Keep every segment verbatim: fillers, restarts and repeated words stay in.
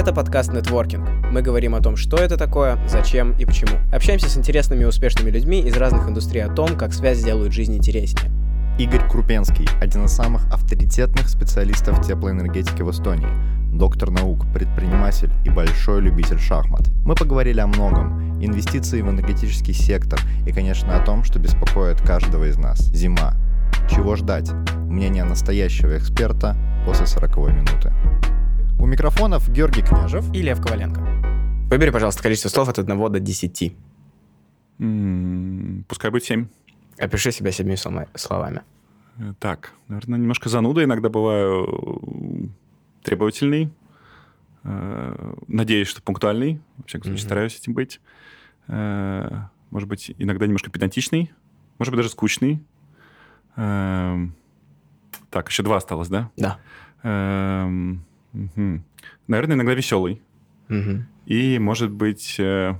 Это подкаст «Нетворкинг». Мы говорим о том, что это такое, зачем и почему. Общаемся с интересными и успешными людьми из разных индустрий о том, как связь делают жизнь интереснее. Игорь Крупенский – один из самых авторитетных специалистов теплоэнергетики в Эстонии, доктор наук, предприниматель и большой любитель шахмат. Мы поговорили о многом – инвестиции в энергетический сектор и, конечно, о том, что беспокоит каждого из нас – зима. Чего ждать? Мнение настоящего эксперта после сороковой минуты. У микрофонов Георгий Княжев и Лев Коваленко. Выбери, пожалуйста, количество слов от одного до десяти. М-м, пускай будет семь. Опиши себя семью словами. Так, наверное, немножко зануда иногда бываю, требовательный, надеюсь, что пунктуальный, вообще, mm-hmm. стараюсь этим быть. Может быть, иногда немножко педантичный, может быть, даже скучный. Так, еще два осталось, да? Да. Угу. Наверное, иногда веселый. Угу. И, может быть, э,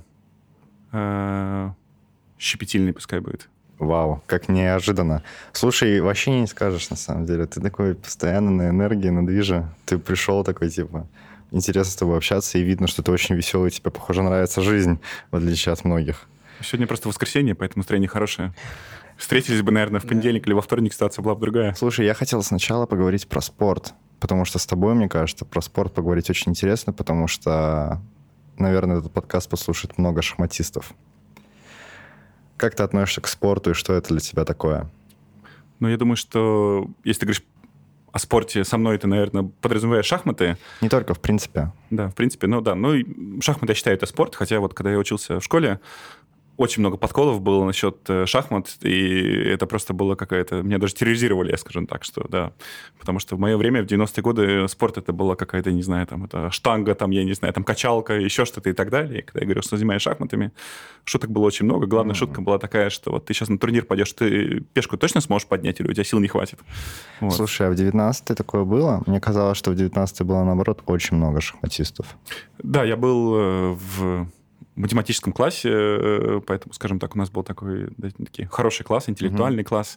э, щепетильный пускай будет. Вау, как неожиданно. Слушай, вообще не скажешь, на самом деле. Ты такой постоянно на энергии, на движе. Ты пришел такой, типа, интересно с тобой общаться, и видно, что ты очень веселый, тебе, похоже, нравится жизнь, в отличие от многих. Сегодня просто воскресенье, поэтому настроение хорошее. Встретились бы, наверное, в понедельник или во вторник, ситуация была бы другая. Слушай, я хотел сначала поговорить про спорт, потому что с тобой, мне кажется, про спорт поговорить очень интересно, потому что, наверное, этот подкаст послушает много шахматистов. Как ты относишься к спорту и что это для тебя такое? Ну, я думаю, что если ты говоришь о спорте со мной, ты, наверное, подразумеваешь шахматы. Не только, в принципе. Да, в принципе, ну да. Ну, и шахматы, я считаю, это спорт, хотя вот когда я учился в школе, очень много подколов было насчет шахмат, и это просто было какая-то... Меня даже терроризировали, я скажу так, что да. Потому что в мое время, в девяностые годы, спорт это была какая-то, не знаю, там, это штанга, там, я не знаю, там, качалка, еще что-то и так далее. И когда я говорил, что занимаюсь шахматами, шуток было очень много. Главная mm-hmm. шутка была такая, что вот ты сейчас на турнир пойдешь, ты пешку точно сможешь поднять, или у тебя сил не хватит? Вот. Слушай, а в девятнадцатые такое было? Мне казалось, что в девятнадцатые было, наоборот, очень много шахматистов. Да, я был в... в математическом классе, поэтому, скажем так, у нас был такой да, такой хороший класс, интеллектуальный mm-hmm. класс.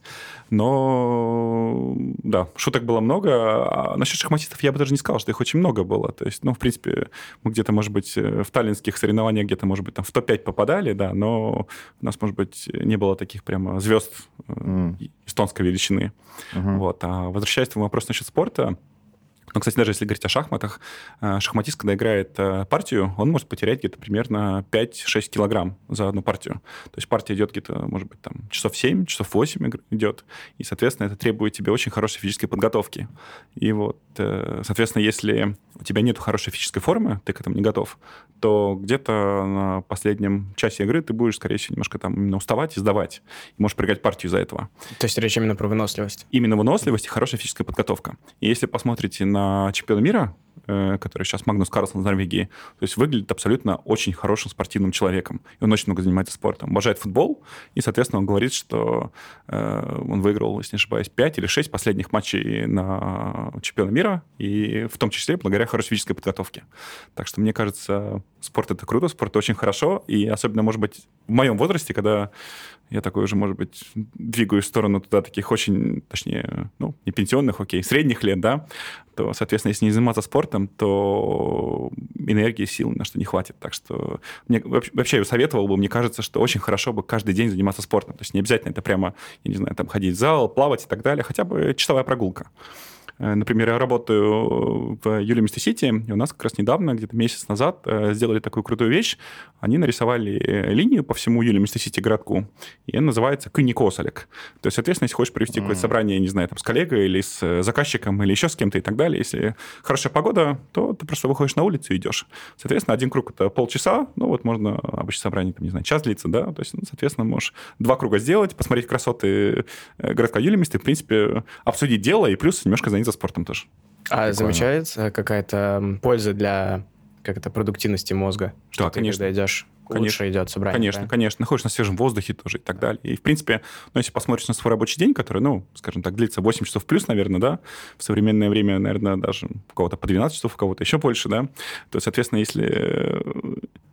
Но, да, шуток было много. А насчет шахматистов я бы даже не сказал, что их очень много было. То есть, ну, в принципе, мы где-то, может быть, в таллинских соревнованиях где-то, может быть, там в топ пять попадали, да, но у нас, может быть, не было таких прямо звезд mm. эстонской величины. Mm-hmm. Вот. А возвращаясь к твоему вопросу насчет спорта, ну, кстати, даже если говорить о шахматах, шахматист, когда играет партию, он может потерять где-то примерно пять-шесть килограмм за одну партию. То есть партия идет где-то, может быть, там, часов семь, часов восемь идет. И, соответственно, это требует тебе очень хорошей физической подготовки. И вот, соответственно, если у тебя нет хорошей физической формы, ты к этому не готов, то где-то на последнем часе игры ты будешь, скорее всего, немножко там именно уставать и сдавать. И можешь проиграть партию из-за этого. То есть речь именно про выносливость? Именно выносливость и хорошая физическая подготовка. И если посмотрите на чемпиона мира, который сейчас Магнус Карлсон из Норвегии, то есть выглядит абсолютно очень хорошим спортивным человеком. И он очень много занимается спортом. Обожает футбол, и, соответственно, он говорит, что э, он выиграл, если не ошибаюсь, пять или шесть последних матчей на чемпиона мира, и в том числе благодаря хорошей физической подготовке. Так что, мне кажется, спорт — это круто, спорт — это очень хорошо, и особенно, может быть, в моем возрасте, когда я такой уже, может быть, двигаюсь в сторону туда таких очень, точнее, ну, не пенсионных, окей, средних лет, да, то, соответственно, если не заниматься спортом, то энергии, сил на что не хватит. Так что мне, вообще я советовал бы, мне кажется, что очень хорошо бы каждый день заниматься спортом. То есть не обязательно это прямо, я не знаю, там ходить в зал, плавать и так далее, хотя бы часовая прогулка. Например, я работаю в Юлимсте Сити, и у нас как раз недавно, где-то месяц назад, сделали такую крутую вещь. Они нарисовали линию по всему Юлимсте Сити городку, и она называется Кынникосалек. То есть, соответственно, если хочешь провести mm-hmm. какое-то собрание, не знаю, там, с коллегой или с заказчиком, или еще с кем-то и так далее, если хорошая погода, то ты просто выходишь на улицу и идешь. Соответственно, один круг — это полчаса, ну вот можно обычно собрание, там, не знаю, час длится, да, то есть, ну, соответственно, можешь два круга сделать, посмотреть красоты городка Юлимсте, в принципе, обсудить дело и плюс немножко заняться спортом тоже. А прикольно. Замечается какая-то польза для как это, продуктивности мозга? Что да, ты, конечно. когда идешь, конечно. лучше идет собрание. Конечно, да? конечно. Находишься на свежем воздухе тоже и так далее. И, в принципе, ну, если посмотришь на свой рабочий день, который, ну, скажем так, длится восемь часов плюс, наверное, да, в современное время, наверное, даже у кого-то по двенадцать часов, у кого-то еще больше, да, то, соответственно, если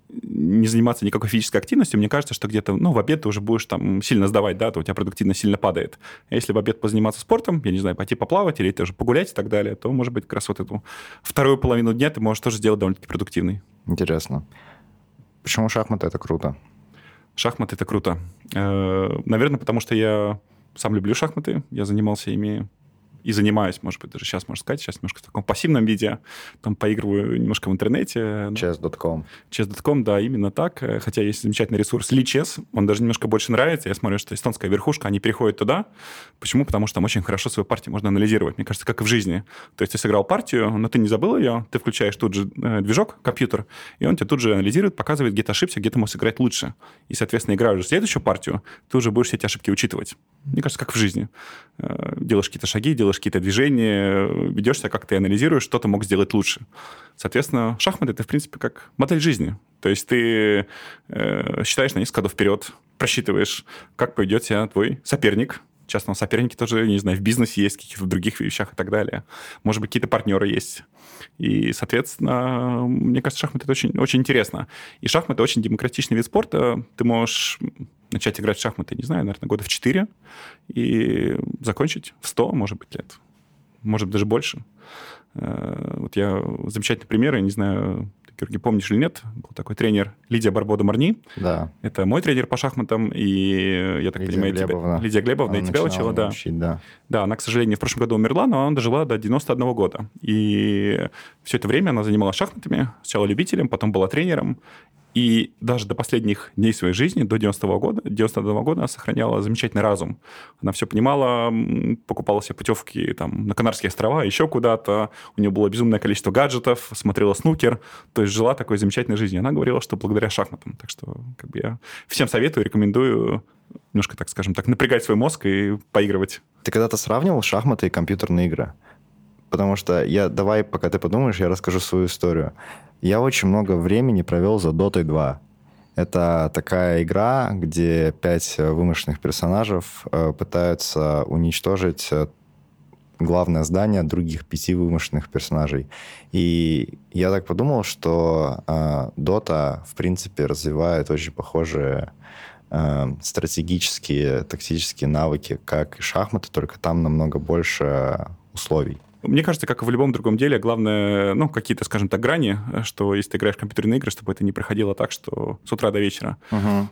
не заниматься никакой физической активностью, мне кажется, что где-то, ну, в обед ты уже будешь там сильно сдавать, да, то у тебя продуктивность сильно падает. А если в обед позаниматься спортом, я не знаю, пойти поплавать или тоже погулять и так далее, то, может быть, как раз вот эту вторую половину дня ты можешь тоже сделать довольно-таки продуктивной. Интересно. Почему шахматы — это круто? Шахматы — это круто. Наверное, потому что я сам люблю шахматы, я занимался ими и занимаюсь, может быть, даже сейчас, можно сказать, сейчас немножко в таком пассивном виде, там поигрываю немножко в интернете. чес точка ком. чес точка ком, да, именно так. Хотя есть замечательный ресурс Lichess, он даже немножко больше нравится. Я смотрю, что эстонская верхушка, они переходят туда. Почему? Потому что там очень хорошо свою партию можно анализировать. Мне кажется, как и в жизни. То есть ты сыграл партию, но ты не забыл ее, ты включаешь тут же движок, компьютер, и он тебе тут же анализирует, показывает, где ты ошибся, где ты мог сыграть лучше. И, соответственно, играя уже следующую партию, ты уже будешь все эти ошибки учитывать. Мне кажется, как в жизни. Делаешь какие-то шаги, делаешь какие-то движения, ведешь себя, как ты анализируешь, что ты мог сделать лучше. Соответственно, шахматы — это, в принципе, как модель жизни. То есть ты э, считаешь на несколько ходов вперед, просчитываешь, как пойдет себя твой соперник. Часто соперники тоже, не знаю, в бизнесе есть, в каких-то других вещах и так далее. Может быть, какие-то партнеры есть. И, соответственно, мне кажется, шахматы — это очень, очень интересно. И шахматы — очень демократичный вид спорта. Ты можешь начать играть в шахматы, не знаю, наверное, года в четыре и закончить в сто, может быть, лет. Может быть, даже больше. Вот я замечательный пример, я не знаю, ты, Георгий, помнишь или нет, был такой тренер Лидия Барбода-Марни. Да. Это мой тренер по шахматам, и я так Лидия понимаю, Глебовна. тебя, Лидия Глебовна, она и тебя учила, да. Учить, да. Да, она, к сожалению, в прошлом году умерла, но она дожила до девяносто одного года. И все это время она занималась шахматами, сначала любителем, потом была тренером. И даже до последних дней своей жизни, до девяностого года, девяносто одного года, она сохраняла замечательный разум. Она все понимала, покупала себе путевки там, на Канарские острова, еще куда-то. У нее было безумное количество гаджетов, смотрела снукер, то есть жила такой замечательной жизнью. Она говорила, что благодаря шахматам. Так что как бы, я всем советую, рекомендую немножко, так скажем так, напрягать свой мозг и поигрывать. Ты когда-то сравнивал шахматы и компьютерные игры? Потому что я, давай, пока ты подумаешь, я расскажу свою историю. Я очень много времени провел за Дотой два. Это такая игра, где пять вымышленных персонажей пытаются уничтожить главное здание других пяти вымышленных персонажей. И я так подумал, что Дота, в принципе, развивает очень похожие стратегические, тактические навыки, как и шахматы, только там намного больше условий. Мне кажется, как и в любом другом деле, главное, ну, какие-то, скажем так, грани, что если ты играешь в компьютерные игры, чтобы это не проходило так, что с утра до вечера. Uh-huh.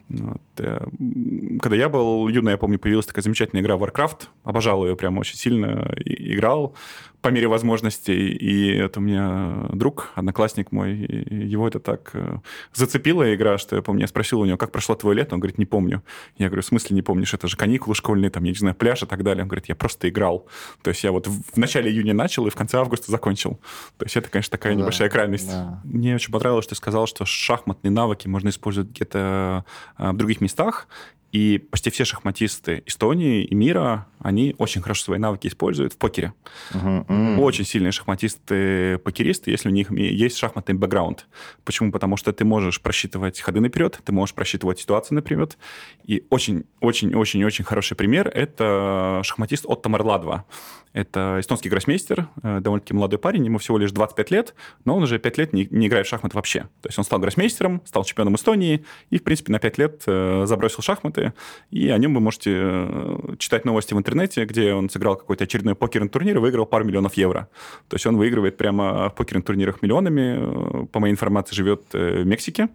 Вот. Когда я был юный, я помню, появилась такая замечательная игра Warcraft. Обожал ее прям очень сильно. Играл по мере возможностей. И это у меня друг, одноклассник мой, его это так зацепила игра, что я помню, я спросил у него, как прошло твое лето? Он говорит, не помню. Я говорю, в смысле не помнишь? Это же каникулы школьные, там, я не знаю, пляж и так далее. Он говорит, я просто играл. То есть я вот в начале июня начал и в конце августа закончил. То есть это, конечно, такая да, небольшая крайность. Да. Мне очень понравилось, что ты сказал, что шахматные навыки можно использовать где-то в других местах. И почти все шахматисты Эстонии и мира, они очень хорошо свои навыки используют в покере. Uh-huh. Uh-huh. Очень сильные шахматисты-покеристы, если у них есть шахматный бэкграунд. Почему? Потому что ты можешь просчитывать ходы наперед, ты можешь просчитывать ситуацию наперед. И очень-очень-очень-очень хороший пример – это шахматист Отто Марладва. Это эстонский гроссмейстер, довольно-таки молодой парень, ему всего лишь двадцать пять лет, но он уже пять лет не, не играет в шахматы вообще. То есть он стал гроссмейстером, стал чемпионом Эстонии и, в принципе, на пять лет забросил шахматы. И о нем вы можете читать новости в интернете, где он сыграл какой-то очередной покерный турнир и выиграл пару миллионов евро. То есть он выигрывает прямо в покерных турнирах миллионами. По моей информации, живет в Мексике.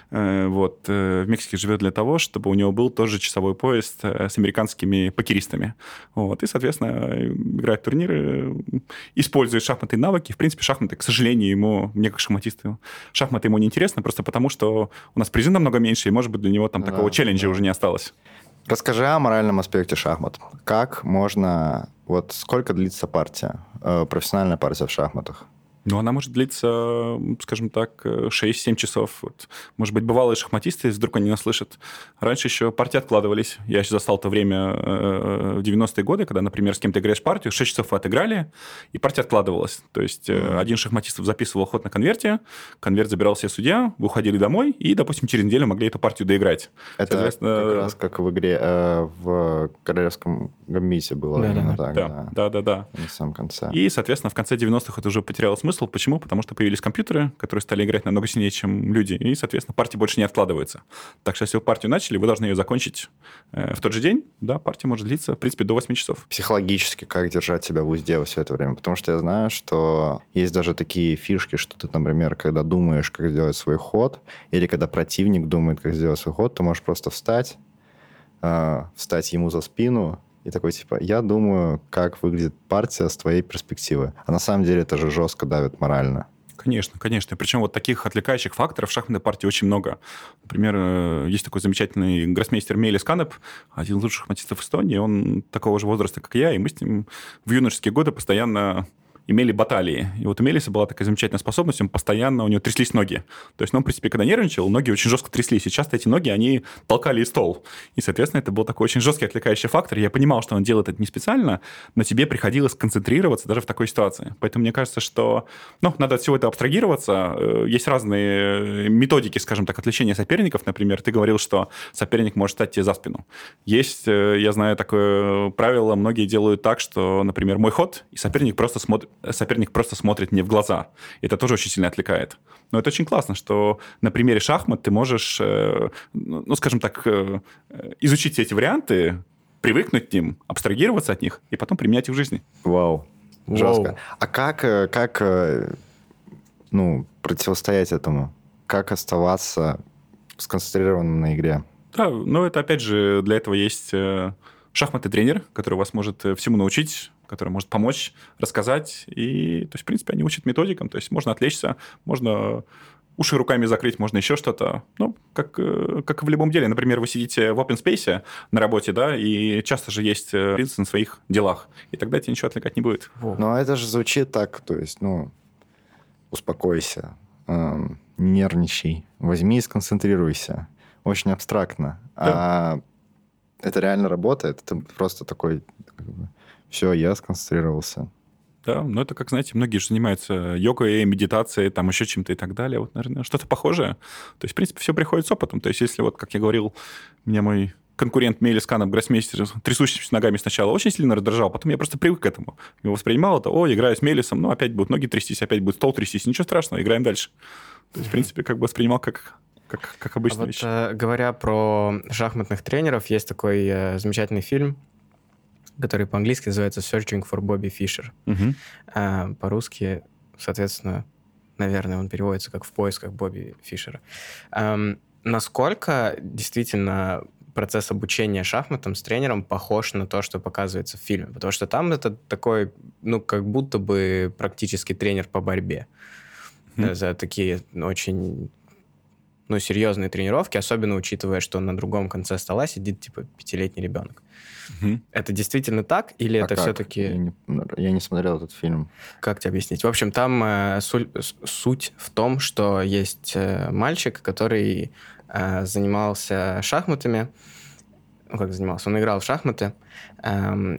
Вот. В Мексике живет для того, чтобы у него был тоже часовой поезд с американскими покеристами. Вот. И, соответственно, играет в турниры, использует шахматные навыки. В принципе, шахматы, к сожалению, ему, мне как шахматисту, шахматы ему не интересны, просто потому что у нас призы намного меньше, и, может быть, для него там да, такого челленджа да. уже не осталось. Расскажи о моральном аспекте шахмат. Как можно... Вот сколько длится партия, профессиональная партия в шахматах? Ну, она может длиться, скажем так, шесть-семь часов. Вот. Может быть, бывалые шахматисты, если вдруг они нас слышат. Раньше еще партии откладывались. Я еще застал то время в девяностые годы, когда, например, с кем-то играешь партию, шесть часов вы отыграли, и партия откладывалась. То есть mm-hmm. один шахматист записывал ход на конверте, конверт забирал себе судья, вы уходили домой, и, допустим, через неделю могли эту партию доиграть. Это Соответственно... как раз как в игре э, в Королевском гамбите было. Да, именно да, так, да. Да, да, да. В самом конце. И, соответственно, в конце девяностых это уже потеряло смысл. смысл. Почему? Потому что появились компьютеры, которые стали играть намного сильнее, чем люди, и, соответственно, партии больше не откладываются. Так что, если вы партию начали, вы должны ее закончить э, в тот же день. Да, партия может длиться, в принципе, до восьми часов. Психологически как держать себя в узде все это время? Потому что я знаю, что есть даже такие фишки, что ты, например, когда думаешь, как сделать свой ход, или когда противник думает, как сделать свой ход, ты можешь просто встать, э, встать ему за спину, и такой, типа, я думаю, как выглядит партия с твоей перспективы. А на самом деле это же жестко давит морально. Конечно, конечно. Причем вот таких отвлекающих факторов в шахматной партии очень много. Например, есть такой замечательный гроссмейстер Мейлис Канеп, один из лучших шахматистов Эстонии. Он такого же возраста, как я, и мы с ним в юношеские годы постоянно имели баталии. И вот у Мелиса была такая замечательная способность, он постоянно, у него тряслись ноги. То есть, ну, в принципе, когда нервничал, ноги очень жестко тряслись, и часто эти ноги, они толкали и стол. И, соответственно, это был такой очень жесткий отвлекающий фактор. Я понимал, что он делает это не специально, но тебе приходилось концентрироваться даже в такой ситуации. Поэтому мне кажется, что, ну, надо от всего этого абстрагироваться. Есть разные методики, скажем так, отвлечения соперников. Например, ты говорил, что соперник может стать тебе за спину. Есть, я знаю, такое правило, многие делают так, что, например, мой ход, и соперник просто смотрит соперник просто смотрит мне в глаза. Это тоже очень сильно отвлекает. Но это очень классно, что на примере шахмат ты можешь, ну, скажем так, изучить все эти варианты, привыкнуть к ним, абстрагироваться от них и потом применять их в жизни. Вау. Жестко. Вау. А как, как ну, противостоять этому? Как оставаться сконцентрированным на игре? Да, ну это опять же для этого есть шахматный тренер, который вас может всему научить, который может помочь, рассказать. И, то есть, в принципе, они учат методикам. То есть, можно отвлечься, можно уши руками закрыть, можно еще что-то. Ну, как, как и в любом деле. Например, вы сидите в open space на работе, да, и часто же есть принцип на своих делах. И тогда тебе ничего отвлекать не будет. Ну, это же звучит так, то есть, ну, успокойся, э, нервничай, возьми и сконцентрируйся. Очень абстрактно. Да. А это реально работает? Это просто такой... Как бы, все, я сконцентрировался. Да, но это, как знаете, многие же занимаются йогой, медитацией, там еще чем-то и так далее. Вот, наверное, что-то похожее. То есть, в принципе, все приходит с опытом. То есть, если вот, как я говорил, меня мой конкурент Мейлис Канеп, гроссмейстер, трясущимися ногами сначала очень сильно раздражал, потом я просто привык к этому. Я воспринимал это, о, играю с Мейлисом, ну, опять будут ноги трястись, опять будет стол трястись, ничего страшного, играем дальше. То есть, в принципе, как бы воспринимал как... Как, как обычная а вещь. Вот, э, говоря про шахматных тренеров, есть такой э, замечательный фильм, который по-английски называется «Searching for Bobby Fischer». Uh-huh. А, по-русски, соответственно, наверное, он переводится как «В поисках Бобби Фишера». А, насколько действительно процесс обучения шахматам с тренером похож на то, что показывается в фильме? Потому что там это такой, ну, как будто бы практически тренер по борьбе. Uh-huh. За такие очень... ну, серьезные тренировки, особенно учитывая, что на другом конце стола сидит, типа, пятилетний ребенок. Угу. Это действительно так? Или а это как? Все-таки... Я не, я не смотрел этот фильм. Как тебе объяснить? В общем, там э, су- суть в том, что есть э, мальчик, который э, занимался шахматами. Ну, как занимался? Он играл в шахматы. Э,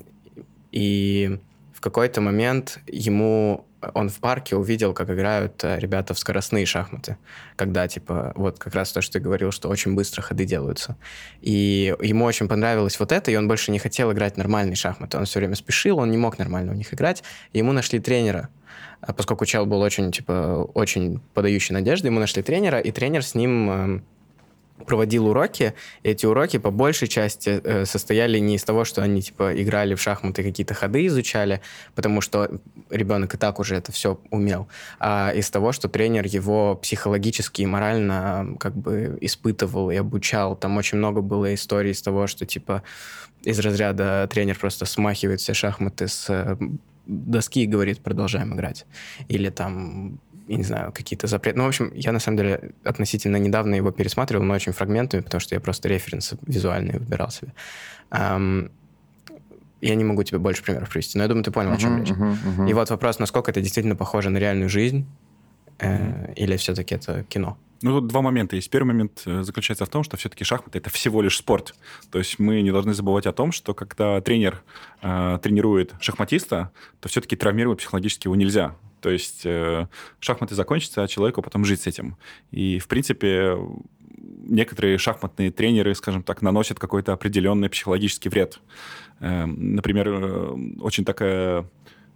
и в какой-то момент ему... Он в парке увидел, как играют ребята в скоростные шахматы, когда, типа, вот как раз то, что ты говорил, что очень быстро ходы делаются. И ему очень понравилось вот это, и он больше не хотел играть в нормальные шахматы. Он все время спешил, он не мог нормально у них играть. И ему нашли тренера. Поскольку чел был очень, типа, очень подающий надежды, ему нашли тренера, и тренер с ним... проводил уроки, и эти уроки по большей части э, состояли не из того, что они, типа, играли в шахматы, какие-то ходы изучали, потому что ребенок и так уже это все умел, а из того, что тренер его психологически и морально как бы испытывал и обучал. Там очень много было историй из того, что, типа, из разряда тренер просто смахивает все шахматы с доски и говорит, продолжаем играть. Или там... я не знаю, какие-то запреты. Ну, в общем, я, на самом деле, относительно недавно его пересматривал, но очень фрагментами, потому что я просто референсы визуальные выбирал себе. Um, я не могу тебе больше примеров привести, но я думаю, ты понял, uh-huh, о чем речь. Uh-huh, uh-huh. И вот вопрос, насколько это действительно похоже на реальную жизнь, э, uh-huh. или все-таки это кино? Ну, тут два момента есть. Первый момент заключается в том, что все-таки шахматы — это всего лишь спорт. То есть мы не должны забывать о том, что когда тренер э, тренирует шахматиста, то все-таки травмировать психологически его нельзя. То есть э, шахматы закончатся, а человеку потом жить с этим. И, в принципе, некоторые шахматные тренеры, скажем так, наносят какой-то определенный психологический вред. Э, например, очень такая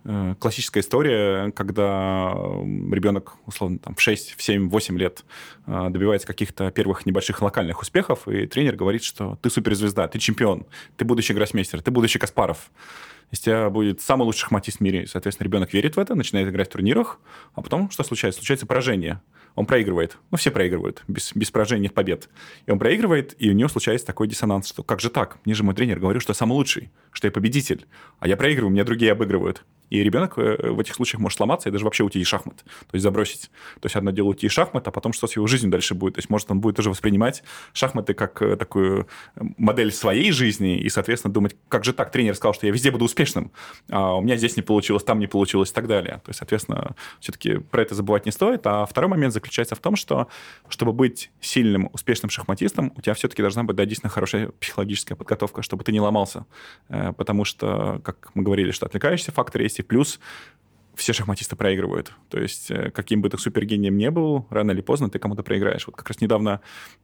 классическая история, когда ребенок, условно, там, в шесть, в семь, в восемь лет добивается каких-то первых небольших локальных успехов, и тренер говорит, что ты суперзвезда, ты чемпион, ты будущий гроссмейстер, ты будущий Каспаров. Из тебя будет самый лучший шахматист в мире. Соответственно, ребенок верит в это, начинает играть в турнирах, а потом что случается? Случается поражение. Он проигрывает. Ну, все проигрывают. Без, без поражения нет побед. И он проигрывает, и у него случается такой диссонанс, что как же так? Мне же мой тренер говорил, что я самый лучший, что я победитель, а я проигрываю, меня другие обыгрывают. И ребенок в этих случаях может сломаться и даже вообще уйти из шахмат, то есть забросить. То есть одно дело уйти из шахмат, а потом что с его жизнью дальше будет. То есть может он будет тоже воспринимать шахматы как такую модель своей жизни и, соответственно, думать, как же так, тренер сказал, что я везде буду успешным, а у меня здесь не получилось, там не получилось и так далее. То есть, соответственно, все-таки про это забывать не стоит. А второй момент заключается в том, что чтобы быть сильным, успешным шахматистом, у тебя все-таки должна быть, да, действительно хорошая психологическая подготовка, чтобы ты не ломался. Потому что, как мы говорили, что отвлекающиеся факторы есть, и плюс все шахматисты проигрывают. То есть каким бы ты супергением не был, рано или поздно ты кому-то проиграешь. Вот как раз недавно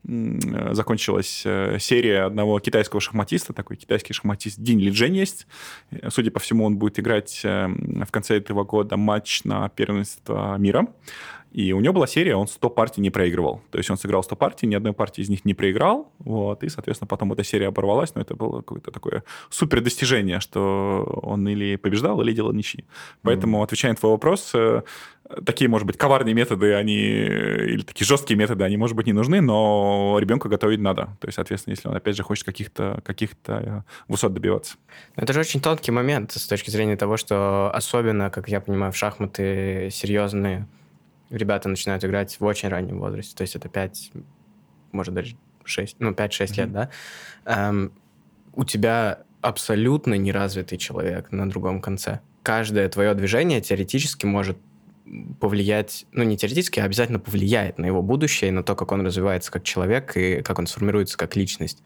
закончилась серия одного китайского шахматиста, такой китайский шахматист Динь Лиджень есть. Судя по всему, он будет играть в конце этого года матч на первенство мира. И у него была серия, он сто партий не проигрывал. То есть он сыграл сто партий, ни одной партии из них не проиграл. Вот, и, соответственно, потом эта серия оборвалась, но это было какое-то такое супер достижение, что он или побеждал, или делал ничьи. Поэтому, mm-hmm. отвечая на твой вопрос, такие, может быть, коварные методы, они, или такие жесткие методы, они, может быть, не нужны, но ребенка готовить надо. То есть, соответственно, если он, опять же, хочет каких-то, каких-то высот добиваться. Это же очень тонкий момент с точки зрения того, что особенно, как я понимаю, в шахматы серьезные ребята начинают играть в очень раннем возрасте. То есть это пять, может, даже шесть, ну, пять-шесть mm-hmm. лет, да? Эм, у тебя абсолютно неразвитый человек на другом конце. Каждое твое движение теоретически может повлиять, ну, не теоретически, а обязательно повлияет на его будущее и на то, как он развивается как человек и как он сформируется как личность.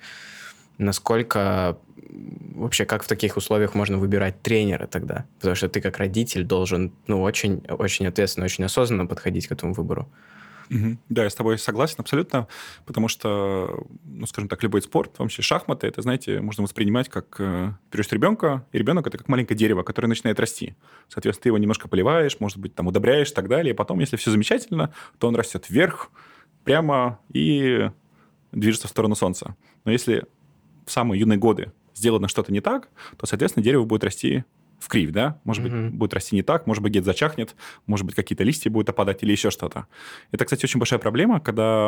Насколько вообще, как в таких условиях можно выбирать тренера тогда? Потому что ты как родитель должен, ну, очень, очень ответственно, очень осознанно подходить к этому выбору. Угу. Да, я с тобой согласен абсолютно, потому что, ну, скажем так, любой спорт, в том числе шахматы, это, знаете, можно воспринимать как э, берешь ребенка, и ребенок — это как маленькое дерево, которое начинает расти. Соответственно, ты его немножко поливаешь, может быть, там удобряешь и так далее, и потом, если все замечательно, то он растет вверх, прямо и движется в сторону солнца. Но если в самые юные годы сделано что-то не так, то, соответственно, дерево будет расти в кривь, да? Может mm-hmm. быть, будет расти не так, может быть, где-то зачахнет, может быть, какие-то листья будут опадать или еще что-то. Это, кстати, очень большая проблема, когда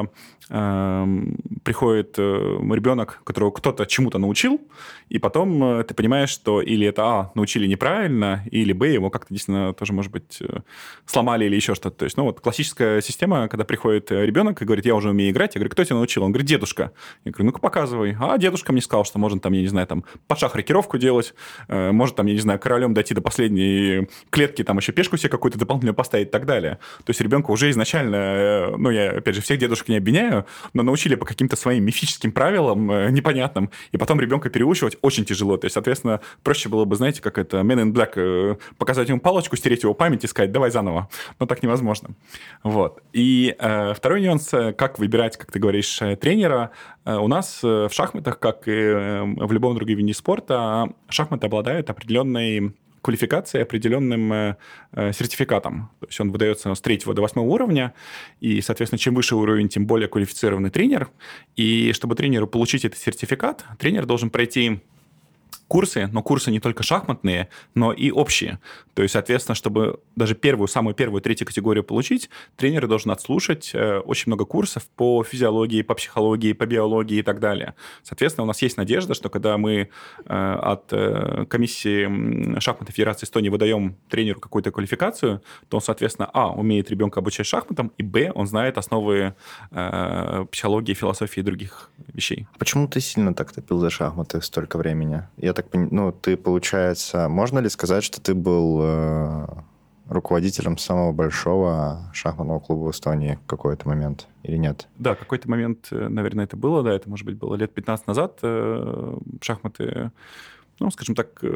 э, приходит э, ребенок, которого кто-то чему-то научил, и потом э, ты понимаешь, что или это, а, научили неправильно, или, б, его как-то действительно тоже, может быть, э, сломали или еще что-то. То есть, ну, вот классическая система, когда приходит ребенок и говорит, я уже умею играть, я говорю, кто тебя научил? Он говорит, дедушка. Я говорю, ну-ка, показывай. А дедушка мне сказал, что можно там, я не знаю, там, под шах рокировку делать, э, может там, я не знаю, королем дойти до последней клетки, там еще пешку себе какую-то дополнительную поставить и так далее. То есть ребенка уже изначально, ну, я, опять же, всех дедушек не обвиняю, но научили по каким-то своим мифическим правилам э, непонятным, и потом ребенка переучивать очень тяжело. То есть, соответственно, проще было бы, знаете, как это, Man in Black, э, показать ему палочку, стереть его память и сказать, давай заново. Но так невозможно. Вот. И э, второй нюанс, как выбирать, как ты говоришь, тренера. Э, у нас в шахматах, как и в любом другом виде спорта, шахматы обладают определенной квалификацией, определенным э, сертификатом. То есть он выдается с третьего до восьмого уровня, и, соответственно, чем выше уровень, тем более квалифицированный тренер. И чтобы тренеру получить этот сертификат, тренер должен пройти курсы, но курсы не только шахматные, но и общие. То есть, соответственно, чтобы даже первую, самую первую, третью категорию получить, тренер должен отслушать э, очень много курсов по физиологии, по психологии, по биологии и так далее. Соответственно, у нас есть надежда, что когда мы э, от э, комиссии шахматной Федерации Эстонии выдаем тренеру какую-то квалификацию, то он, соответственно, а, умеет ребенка обучать шахматам, и б, он знает основы э, психологии, философии и других вещей. Почему ты сильно так топил за шахматы столько времени? Я так понимаю, ну, ты, получается, можно ли сказать, что ты был э, руководителем самого большого шахматного клуба в Эстонии в какой-то момент или нет? Да, в какой-то момент, наверное, это было, да, это, может быть, было лет пятнадцать назад. Э, шахматы, ну, скажем так, э,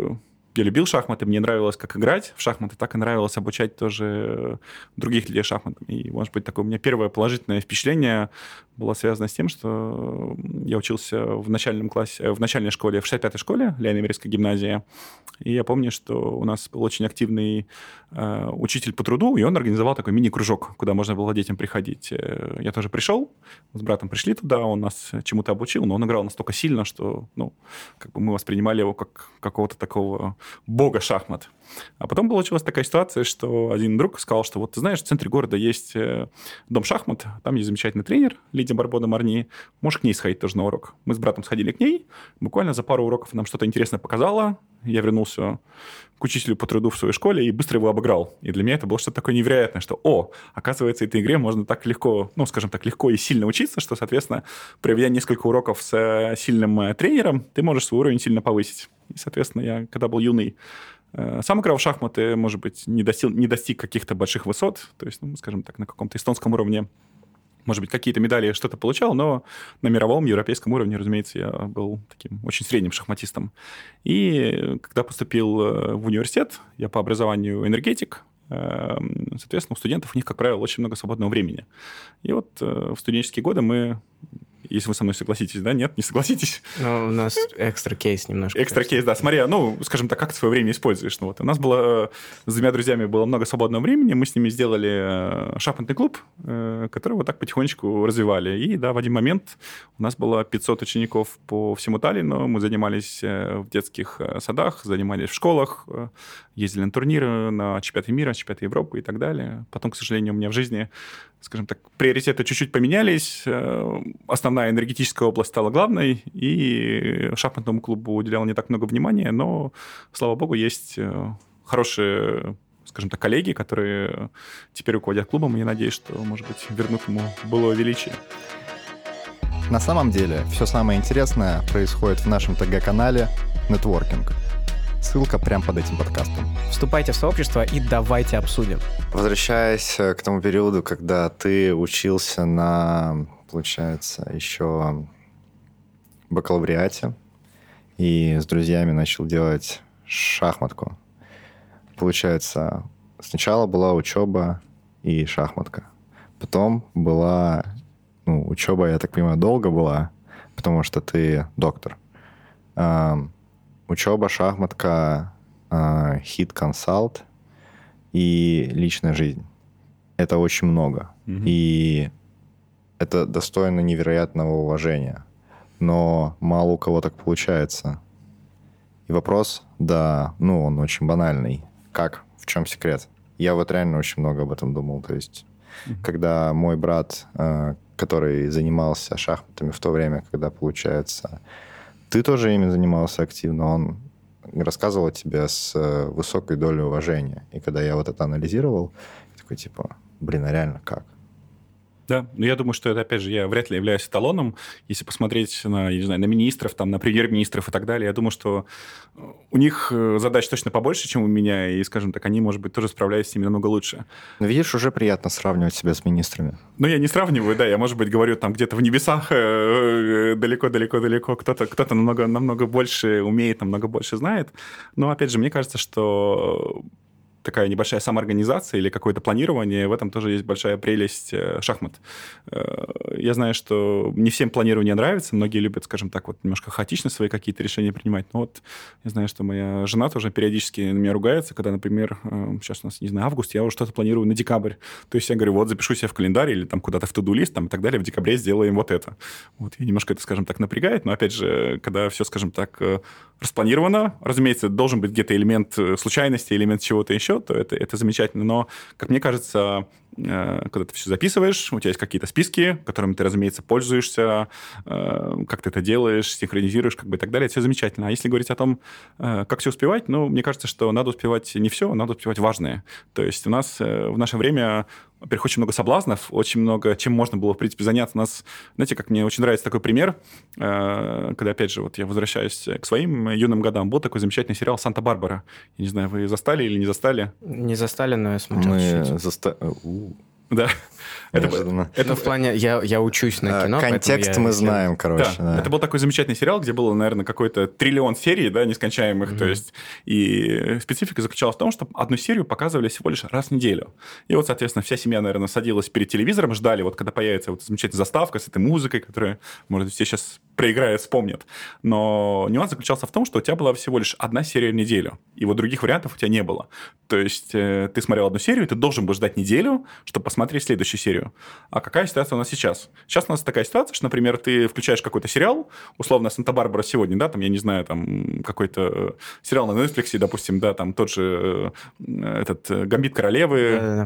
я любил шахматы, мне нравилось, как играть в шахматы, так и нравилось обучать тоже других людей шахматам. И, может быть, такое у меня первое положительное впечатление было связано с тем, что я учился в начальном классе, в начальной школе, в шестьдесят пятой школе Леоно-Иврейской гимназии. И я помню, что у нас был очень активный э, учитель по труду, и он организовал такой мини-кружок, куда можно было детям приходить. Я тоже пришел, с братом пришли туда, он нас чему-то обучил, но он играл настолько сильно, что ну, как бы мы воспринимали его как какого-то такого бога шахмат. А потом получилась такая ситуация, что один друг сказал, что вот ты знаешь, в центре города есть дом шахмат, там есть замечательный тренер Лидия Барбона-Марни, можешь к ней сходить тоже на урок. Мы с братом сходили к ней, буквально за пару уроков нам что-то интересное показала, я вернулся к учителю по труду в своей школе и быстро его обыграл. И для меня это было что-то такое невероятное, что, о, оказывается, этой игре можно так легко, ну, скажем так, легко и сильно учиться, что, соответственно, проведя несколько уроков с сильным тренером, ты можешь свой уровень сильно повысить. И, соответственно, я, когда был юный, сам играл в шахматы, может быть, не достиг, не достиг каких-то больших высот, то есть, ну, скажем так, на каком-то эстонском уровне, может быть, какие-то медали что-то получал, но на мировом, европейском уровне, разумеется, я был таким очень средним шахматистом. И когда поступил в университет, я по образованию энергетик, соответственно, у студентов у них, как правило, очень много свободного времени. И вот в студенческие годы мы... Если вы со мной согласитесь, да? Нет, не согласитесь? Ну, у нас экстра кейс немножко. Экстра кейс, да. Смотри, ну, скажем так, как ты свое время используешь? Ну, вот у нас было с двумя друзьями было много свободного времени, мы с ними сделали шахматный клуб, который вот так потихонечку развивали. И, да, в один момент у нас было пятьсот учеников по всему Таллину, мы занимались в детских садах, занимались в школах, ездили на турниры, на чемпионаты мира, чемпионаты Европы и так далее. Потом, к сожалению, у меня в жизни, скажем так, приоритеты чуть-чуть поменялись, основная энергетическая область стала главной, и шахматному клубу уделял не так много внимания, но, слава богу, есть хорошие, скажем так, коллеги, которые теперь руководят клубом, и я надеюсь, что, может быть, вернут ему былое величие. На самом деле, все самое интересное происходит в нашем ТГ-канале «Нетворкинг». Ссылка прямо под этим подкастом. Вступайте в сообщество и давайте обсудим. Возвращаясь к тому периоду, когда ты учился на, получается, еще бакалавриате и с друзьями начал делать шахматку. Получается, сначала была учеба и шахматка. Потом была, ну, учеба, я так понимаю, долго была, потому что ты доктор. Учеба, шахматка, хит-консалт и личная жизнь. Это очень много. Mm-hmm. И это достойно невероятного уважения. Но мало у кого так получается. И вопрос, да, ну, он очень банальный. Как? В чем секрет? Я вот реально очень много об этом думал. То есть, mm-hmm. когда мой брат, который занимался шахматами в то время, когда, получается... Ты тоже ими занимался активно, он рассказывал тебе с высокой долей уважения. И когда я вот это анализировал, я такой, типа, блин, а реально как? Да, но я думаю, что это, опять же, я вряд ли являюсь эталоном. Если посмотреть на, я не знаю, на министров, там, на премьер-министров и так далее, я думаю, что у них задач точно побольше, чем у меня, и, скажем так, они, может быть, тоже справляются с ними намного лучше. Но видишь, уже приятно сравнивать себя с министрами. Ну, я не сравниваю, да, я, может быть, говорю там где-то в небесах, далеко-далеко-далеко, кто-то, кто-то намного, намного больше умеет, намного больше знает. Но, опять же, мне кажется, что... такая небольшая самоорганизация или какое-то планирование, в этом тоже есть большая прелесть шахмат. Я знаю, что не всем планирование нравится, многие любят, скажем так, вот немножко хаотично свои какие-то решения принимать, но вот я знаю, что моя жена тоже периодически на меня ругается, когда, например, сейчас у нас, не знаю, август, я уже что-то планирую на декабрь. То есть я говорю, вот запишу себе в календарь или там куда-то в to-do-лист там, и так далее, в декабре сделаем вот это. Вот, и немножко это, скажем так, напрягает, но, опять же, когда все, скажем так, распланировано, разумеется, должен быть где-то элемент случайности, элемент чего-то еще, то это, это замечательно. Но, как мне кажется, когда ты все записываешь, у тебя есть какие-то списки, которыми ты, разумеется, пользуешься, как ты это делаешь, синхронизируешь, как бы и так далее, это все замечательно. А если говорить о том, как все успевать, ну, мне кажется, что надо успевать не все, надо успевать важное. То есть у нас в наше время, во-первых, очень много соблазнов, очень много чем можно было, в принципе, заняться. У нас, знаете, как мне очень нравится такой пример, когда, опять же, вот я возвращаюсь к своим юным годам, был такой замечательный сериал «Санта-Барбара». Я не знаю, вы застали или не застали? Не застали, но я смотрел. Мы заста... Да. Это, это в плане, я, я учусь на кино. Контекст я, мы знаем, короче. Да. Да. Это был такой замечательный сериал, где было, наверное, какой-то триллион серий, да, нескончаемых. Mm-hmm. То есть, и специфика заключалась в том, что одну серию показывали всего лишь раз в неделю. И вот, соответственно, вся семья, наверное, садилась перед телевизором, ждали, вот когда появится вот замечательная заставка с этой музыкой, которая, может быть, все сейчас проиграют, вспомнят. Но нюанс заключался в том, что у тебя была всего лишь одна серия в неделю. И вот других вариантов у тебя не было. То есть, э, ты смотрел одну серию, ты должен был ждать неделю, чтобы посмотреть следующую серию. А какая ситуация у нас сейчас? Сейчас у нас такая ситуация, что, например, ты включаешь какой-то сериал, условно, «Санта-Барбара сегодня», да, там, я не знаю, там, какой-то сериал на Netflix, допустим, да, там, тот же этот «Гамбит королевы», да-да-да.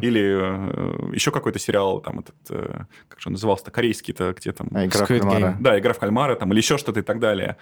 Или еще какой-то сериал, там, этот, как же он назывался-то, корейский-то, где там... А, «Игра в кальмара». Да, «Игра в кальмара», там, или еще что-то и так далее.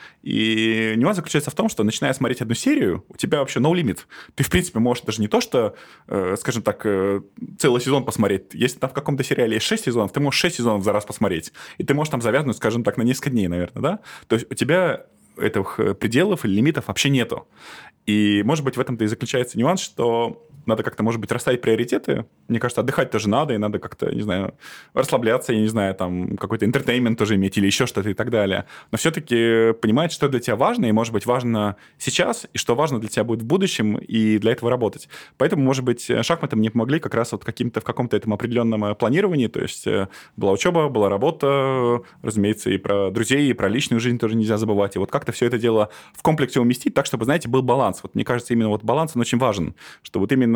И нюанс заключается в том, что, начиная смотреть одну серию, у тебя вообще no limit. Ты, в принципе, можешь даже не то, что, скажем так, целый сезон посмотреть. Если там в каком-то сериале есть шесть сезонов, ты можешь шесть сезонов за раз посмотреть. И ты можешь там завязнуть, скажем так, на несколько дней, наверное, да? То есть у тебя этих пределов или лимитов вообще нету. И, может быть, в этом-то и заключается нюанс, что надо как-то, может быть, расставить приоритеты. Мне кажется, отдыхать тоже надо, и надо как-то, не знаю, расслабляться, я не знаю, там, какой-то интертеймент тоже иметь или еще что-то и так далее. Но все-таки понимать, что для тебя важно, и, может быть, важно сейчас, и что важно для тебя будет в будущем, и для этого работать. Поэтому, может быть, шахматы мне помогли как раз вот каким-то, в каком-то этом определенном планировании, то есть была учеба, была работа, разумеется, и про друзей, и про личную жизнь тоже нельзя забывать. И вот как-то все это дело в комплексе уместить так, чтобы, знаете, был баланс. Вот мне кажется, именно вот баланс, он очень важен, что вот именно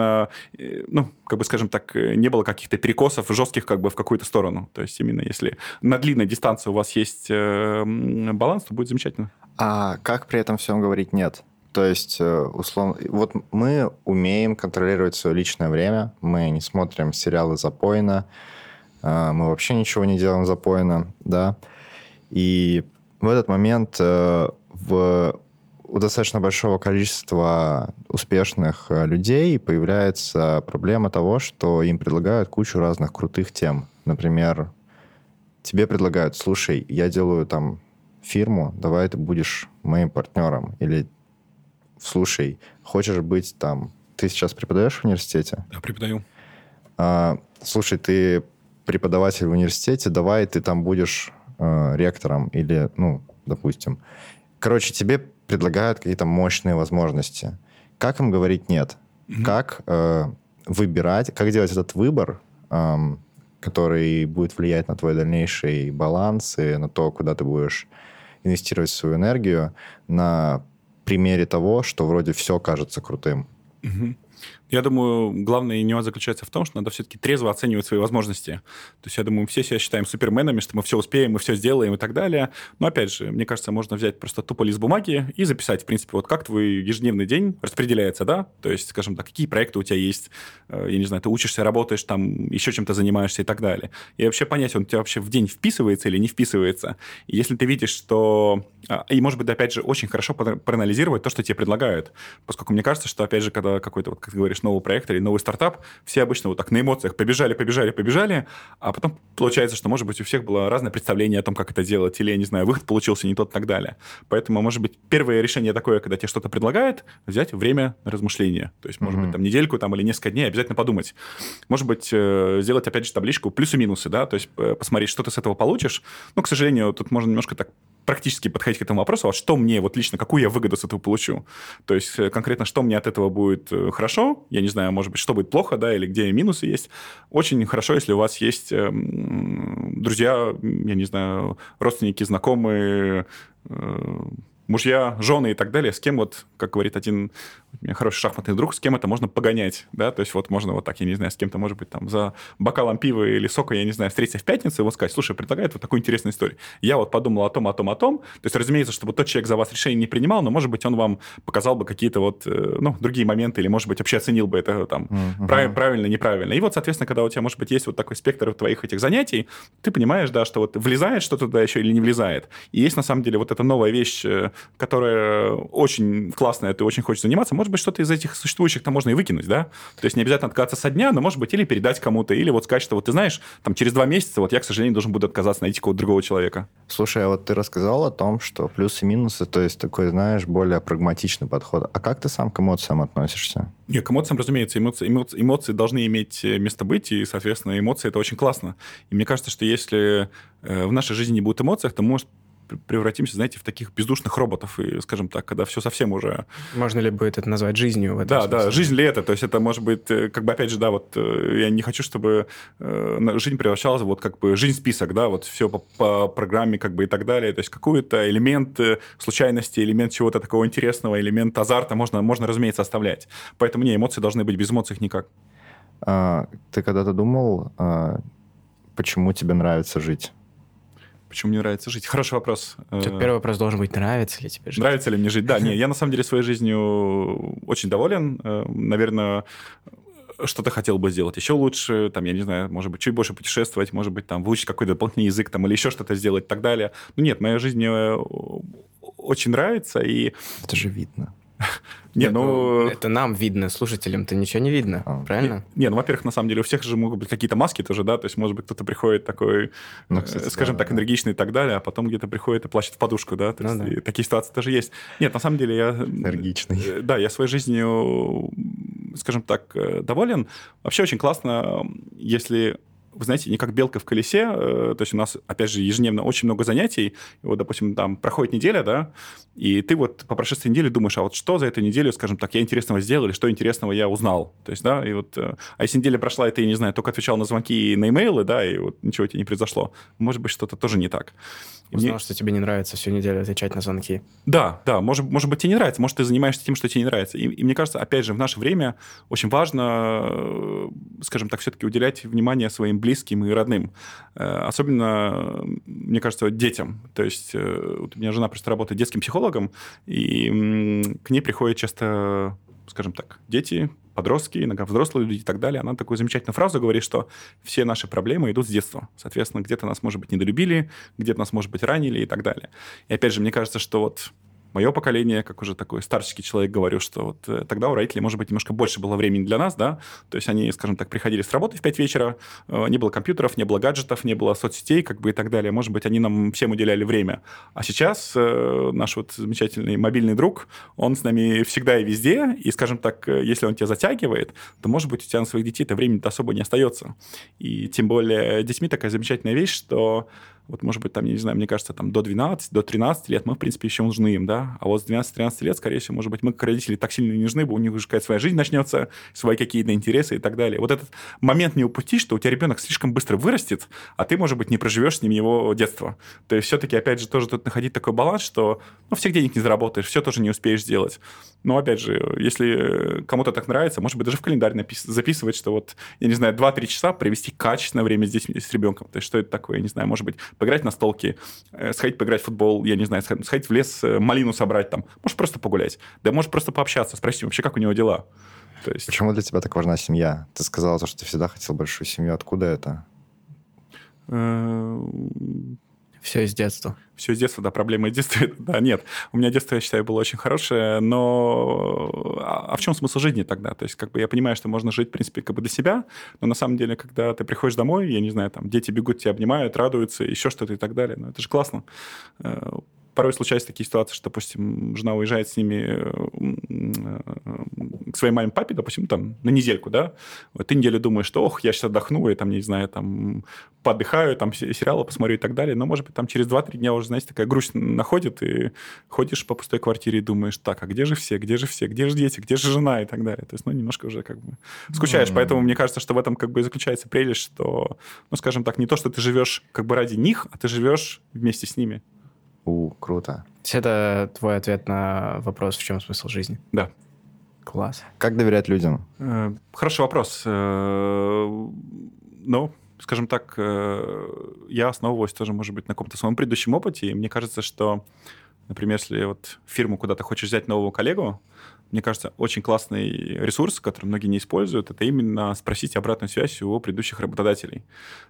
ну, как бы, скажем так, не было каких-то перекосов жестких как бы в какую-то сторону. То есть именно если на длинной дистанции у вас есть баланс, то будет замечательно. А как при этом всем говорить «нет»? То есть, условно, вот мы умеем контролировать свое личное время, мы не смотрим сериалы запойно, мы вообще ничего не делаем запойно, да, и в этот момент в... у достаточно большого количества успешных людей появляется проблема того, что им предлагают кучу разных крутых тем. Например, тебе предлагают: слушай, я делаю там фирму, давай ты будешь моим партнером. Или слушай, хочешь быть там... Ты сейчас преподаешь в университете? Да, преподаю. А, слушай, ты преподаватель в университете, давай ты там будешь э, ректором или, ну, допустим. Короче, тебе предлагают какие-то мощные возможности. Как им говорить «нет»? Mm-hmm. Как э, выбирать, как делать этот выбор, э, который будет влиять на твой дальнейший баланс и на то, куда ты будешь инвестировать свою энергию, на примере того, что вроде все кажется крутым? Mm-hmm. Я думаю, главный нюанс заключается в том, что надо все-таки трезво оценивать свои возможности. То есть, я думаю, мы все себя считаем суперменами, что мы все успеем, мы все сделаем и так далее. Но, опять же, мне кажется, можно взять просто тупо лист бумаги и записать, в принципе, вот как твой ежедневный день распределяется, да? То есть, скажем так, какие проекты у тебя есть, я не знаю, ты учишься, работаешь, там, еще чем-то занимаешься и так далее. И вообще понять, он у тебя вообще в день вписывается или не вписывается. И если ты видишь, что... И, может быть, опять же, очень хорошо проанализировать то, что тебе предлагают. Поскольку мне кажется, что, опять же, когда какой-то, вот, как ты говоришь, новый проект или новый стартап, все обычно вот так на эмоциях побежали, побежали, побежали, а потом получается, что, может быть, у всех было разное представление о том, как это делать, или, я не знаю, выход получился не тот и так далее. Поэтому, может быть, первое решение такое, когда тебе что-то предлагают, взять время на размышление. То есть, может mm-hmm. быть, там недельку там, или несколько дней обязательно подумать. Может быть, сделать, опять же, табличку плюсы-минусы, да, то есть посмотреть, что ты с этого получишь. Но, к сожалению, тут можно немножко так практически подходить к этому вопросу, а что мне вот лично, какую я выгоду с этого получу. То есть конкретно, что мне от этого будет хорошо, я не знаю, может быть, что будет плохо, да, или где минусы есть. Очень хорошо, если у вас есть э, друзья, я не знаю, родственники, знакомые, э, мужья, жены и так далее, с кем вот, как говорит один у меня хороший шахматный друг, с кем это можно погонять, да, то есть вот можно вот так, я не знаю, с кем-то, может быть, там за бокалом пива или сока, я не знаю, встретиться в пятницу и вот сказать: слушай, предлагает вот такую интересную историю. Я вот подумал о том, о том, о том. То есть, разумеется, чтобы тот человек за вас решение не принимал, но, может быть, он вам показал бы какие-то вот, ну, другие моменты или, может быть, вообще оценил бы это там uh-huh. прав, правильно, неправильно. И вот, соответственно, когда у тебя, может быть, есть вот такой спектр твоих этих занятий, ты понимаешь, да, что вот влезает что-то туда еще или не влезает. И есть, на самом деле, вот эта новая вещь, которое очень классное, ты очень хочешь заниматься, может быть, что-то из этих существующих там можно и выкинуть, да? То есть не обязательно отказаться со дня, но, может быть, или передать кому-то, или вот сказать, что вот ты знаешь, там через два месяца вот я, к сожалению, должен буду отказаться, найти какого-то другого человека. Слушай, а вот ты рассказал о том, что плюсы и минусы, то есть такой, знаешь, более прагматичный подход. А как ты сам к эмоциям относишься? Нет, к эмоциям, разумеется, эмоции, эмоции, эмоции должны иметь место быть, и, соответственно, эмоции – это очень классно. И мне кажется, что если в нашей жизни не будет эмоций, то может превратимся, знаете, в таких бездушных роботов, и, скажем так, когда все совсем уже... Можно ли будет это назвать жизнью в этом Да, смысле? да, жизнь ли это? То есть это может быть, как бы, опять же, да, вот я не хочу, чтобы жизнь превращалась вот как бы жизнь-список, да, вот все по, по программе как бы и так далее. То есть какой-то элемент случайности, элемент чего-то такого интересного, элемент азарта можно, можно разумеется, оставлять. Поэтому, не, эмоции должны быть, без эмоций никак. А, ты когда-то думал, а, почему тебе нравится жить? Почему мне нравится жить? Хороший вопрос. Тут первый вопрос должен быть, нравится ли тебе жить? Нравится ли мне жить? Да, не, я на самом деле своей жизнью очень доволен. Наверное, что-то хотел бы сделать еще лучше, там, я не знаю, может быть, чуть больше путешествовать, может быть, там, выучить какой-то дополнительный язык, там, или еще что-то сделать и так далее. Ну, нет, моя жизнь мне очень нравится, и... Это же видно. Не, ну... Это нам видно, слушателям-то ничего не видно, а, правильно? Не, не, ну, во-первых, на самом деле, у всех же могут быть какие-то маски тоже, да, то есть, может быть, кто-то приходит такой, ну, кстати, скажем да, так, да. энергичный и так далее, а потом где-то приходит и плачет в подушку, да, то ну, есть, да. такие ситуации тоже есть. Нет, на самом деле, я... Энергичный. Да, я своей жизнью, скажем так, доволен. Вообще очень классно, если... Вы знаете, не как белка в колесе, то есть у нас, опять же, ежедневно очень много занятий, и вот, допустим, там проходит неделя, да, и ты вот по прошествии недели думаешь, а вот что за эту неделю, скажем так, я интересного сделал, или что интересного я узнал, то есть, да, и вот, а если неделя прошла, и ты, не знаю, только отвечал на звонки и на имейлы, да, и вот ничего тебе не произошло, может быть, что-то тоже не так. Узнал, мне... что тебе не нравится всю неделю отвечать на звонки. Да, да, может, может быть, тебе не нравится, может, ты занимаешься тем, что тебе не нравится, и, и мне кажется, опять же, в наше время очень важно, скажем так, все-таки уделять внимание своим близким и родным. Особенно, мне кажется, детям. То есть вот у меня жена просто работает детским психологом, и к ней приходят часто, скажем так, дети, подростки, иногда взрослые люди и так далее. Она такую замечательную фразу говорит, что все наши проблемы идут с детства. Соответственно, где-то нас, может быть, недолюбили, где-то нас, может быть, ранили и так далее. И опять же, мне кажется, что вот мое поколение, как уже такой старческий человек, говорю, что вот тогда у родителей, может быть, немножко больше было времени для нас, да, то есть они, скажем так, приходили с работы в пять вечера, не было компьютеров, не было гаджетов, не было соцсетей, как бы и так далее, может быть, они нам всем уделяли время. А сейчас наш вот замечательный мобильный друг, он с нами всегда и везде, и, скажем так, если он тебя затягивает, то, может быть, у тебя на своих детей это времени-то особо не остается. И тем более детьми такая замечательная вещь, что вот, может быть, там, я не знаю, мне кажется, там до двенадцати, до тринадцати лет мы, в принципе, еще нужны им, да, а вот с двенадцати-тринадцати лет, скорее всего, может быть, мы, как родители, так сильно не нужны, бо у них уже какая-то своя жизнь начнется, свои какие-то интересы и так далее. Вот этот момент не упусти, что у тебя ребенок слишком быстро вырастет, а ты, может быть, не проживешь с ним его детство. То есть все-таки, опять же, тоже тут находить такой баланс, что, ну, всех денег не заработаешь, все тоже не успеешь сделать. Но, опять же, если кому-то так нравится, может быть, даже в календарь напис- записывать, что вот, я не знаю, два-три часа провести качественное время с детьми, с ребенком. То есть что это такое, я не знаю, может быть, поиграть на столке, сходить поиграть в футбол, я не знаю, сходить в лес, малину собрать там, может просто погулять, да может просто пообщаться, спросить вообще, как у него дела. То есть... Почему для тебя так важна семья? Ты сказал, что ты всегда хотел большую семью. Откуда это? Все из детства. Все из детства, да, проблема из детства, да, нет. У меня детство, я считаю, было очень хорошее, но а в чем смысл жизни тогда? То есть, как бы я понимаю, что можно жить, в принципе, как бы для себя, но на самом деле, когда ты приходишь домой, я не знаю, там, дети бегут, тебя обнимают, радуются, еще что-то и так далее, ну, это же классно. Порой случаются такие ситуации, что, допустим, жена уезжает с ними к своей маме, папе, допустим, там, на недельку, да, вот ты неделю думаешь, что, ох, я сейчас отдохну, и там, не знаю, там, поотдыхаю, там, сериалы посмотрю и так далее, но, может быть, там, через два-три дня уже, знаете, такая грусть находит, и ходишь по пустой квартире и думаешь, так, а где же все, где же все, где же дети, где же жена и так далее, то есть, ну, немножко уже, как бы, скучаешь, mm-hmm. поэтому мне кажется, что в этом, как бы, и заключается прелесть, что, ну, скажем так, не то, что ты живешь, как бы, ради них, а ты живешь вместе с ними. У, круто. Это твой ответ на вопрос, в чем смысл жизни? Да. Класс. Как доверять людям? Хороший вопрос. Ну, скажем так, я основываюсь тоже, может быть, на каком-то своем предыдущем опыте, и мне кажется, что, например, если вот в фирму куда-то хочешь взять нового коллегу, мне кажется, очень классный ресурс, который многие не используют, это именно спросить обратную связь у предыдущих работодателей.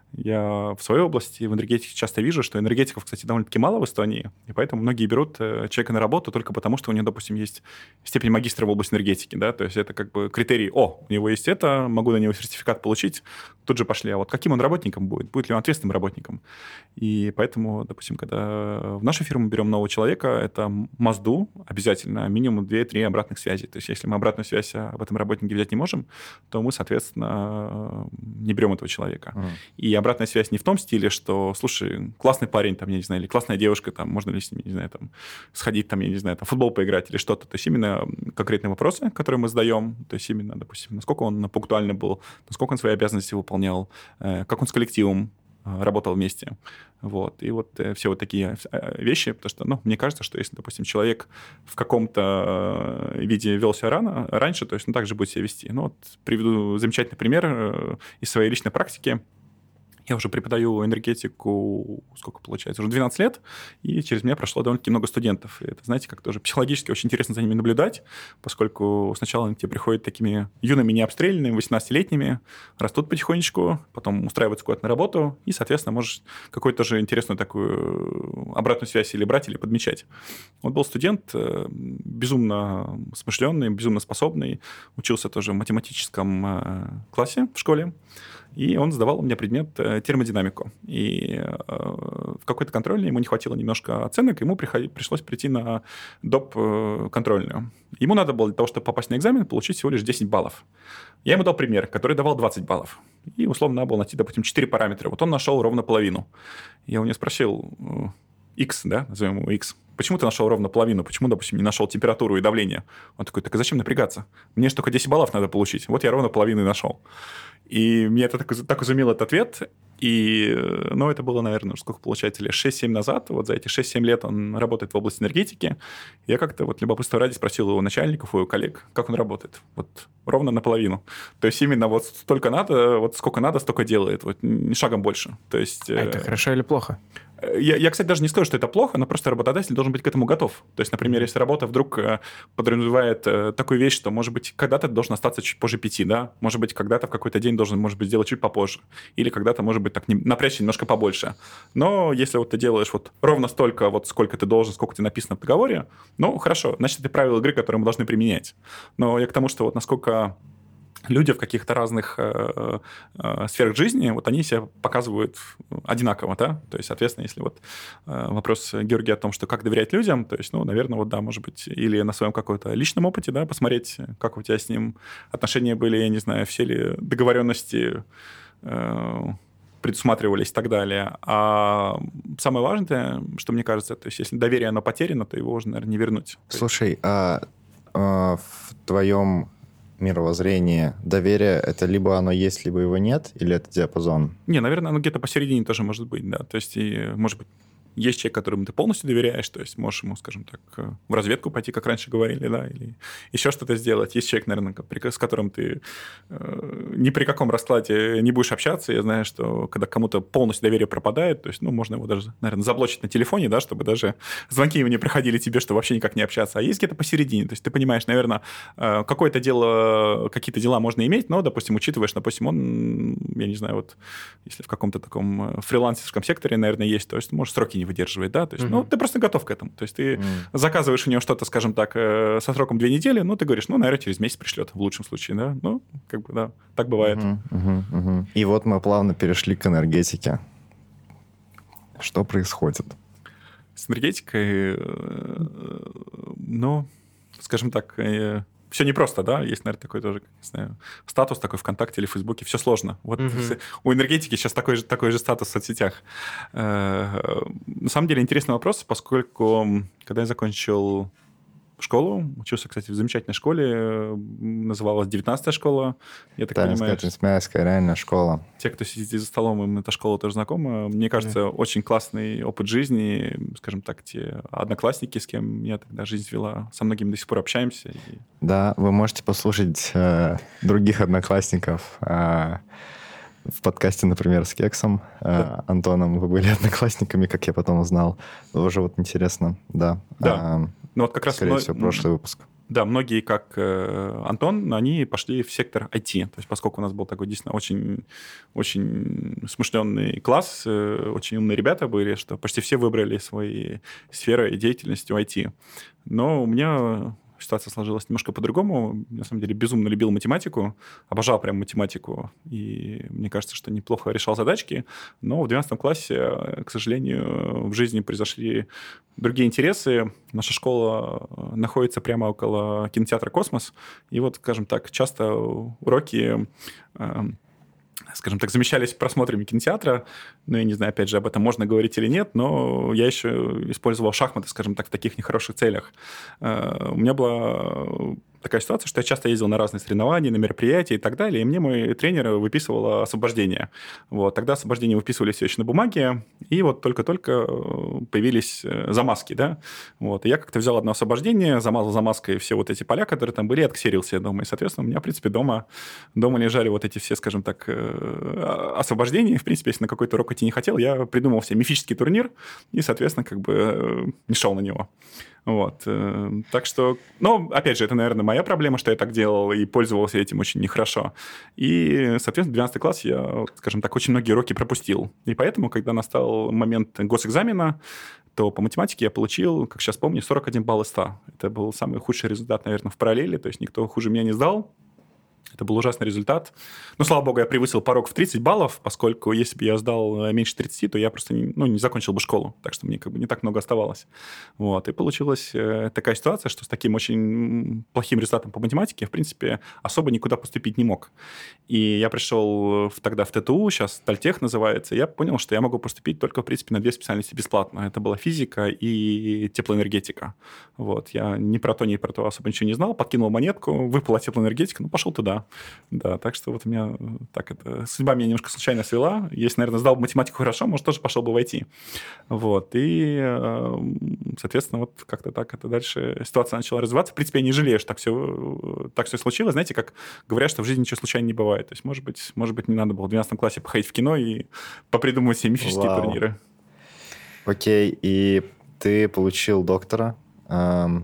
Я в своей области, в энергетике часто вижу, что энергетиков, кстати, довольно-таки мало в Эстонии, и поэтому многие берут человека на работу только потому, что у него, допустим, есть степень магистра в области энергетики, да, то есть это как бы критерий: о, у него есть это, могу на него сертификат получить, тут же пошли. А вот каким он работником будет? Будет ли он ответственным работником? И поэтому, допустим, когда в нашу фирму берем нового человека, это must-do, обязательно минимум две-три обратных связи. То есть если мы обратную связь об этом работнике взять не можем, то мы, соответственно, не берем этого человека. Mm. И обратная связь не в том стиле, что, слушай, классный парень, там, я не знаю, или классная девушка, там, можно ли с ними, не знаю, там, сходить, там, я не знаю, там, в футбол поиграть или что-то. То есть именно конкретные вопросы, которые мы задаем, то есть именно, допустим, насколько он пунктуальный был, насколько он свои обязанности выполнял, как он с коллективом работал вместе. Вот. И вот э, все вот такие вещи, потому что, ну, мне кажется, что если, допустим, человек в каком-то виде вел себя рано, раньше, то есть он также будет себя вести. Ну, вот приведу замечательный пример э, из своей личной практики. Я уже преподаю энергетику, сколько получается, уже двенадцать лет, и через меня прошло довольно-таки много студентов. И это, знаете, как тоже психологически очень интересно за ними наблюдать, поскольку сначала они к тебе приходят такими юными, необстрелянными, восемнадцатилетними, растут потихонечку, потом устраиваются куда-то на работу, и, соответственно, можешь какую-то тоже интересную такую обратную связь или брать, или подмечать. Вот был студент безумно смышленный, безумно способный, учился тоже в математическом классе в школе, и он сдавал у меня предмет термодинамику. И э, в какой-то контрольной ему не хватило немножко оценок, ему приходи, пришлось прийти на доп. Контрольную. Ему надо было для того, чтобы попасть на экзамен, получить всего лишь десять баллов. Я ему дал пример, который давал двадцать баллов. И условно надо было найти, допустим, четыре параметра. Вот он нашел ровно половину. Я у него спросил, X, да, назовем его X, почему ты нашел ровно половину? Почему, допустим, не нашел температуру и давление? Он такой: так а зачем напрягаться? Мне же только десять баллов надо получить. Вот я ровно половину и нашел. И меня это так, так изумил этот ответ. И, ну, это было, наверное, сколько получается, лет шесть-семь назад. Вот за эти шесть-семь лет он работает в области энергетики. Я как-то вот любопытство ради спросил у начальников, у коллег, как он работает. Вот ровно наполовину. То есть именно вот столько надо, вот сколько надо, столько делает. Вот ни шагом больше. То есть... А это хорошо или плохо? Я, я, кстати, даже не скажу, что это плохо, но просто работодатель должен быть к этому готов. То есть, например, если работа вдруг подразумевает такую вещь, что, может быть, когда-то ты должен остаться чуть позже пяти, да? Может быть, когда-то в какой-то день должен, может быть, сделать чуть попозже. Или когда-то, может быть, так не, напрячься немножко побольше. Но если вот ты делаешь вот ровно столько, вот сколько ты должен, сколько тебе написано в договоре, ну, хорошо, значит, это правила игры, которые мы должны применять. Но я к тому, что вот насколько... люди в каких-то разных э, э, сферах жизни, вот они себя показывают одинаково, да, то есть, соответственно, если вот э, вопрос Георгия о том, что как доверять людям, то есть, ну, наверное, вот, да, может быть, или на своем каком-то личном опыте, да, посмотреть, как у тебя с ним отношения были, я не знаю, все ли договоренности э, предусматривались и так далее. А самое важное, что мне кажется, то есть, если доверие, оно потеряно, то его уже, наверное, не вернуть. Слушай, а, а в твоем мировоззрение, доверие, это либо оно есть, либо его нет, или это диапазон? Не, наверное, оно где-то посередине тоже может быть, да. То есть, и, может быть, есть человек, которому ты полностью доверяешь, то есть можешь ему, скажем так, в разведку пойти, как раньше говорили, да, или еще что-то сделать. Есть человек, наверное, с которым ты э, ни при каком раскладе не будешь общаться. Я знаю, что когда кому-то полностью доверие пропадает, то есть, ну, можно его даже, наверное, заблочить на телефоне, да, чтобы даже звонки его не приходили тебе, чтобы вообще никак не общаться. А есть где-то посередине. То есть ты понимаешь, наверное, э, какое-то дело, какие-то дела можно иметь, но, допустим, учитываешь, допустим, он, я не знаю, вот если в каком-то таком фрилансерском секторе, наверное, есть, то есть, может, сроки не выдерживает, да, то есть, uh-huh. ну, ты просто готов к этому, то есть ты uh-huh. заказываешь у него что-то, скажем так, со сроком две недели, ну, ты говоришь, ну, наверное, через месяц пришлет, в лучшем случае, да, ну, как бы, да, так бывает. Uh-huh. Uh-huh. Uh-huh. И вот мы плавно перешли к энергетике. Что происходит? С энергетикой, ну, скажем так, все непросто, да, есть, наверное, такой тоже, не знаю, статус такой ВКонтакте или в Фейсбуке, все сложно. Вот mm-hmm. у энергетики сейчас такой же, такой же статус в соцсетях. На самом деле интересный вопрос, поскольку, когда я закончил школу, учился, кстати, в замечательной школе, называлась девятнадцатая школа, я так да, понимаю. Да, Смяйская реальная школа. Те, кто сидит за столом, им эта школа тоже знакома. Мне кажется, yeah. очень классный опыт жизни, скажем так, те одноклассники, с кем я тогда жизнь вела, со многими до сих пор общаемся. И... Да, вы можете послушать э, других одноклассников э, в подкасте, например, с Кексом, да. э, Антоном. Вы были одноклассниками, как я потом узнал. Уже вот интересно, да. Да. Э, Ну, вот как раз скорее мной... всего, прошлый выпуск. Да, многие, как э, Антон, они пошли в сектор ай ти. То есть поскольку у нас был такой действительно очень, очень смышленный класс, э, очень умные ребята были, что почти все выбрали свои сферы деятельности в ай ти. Но у меня ситуация сложилась немножко по-другому. На самом деле безумно любил математику, обожал прям математику, и мне кажется, что неплохо решал задачки, но в двенадцатом классе, к сожалению, в жизни произошли другие интересы. Наша школа находится прямо около кинотеатра «Космос», и вот, скажем так, часто уроки... скажем так, замещались просмотрами кинотеатра. Ну, я не знаю, опять же, об этом можно говорить или нет, но я еще использовал шахматы, скажем так, в таких нехороших целях. У меня была такая ситуация, что я часто ездил на разные соревнования, на мероприятия и так далее, и мне мой тренер выписывал освобождение. Вот. Тогда освобождение выписывали все еще на бумаге, и вот только-только появились замазки, да. Вот. И я как-то взял одно освобождение, замазал замазкой все вот эти поля, которые там были, и отксерил себе дома. И, соответственно, у меня, в принципе, дома, дома лежали вот эти все, скажем так, освобождения. В принципе, если на какой-то урок идти не хотел, я придумал себе мифический турнир и, соответственно, как бы не шел на него. Вот. Так что, ну, опять же, это, наверное, моя проблема, что я так делал и пользовался этим очень нехорошо. И, соответственно, двенадцатый класс я, скажем так, очень многие уроки пропустил. И поэтому, когда настал момент госэкзамена, то по математике я получил, как сейчас помню, сорок один балл из ста. Это был самый худший результат, наверное, в параллели, то есть никто хуже меня не сдал. Это был ужасный результат. Но, слава богу, я превысил порог в тридцать баллов, поскольку если бы я сдал меньше тридцати, то я просто не, ну, не закончил бы школу. Так что мне как бы не так много оставалось. Вот. И получилась э, такая ситуация, что с таким очень плохим результатом по математике я, в принципе, особо никуда поступить не мог. И я пришел в, тогда в ТТУ, сейчас Тальтех называется, и я понял, что я могу поступить только, в принципе, на две специальности бесплатно. Это была физика и теплоэнергетика. Вот. Я ни про то, ни про то особо ничего не знал, подкинул монетку, выпала теплоэнергетика, ну, пошел туда. Да, так что вот у меня так это... Судьба меня немножко случайно свела. Если, наверное, сдал бы математику хорошо, может, тоже пошел бы в ай ти. Вот. И, соответственно, вот как-то так это дальше ситуация начала развиваться. В принципе, я не жалею, что так все, так все случилось. Знаете, как говорят, что в жизни ничего случайно не бывает. То есть, может быть, может быть, не надо было в двенадцатом классе походить в кино и попридумывать себе мифические Вау. турниры. Окей, и ты получил доктора, эм...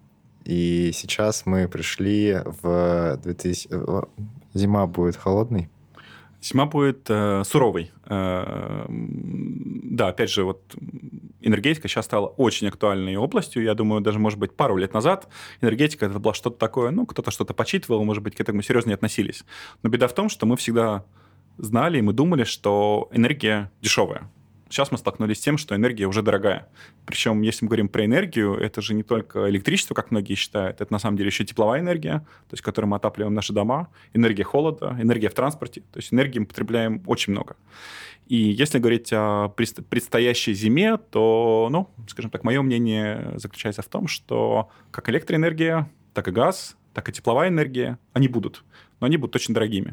и сейчас мы пришли в двухтысячном... Зима будет холодной? Зима будет э, суровой. Э, да, опять же, вот энергетика сейчас стала очень актуальной областью. Я думаю, даже, может быть, пару лет назад энергетика это было что-то такое, ну, кто-то что-то почитывал, может быть, к этому серьезно не относились. Но беда в том, что мы всегда знали и мы думали, что энергия дешевая. Сейчас мы столкнулись с тем, что энергия уже дорогая. Причем, если мы говорим про энергию, это же не только электричество, как многие считают, это на самом деле еще тепловая энергия, то есть которой мы отапливаем наши дома, энергия холода, энергия в транспорте. То есть энергии мы потребляем очень много. И если говорить о предстоящей зиме, то, ну, скажем так, мое мнение заключается в том, что как электроэнергия, так и газ, так и тепловая энергия, они будут, но они будут очень дорогими.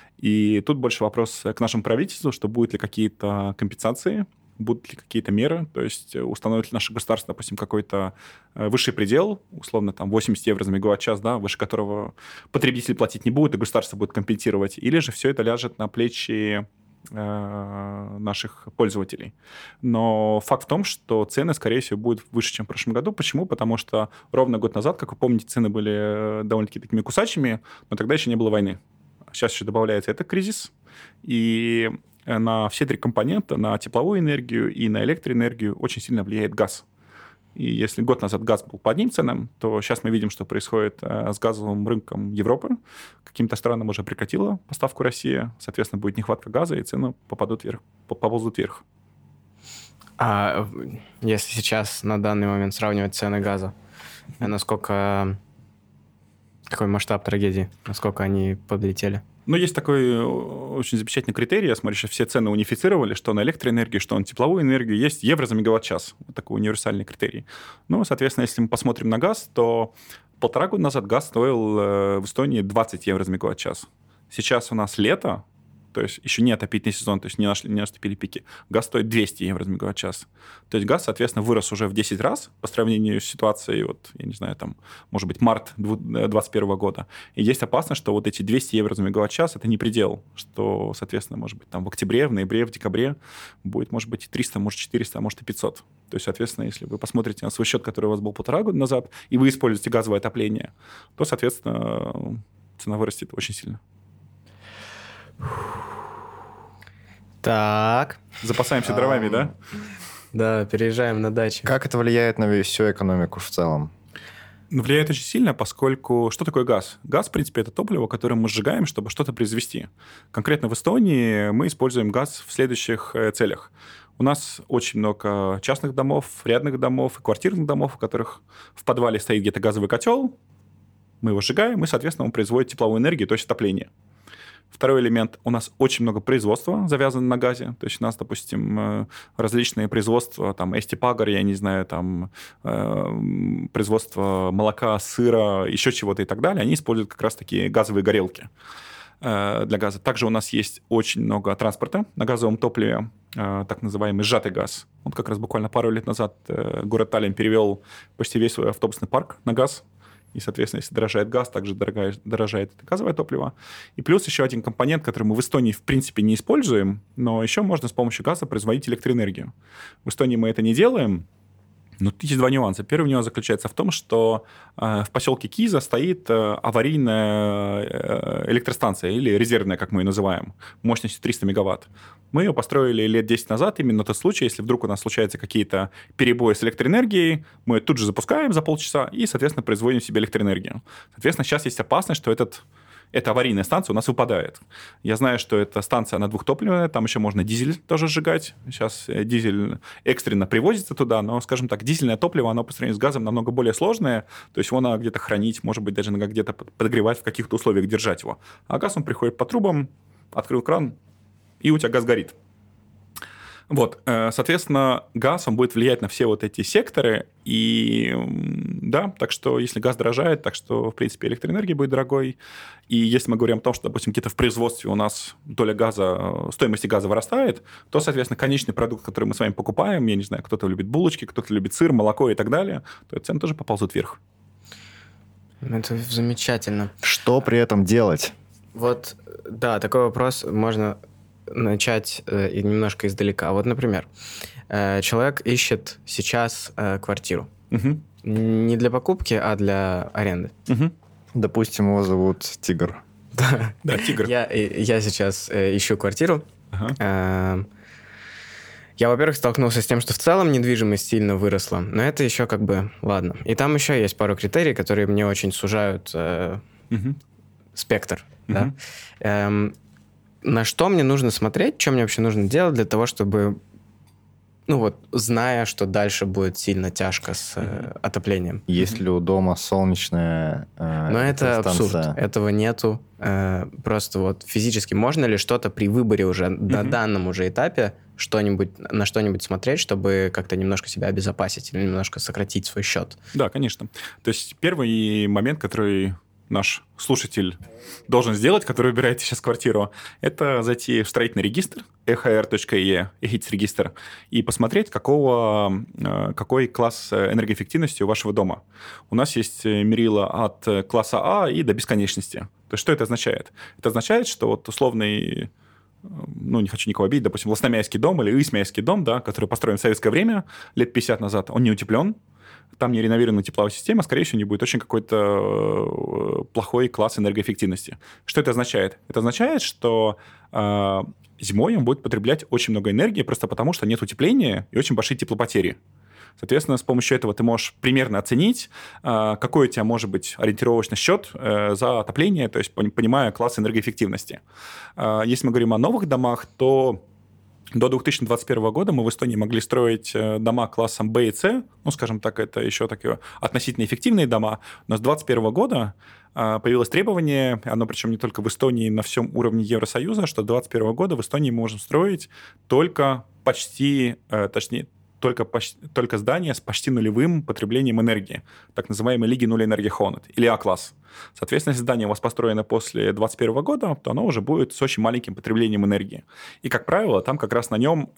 И тут больше вопрос к нашему правительству, что будут ли какие-то компенсации, будут ли какие-то меры, то есть установит ли наше государство, допустим, какой-то высший предел, условно, там, восемьдесят евро за мегаватт-час, да, выше которого потребитель платить не будет, и государство будет компенсировать, или же все это ляжет на плечи э, наших пользователей. Но факт в том, что цены, скорее всего, будут выше, чем в прошлом году. Почему? Потому что ровно год назад, как вы помните, цены были довольно-таки такими кусачими, но тогда еще не было войны. Сейчас еще добавляется этот кризис, и на все три компонента, на тепловую энергию и на электроэнергию очень сильно влияет газ. И если год назад газ был по одним ценам, то сейчас мы видим, что происходит с газовым рынком Европы. Каким-то странам уже прекратила поставку Россия, соответственно, будет нехватка газа, и цены попадут вверх, поползут вверх. А если сейчас на данный момент сравнивать цены газа, насколько... Какой масштаб трагедии? Насколько они подлетели? Ну, есть такой очень замечательный критерий. Я смотрю, что все цены унифицировали, что на электроэнергию, что на тепловую энергию. Есть евро за мегаватт-час. Вот такой универсальный критерий. Ну, соответственно, если мы посмотрим на газ, то полтора года назад газ стоил в Эстонии двадцать евро за мегаватт-час. Сейчас у нас лето, то есть еще не отопительный сезон, то есть не, нашли, не наступили пики, газ стоит двести евро за мегаватт-час. То есть газ, соответственно, вырос уже в десять раз по сравнению с ситуацией, вот, я не знаю, там, может быть, март двадцать первого года. И есть опасность, что вот эти двести евро за мегаватт-час — это не предел, что, соответственно, может быть, там в октябре, в ноябре, в декабре будет, может быть, и триста, может, четыреста, а может, и пятьсот. То есть, соответственно, если вы посмотрите на свой счет, который у вас был полтора года назад, и вы используете газовое отопление, то, соответственно, цена вырастет очень сильно. Так. Запасаемся дровами, да? Да, переезжаем на дачу. Как это влияет на всю экономику в целом? Ну, влияет очень сильно, поскольку... Что такое газ? Газ, в принципе, это топливо, которое мы сжигаем, чтобы что-то произвести. Конкретно в Эстонии мы используем газ в следующих целях. У нас очень много частных домов, рядных домов и квартирных домов, у которых в подвале стоит где-то газовый котел. Мы его сжигаем, и, соответственно, он производит тепловую энергию, то есть отопление. Второй элемент. У нас очень много производства завязано на газе. То есть у нас, допустим, различные производства, там, эстипагор, я не знаю, там, производство молока, сыра, еще чего-то и так далее. Они используют как раз такие газовые горелки для газа. Также у нас есть очень много транспорта на газовом топливе, так называемый сжатый газ. Вот как раз буквально пару лет назад город Таллин перевел почти весь свой автобусный парк на газ. И, соответственно, если дорожает газ, также дорогает, дорожает это газовое топливо. И плюс еще один компонент, который мы в Эстонии в принципе не используем, но еще можно с помощью газа производить электроэнергию. В Эстонии мы это не делаем, но тут есть два нюанса. Первый нюанс заключается в том, что э, в поселке Киза стоит э, аварийная э, электростанция, или резервная, как мы ее называем, мощностью триста мегаватт. Мы ее построили лет десять назад, именно на тот случай, если вдруг у нас случаются какие-то перебои с электроэнергией, мы ее тут же запускаем за полчаса и, соответственно, производим себе электроэнергию. Соответственно, сейчас есть опасность, что этот... Эта аварийная станция у нас выпадает. Я знаю, что эта станция, она двухтопливная, там еще можно дизель тоже сжигать. Сейчас дизель экстренно привозится туда, но, скажем так, дизельное топливо, оно по сравнению с газом намного более сложное, то есть его надо где-то хранить, может быть, даже надо где-то подогревать, в каких-то условиях держать его. А газ, он приходит по трубам, открыл кран, и у тебя газ горит. Вот, соответственно, газ, он будет влиять на все вот эти секторы, и да, так что если газ дорожает, так что, в принципе, электроэнергия будет дорогой, и если мы говорим о том, что, допустим, где-то в производстве у нас доля газа, стоимости газа вырастает, то, соответственно, конечный продукт, который мы с вами покупаем, я не знаю, кто-то любит булочки, кто-то любит сыр, молоко и так далее, то цены тоже поползут вверх. Это замечательно. Что при этом делать? Вот, да, такой вопрос можно... начать э, немножко издалека. Вот, например, э, человек ищет сейчас э, квартиру. Угу. Не для покупки, а для аренды. Угу. Допустим, его зовут Тигр. Да, да, Тигр. Я, я сейчас э, ищу квартиру. Ага. Э, я, во-первых, столкнулся с тем, что в целом недвижимость сильно выросла, но это еще как бы ладно. И там еще есть пару критерий, которые мне очень сужают э, угу. спектр. Угу. Да? Эм, на что мне нужно смотреть, что мне вообще нужно делать для того, чтобы, ну вот, зная, что дальше будет сильно тяжко с э, отоплением. Есть ли у дома солнечная э, Но это абсурд. станция? Этого нету. Э, просто вот физически можно ли что-то при выборе уже mm-hmm. на данном уже этапе что-нибудь, на что-нибудь смотреть, чтобы как-то немножко себя обезопасить или немножко сократить свой счет? Да, конечно. То есть первый момент, который... наш слушатель должен сделать, который выбирает сейчас квартиру, это зайти в строительный регистр и эйч ар точка и и, ЭХИЦ-регистр, и посмотреть, какого, какой класс энергоэффективности у вашего дома. У нас есть мерило от класса А и до бесконечности. То есть что это означает? Это означает, что вот условный, ну, не хочу никого обидеть, допустим, Ластомяйский дом или Исмяйский дом, да, который построен в советское время, лет пятьдесят назад, он не утеплен, там не реновирована тепловая система, скорее всего, не будет очень какой-то плохой класс энергоэффективности. Что это означает? Это означает, что э, зимой он будет потреблять очень много энергии просто потому, что нет утепления и очень большие теплопотери. Соответственно, с помощью этого ты можешь примерно оценить, э, какой у тебя может быть ориентировочный счет э, за отопление, то есть понимая класс энергоэффективности. Э, если мы говорим о новых домах, то... До две тысячи двадцать первого года мы в Эстонии могли строить дома классом Б и С, ну, скажем так, это еще такие относительно эффективные дома, но с две тысячи двадцать первого года появилось требование, оно причем не только в Эстонии, на всем уровне Евросоюза, что с две тысячи двадцать первого года в Эстонии мы можем строить только почти, точнее, только, почти, только здания с почти нулевым потреблением энергии, так называемой Лиги нуля энергии Хонет, или А-класс. Соответственно, если здание у вас построено после двадцать первого года, то оно уже будет с очень маленьким потреблением энергии. И, как правило, там как раз на нем,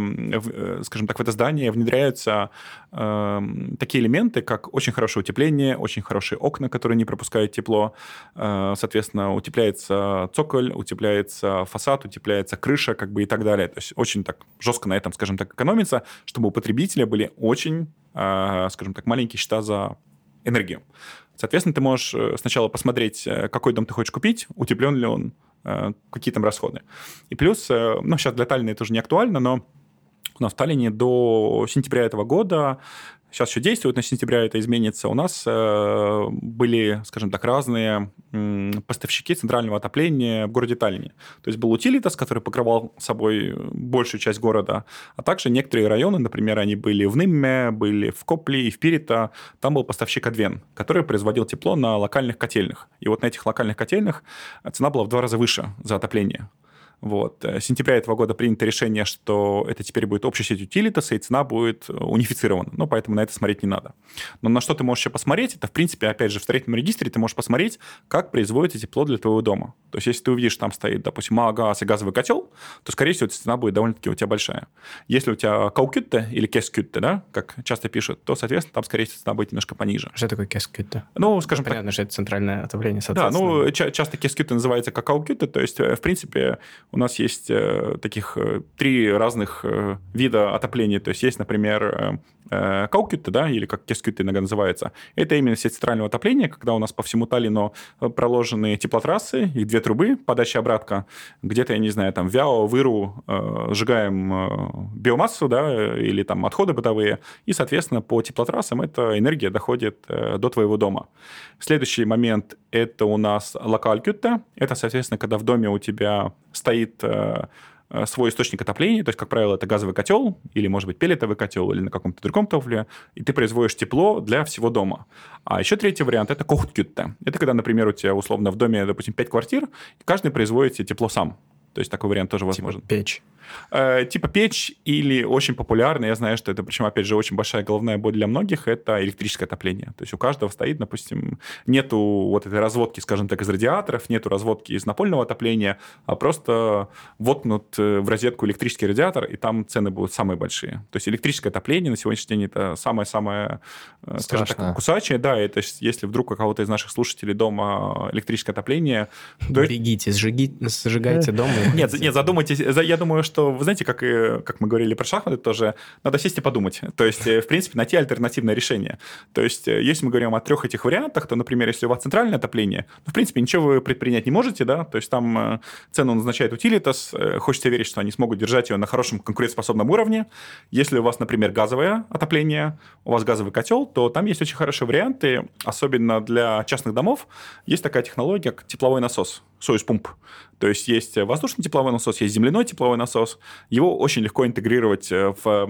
э, скажем так, в это здание внедряются э, такие элементы, как очень хорошее утепление, очень хорошие окна, которые не пропускают тепло. Э, соответственно, утепляется цоколь, утепляется фасад, утепляется крыша, как бы и так далее. То есть очень так жестко на этом, скажем так, экономится, чтобы у потребителя были очень, э, скажем так, маленькие счета за энергию. Соответственно, ты можешь сначала посмотреть, какой дом ты хочешь купить, утеплен ли он, какие там расходы. И плюс, ну, сейчас для Таллина это уже не актуально, но у нас в Таллине до сентября этого года, сейчас еще действует, но с сентября это изменится, у нас э, были, скажем так, разные э, поставщики центрального отопления в городе Таллине. То есть был Утилитас, который покрывал собой большую часть города, а также некоторые районы, например, они были в Нимме, были в Копли и в Пирита, там был поставщик Адвен, который производил тепло на локальных котельных. И вот на этих локальных котельных цена была в два раза выше за отопление. Вот. С сентября этого года принято решение, что это теперь будет общая сеть Утилитаса, и цена будет унифицирована. Ну, поэтому на это смотреть не надо. Но на что ты можешь еще посмотреть, это, в принципе, опять же, в строительном регистре ты можешь посмотреть, как производится тепло для твоего дома. То есть, если ты увидишь, там стоит, допустим, МАГАЗ и газовый котел, то, скорее всего, цена будет довольно-таки у тебя большая. Если у тебя каукютте или кескютте, да, как часто пишут, то, соответственно, там, скорее всего, цена будет немножко пониже. Что такое кескютте? Ну, скажем Понятно, так... что это центральное отопление, Да, соответственно. ну, ча- часто кескютте называется как каукютте, то есть, в принципе, у нас есть э, таких э, три разных э, вида отопления. То есть, есть, например, э, каукютте, да, или как кескютте иногда называется. Это именно сеть центрального отопления, когда у нас по всему Таллину проложены теплотрассы, их две трубы, подача обратка. Где-то, я не знаю, там, в Вяо, в Иру э, сжигаем э, биомассу, да, или там отходы бытовые, и, соответственно, по теплотрассам эта энергия доходит э, до твоего дома. Следующий момент – это у нас локалькютте. Это, соответственно, когда в доме у тебя стоит э, свой источник отопления, то есть, как правило, это газовый котел, или, может быть, пеллетовый котел, или на каком-то другом топливе, и ты производишь тепло для всего дома. А еще третий вариант – это кохткютте. Это когда, например, у тебя, условно, в доме, допустим, пять квартир, и каждый производит себе тепло сам. То есть, такой вариант тоже возможен. Типа печь. Э, типа печь или очень популярный, я знаю, что это, причем, опять же, очень большая головная боль для многих, это электрическое отопление. То есть у каждого стоит, допустим, нету вот этой разводки, скажем так, из радиаторов, нету разводки из напольного отопления, а просто воткнут в розетку электрический радиатор, и там цены будут самые большие. То есть электрическое отопление на сегодняшний день это самое-самое, скажем так, кусачее. Да, это если вдруг у кого-то из наших слушателей дома электрическое отопление... Берегите, сжиги, сжигайте дом. Нет, нет, задумайтесь. Я думаю, что, вы знаете, как, и, как мы говорили про шахматы тоже, надо сесть и подумать. То есть, в принципе, найти альтернативное решение. То есть, если мы говорим о трех этих вариантах, то, например, если у вас центральное отопление, ну, в принципе, ничего вы предпринять не можете, да, то есть там цену назначает Утилитас, хочется верить, что они смогут держать ее на хорошем конкурентоспособном уровне. Если у вас, например, газовое отопление, у вас газовый котел, то там есть очень хорошие варианты, особенно для частных домов. Есть такая технология, как тепловой насос, союз-пумп. То есть есть воздушный тепловой насос, есть земляной тепловой насос. Его очень легко интегрировать в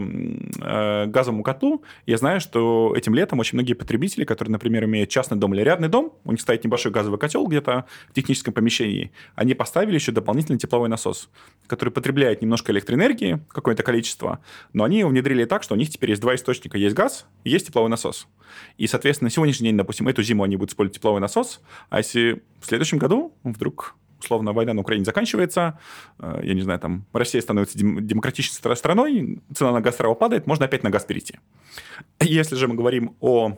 э, газовому котлу. Я знаю, что этим летом очень многие потребители, которые, например, имеют частный дом или рядный дом, у них стоит небольшой газовый котел где-то в техническом помещении, они поставили еще дополнительный тепловой насос, который потребляет немножко электроэнергии, какое-то количество, но они его внедрили так, что у них теперь есть два источника. Есть газ и есть тепловой насос. И, соответственно, на сегодняшний день, допустим, эту зиму они будут использовать тепловой насос, а если в следующем году вдруг... условно, война на Украине заканчивается, я не знаю, там, Россия становится дем- демократической страной, цена на газ сразу падает, можно опять на газ перейти. Если же мы говорим о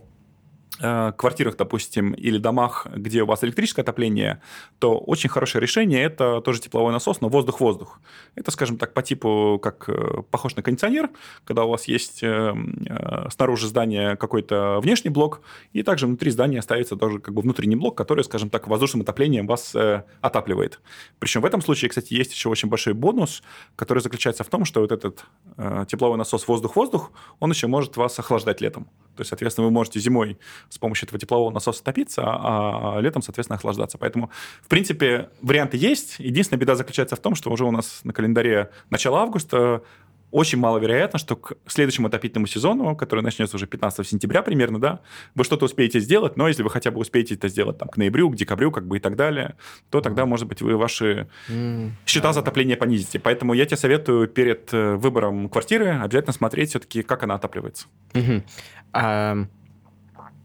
э, квартирах, допустим, или домах, где у вас электрическое отопление, то очень хорошее решение – это тоже тепловой насос, но воздух-воздух. Это, скажем так, по типу, как э, похож на кондиционер, когда у вас есть э, э, снаружи здания какой-то внешний блок, и также внутри здания ставится тоже как бы внутренний блок, который, скажем так, воздушным отоплением вас э, отапливает. Причем в этом случае, кстати, есть еще очень большой бонус, который заключается в том, что вот этот э, тепловой насос воздух-воздух, он еще может вас охлаждать летом. То есть, соответственно, вы можете зимой с помощью этого теплового насоса топиться, а летом, соответственно, охлаждаться. Поэтому, в принципе, варианты есть. Единственная беда заключается в том, что уже у нас на календаре начало августа, очень маловероятно, что к следующему отопительному сезону, который начнется уже пятнадцатого сентября примерно, да, вы что-то успеете сделать, но если вы хотя бы успеете это сделать там, к ноябрю, к декабрю, как бы и так далее, то тогда, может быть, вы ваши mm. счета за отопление понизите. Поэтому я тебе советую перед выбором квартиры обязательно смотреть все-таки, как она отапливается. Mm-hmm. А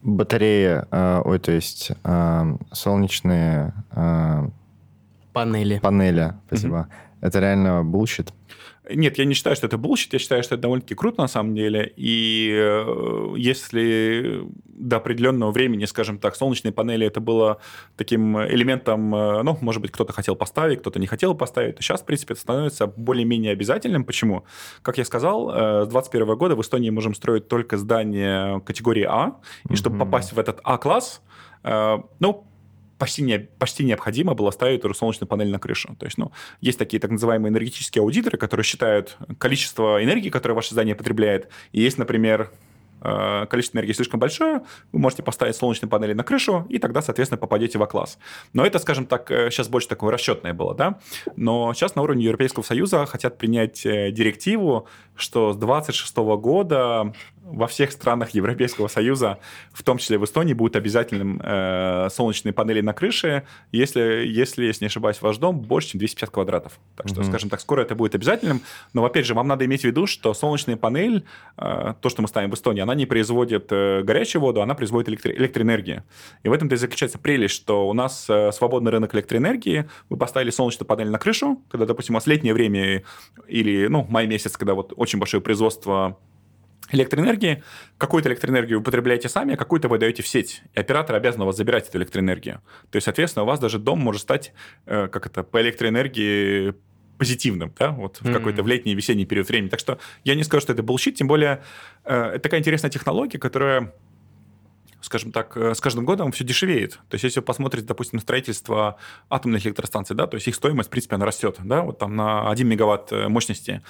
Батареи, э, ой, то есть э, солнечные э, Панели. панели, спасибо. Mm-hmm. Это реально булщит? Нет, я не считаю, что это булщит. Я считаю, что это довольно-таки круто на самом деле. И э, если до определенного времени, скажем так, солнечные панели это было таким элементом, э, ну, может быть, кто-то хотел поставить, кто-то не хотел поставить, то сейчас, в принципе, это становится более-менее обязательным. Почему? Как я сказал, э, с двадцать первого года в Эстонии можем строить только здания категории А. И mm-hmm. чтобы попасть в этот А-класс, э, ну, Почти, не, почти необходимо было ставить эту солнечную панель на крышу. То есть, ну, есть такие так называемые энергетические аудиторы, которые считают количество энергии, которое ваше здание потребляет. И есть, например, количество энергии слишком большое, вы можете поставить солнечные панели на крышу, и тогда, соответственно, попадете в А-класс. Но это, скажем так, сейчас больше такое расчетное было, да? Но сейчас на уровне Европейского Союза хотят принять директиву, что с двадцать шестого года во всех странах Европейского Союза, в том числе в Эстонии, будут обязательным э, солнечные панели на крыше, если, если, если не ошибаюсь, ваш дом больше, чем двести пятьдесят квадратов. Так что, mm-hmm. скажем так, скоро это будет обязательным. Но, опять же, вам надо иметь в виду, что солнечная панель, э, то, что мы ставим в Эстонии, она не производит э, горячую воду, она производит электро- электроэнергию. И в этом-то и заключается прелесть, что у нас э, свободный рынок электроэнергии, вы поставили солнечную панель на крышу, когда, допустим, у вас летнее время или, ну, май месяц, когда вот очень большое производство электроэнергии, какую-то электроэнергию вы потребляете сами, а какую-то вы даете в сеть. И оператор обязан у вас забирать эту электроэнергию. То есть, соответственно, у вас даже дом может стать, э, как это, по электроэнергии позитивным, да, вот mm-hmm. в какой-то в летний и весенний период времени. Так что я не скажу, что это bullshit, тем более э, это такая интересная технология, которая, скажем так, с каждым годом все дешевеет. То есть, если вы посмотрите, допустим, на строительство атомных электростанций, да, то есть их стоимость, в принципе, она растет, да, вот там на один мегаватт мощности,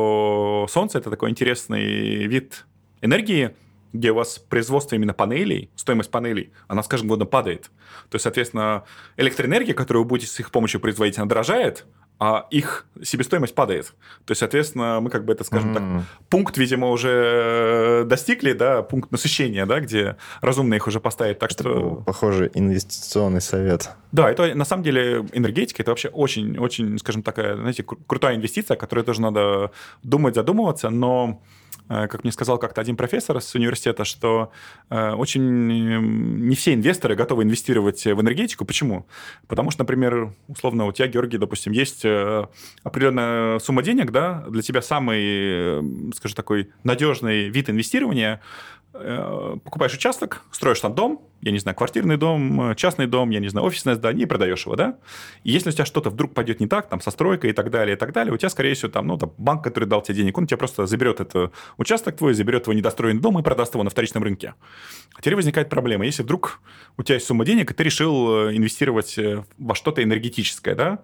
то солнце – это такой интересный вид энергии, где у вас производство именно панелей, стоимость панелей, она с каждым годом падает. То есть, соответственно, электроэнергия, которую вы будете с их помощью производить, она дорожает, а их себестоимость падает. То есть, соответственно, мы как бы это, скажем mm-hmm. так, пункт, видимо, уже достигли, да, пункт насыщения, да, где разумно их уже поставить. Так это что... похоже, инвестиционный совет. Да, это на самом деле энергетика, это вообще очень-очень, скажем, такая, знаете, крутая инвестиция, о которой тоже надо думать, задумываться, но... Как мне сказал как-то один профессор с университета, что э, очень не все инвесторы готовы инвестировать в энергетику. Почему? Потому что, например, условно, у тебя, Георгий, допустим, есть э, определенная сумма денег, да, для тебя самый, э, скажем, такой надежный вид инвестирования. Э, покупаешь участок, строишь там дом, я не знаю, квартирный дом, частный дом, я не знаю, офисное здание, и продаешь его, да? И если у тебя что-то вдруг пойдет не так, там, со стройкой и так далее, и так далее, у тебя, скорее всего, там, ну, там, банк, который дал тебе денег, он тебе просто заберет этот участок твой, заберет твой недостроенный дом и продаст его на вторичном рынке. А теперь возникает проблема. Если вдруг у тебя есть сумма денег, и ты решил инвестировать во что-то энергетическое, да,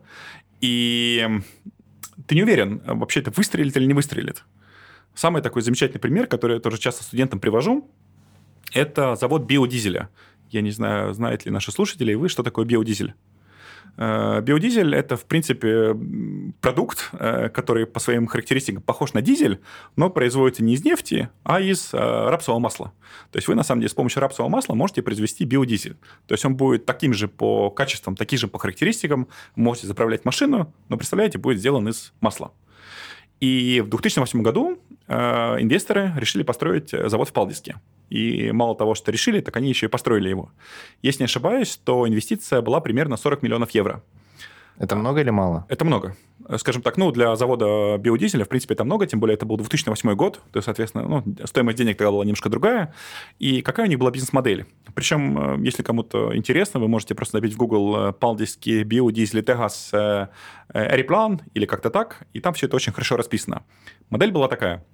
и ты не уверен, вообще это выстрелит или не выстрелит. Самый такой замечательный пример, который я тоже часто студентам привожу, это завод биодизеля. Я не знаю, знают ли наши слушатели и вы, что такое биодизель. Биодизель – это, в принципе, продукт, который по своим характеристикам похож на дизель, но производится не из нефти, а из рапсового масла. То есть вы, на самом деле, с помощью рапсового масла можете произвести биодизель. То есть он будет таким же по качествам, таким же по характеристикам. Можете заправлять машину, но, представляете, будет сделан из масла. И в две тысячи восьмом году э, инвесторы решили построить завод в Палдиске. И мало того, что решили, так они еще и построили его. Если не ошибаюсь, то инвестиция была примерно сорок миллионов евро. Это много или мало? Это много. Скажем так, ну, для завода биодизеля, в принципе, это много, тем более это был две тысячи восьмой год, то есть, соответственно, ну, стоимость денег тогда была немножко другая. И какая у них была бизнес-модель? Причем, если кому-то интересно, вы можете просто набить в Google «Палдиски биодизель Техас Эриплан» или как-то так, и там все это очень хорошо расписано. Модель была такая,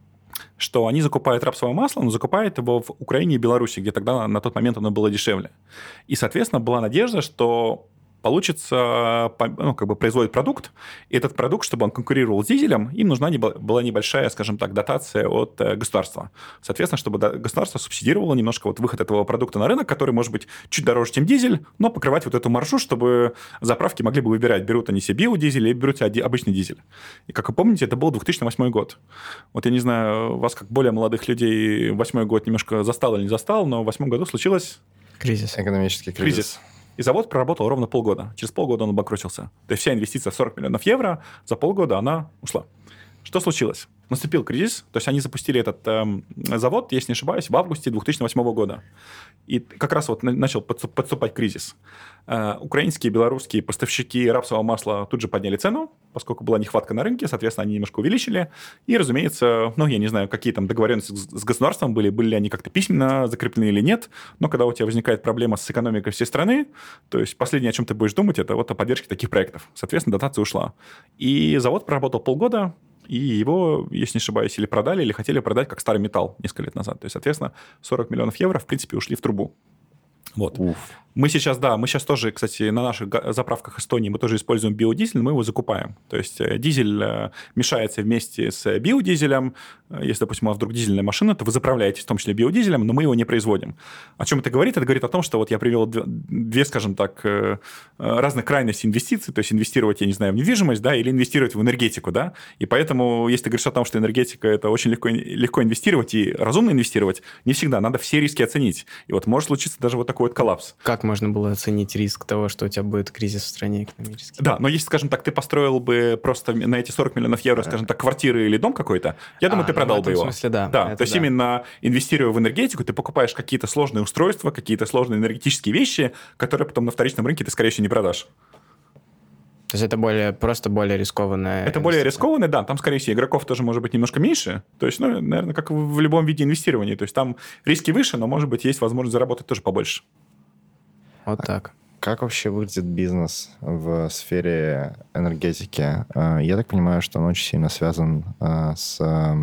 что они закупают рапсовое масло, но закупают его в Украине и Беларуси, где тогда на тот момент оно было дешевле. И, соответственно, была надежда, что получится, ну, как бы производит продукт, и этот продукт, чтобы он конкурировал с дизелем, им нужна была небольшая, скажем так, дотация от государства. Соответственно, чтобы государство субсидировало немножко вот выход этого продукта на рынок, который может быть чуть дороже, чем дизель, но покрывать вот эту маржу, чтобы заправки могли бы выбирать, берут они себе биодизель или берут обычный дизель. И, как вы помните, это был две тысячи восьмой год. Вот я не знаю, вас, как более молодых людей, восьмой год немножко застал или не застал, но в восьмом году случилось... Кризис. Экономический кризис. Кризис. И завод проработал ровно полгода. Через полгода он обанкротился. То есть вся инвестиция в сорок миллионов евро, за полгода она ушла. Что случилось? наступил кризис, то есть они запустили этот э, завод, если не ошибаюсь, в августе две тысячи восьмого года. И как раз вот начал подступать кризис. Э, украинские, белорусские поставщики рапсового масла тут же подняли цену, поскольку была нехватка на рынке, соответственно, они немножко увеличили. И, разумеется, ну, я не знаю, какие там договоренности с государством были, были ли они как-то письменно закреплены или нет, но когда у тебя возникает проблема с экономикой всей страны, то есть последнее, о чем ты будешь думать, это вот о поддержке таких проектов. Соответственно, дотация ушла. И завод проработал полгода, и его, если не ошибаюсь, или продали, или хотели продать как старый металл несколько лет назад. То есть, соответственно, сорок миллионов евро, в принципе, ушли в трубу. Вот. Уф. Мы сейчас, да, мы сейчас тоже, кстати, на наших заправках Эстонии мы тоже используем биодизель, но мы его закупаем. То есть дизель мешается вместе с биодизелем. Если, допустим, у вас вдруг дизельная машина, то вы заправляете в том числе биодизелем, но мы его не производим. О чем это говорит? Это говорит о том, что вот я привел две, скажем так, разных крайности инвестиций, то есть инвестировать, я не знаю, в недвижимость, да, или инвестировать в энергетику, да. И поэтому, если ты говоришь о том, что энергетика – это очень легко, легко инвестировать и разумно инвестировать, не всегда, надо все риски оценить. И вот может случиться даже вот такой вот коллапс. Как можно было оценить риск того, что у тебя будет кризис в стране экономический? Да, но если, скажем так, ты построил бы просто на эти сорок миллионов евро, скажем так, квартиры или дом какой-то, я думаю, а, ты продал ну, бы его. В смысле, да. Да, то есть да. Именно инвестируя в энергетику, ты покупаешь какие-то сложные устройства, какие-то сложные энергетические вещи, которые потом на вторичном рынке ты, скорее всего, не продашь. То есть это более, просто более рискованное... Это более рискованное, да. Там, скорее всего, игроков тоже может быть немножко меньше. То есть, ну, наверное, как в любом виде инвестирования. То есть там риски выше, но, может быть, есть возможность заработать тоже побольше. Вот так. Как вообще выглядит бизнес в сфере энергетики? Я так понимаю, что он очень сильно связан с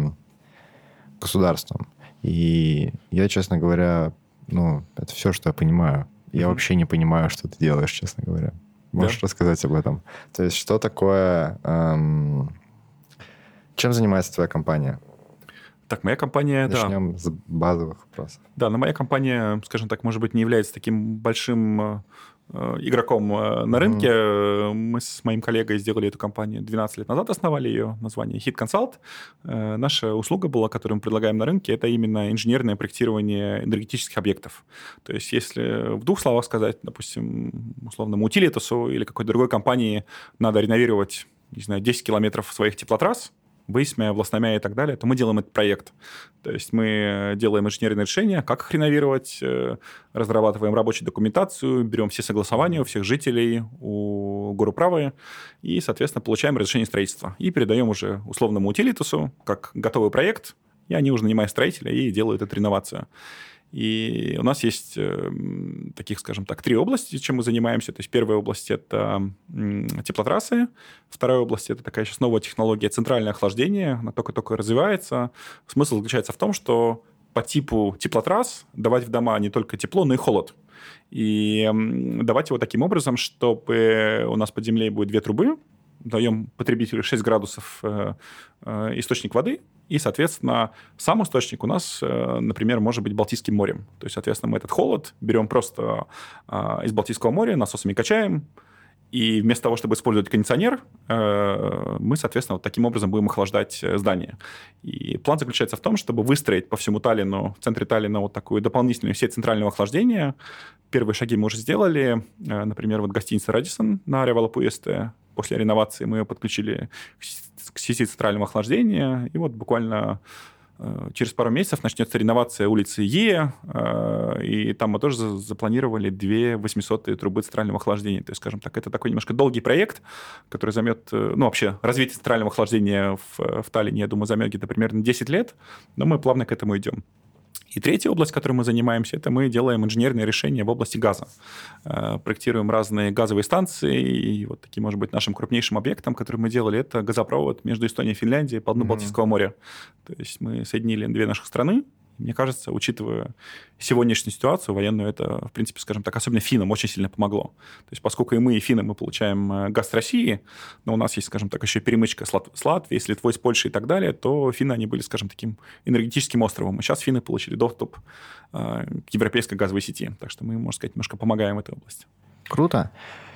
государством. И я, честно говоря, ну, это все, что я понимаю. Я mm-hmm. вообще не понимаю, что ты делаешь, честно говоря. Можешь да. рассказать об этом? То есть что такое... Эм... Чем занимается твоя компания? Так, моя компания, Начнем да. с базовых вопросов. Да, но моя компания, скажем так, может быть, не является таким большим э, игроком э, на рынке. Mm-hmm. Мы с моим коллегой сделали эту компанию двенадцать лет назад, основали ее, название Hit Consult. Э, наша услуга была, которую мы предлагаем на рынке, это именно инженерное проектирование энергетических объектов. То есть если в двух словах сказать, допустим, условному утилитусу или какой-то другой компании надо реновировать, не знаю, десять километров своих теплотрасс, Выясмя, Властномя и так далее, то мы делаем этот проект. То есть мы делаем инженерные решения, как их реновировать, разрабатываем рабочую документацию, берем все согласования у всех жителей, у горуправы, и, соответственно, получаем разрешение строительства. И передаем уже условному утилитусу как готовый проект, и они уже нанимают строителя и делают эту реновацию. И у нас есть э, таких, скажем так, три области, чем мы занимаемся. То есть первая область – это м, теплотрассы. Вторая область – это такая сейчас новая технология центральное охлаждение. Она только-только развивается. Смысл заключается в том, что по типу теплотрасс давать в дома не только тепло, но и холод. И м, давать его таким образом, чтобы у нас под землей будет две трубы, даем потребителю шесть градусов э, э, источник воды, и, соответственно, сам источник у нас, э, например, может быть Балтийским морем. То есть, соответственно, мы этот холод берем просто э, из Балтийского моря, насосами качаем, и вместо того, чтобы использовать кондиционер, э, мы, соответственно, вот таким образом будем охлаждать здание. И план заключается в том, чтобы выстроить по всему Таллину, в центре Таллина, вот такую дополнительную сеть центрального охлаждения. Первые шаги мы уже сделали. Э, например, вот гостиница «Радиссон» на Ревала-Пуэсте. После реновации мы ее подключили к сети центрального охлаждения, и вот буквально э, через пару месяцев начнется реновация улицы Е, э, и там мы тоже за- запланировали две восьмисотые трубы центрального охлаждения. То есть, скажем так, это такой немножко долгий проект, который займет, э, ну, вообще, развитие центрального охлаждения в, в Таллине, я думаю, займет где-то примерно десять лет, но мы плавно к этому идем. И третья область, которой мы занимаемся, это мы делаем инженерные решения в области газа. Проектируем разные газовые станции. И вот таким, может быть, нашим крупнейшим объектом, который мы делали, это газопровод между Эстонией и Финляндией по дну mm-hmm. Балтийского моря. То есть мы соединили две наших страны. Мне кажется, учитывая сегодняшнюю ситуацию военную, это, в принципе, скажем так, особенно финнам очень сильно помогло. То есть поскольку и мы, и финны, мы получаем газ с России, но у нас есть, скажем так, еще перемычка с, Лат- с Латвией, с Литвой, с Польшей и так далее, то финны, они были, скажем, таким энергетическим островом. И сейчас финны получили доступ э, к европейской газовой сети. Так что мы, можно сказать, немножко помогаем в этой области. Круто.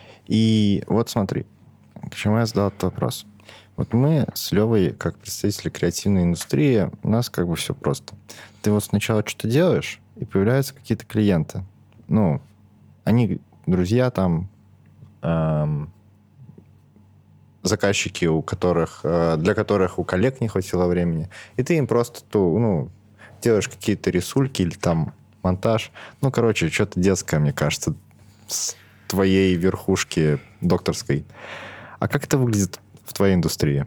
И вот смотри, к чему я задал этот вопрос. Вот мы с Левой, как представители креативной индустрии, у нас как бы все просто. Ты вот сначала что-то делаешь, и появляются какие-то клиенты. Ну, они, друзья там, эм, заказчики, у которых, для которых у коллег не хватило времени, и ты им просто ту, ну, делаешь какие-то рисульки или там монтаж. Ну, короче, что-то детское, мне кажется, с твоей верхушки докторской. А как это выглядит в твоей индустрии?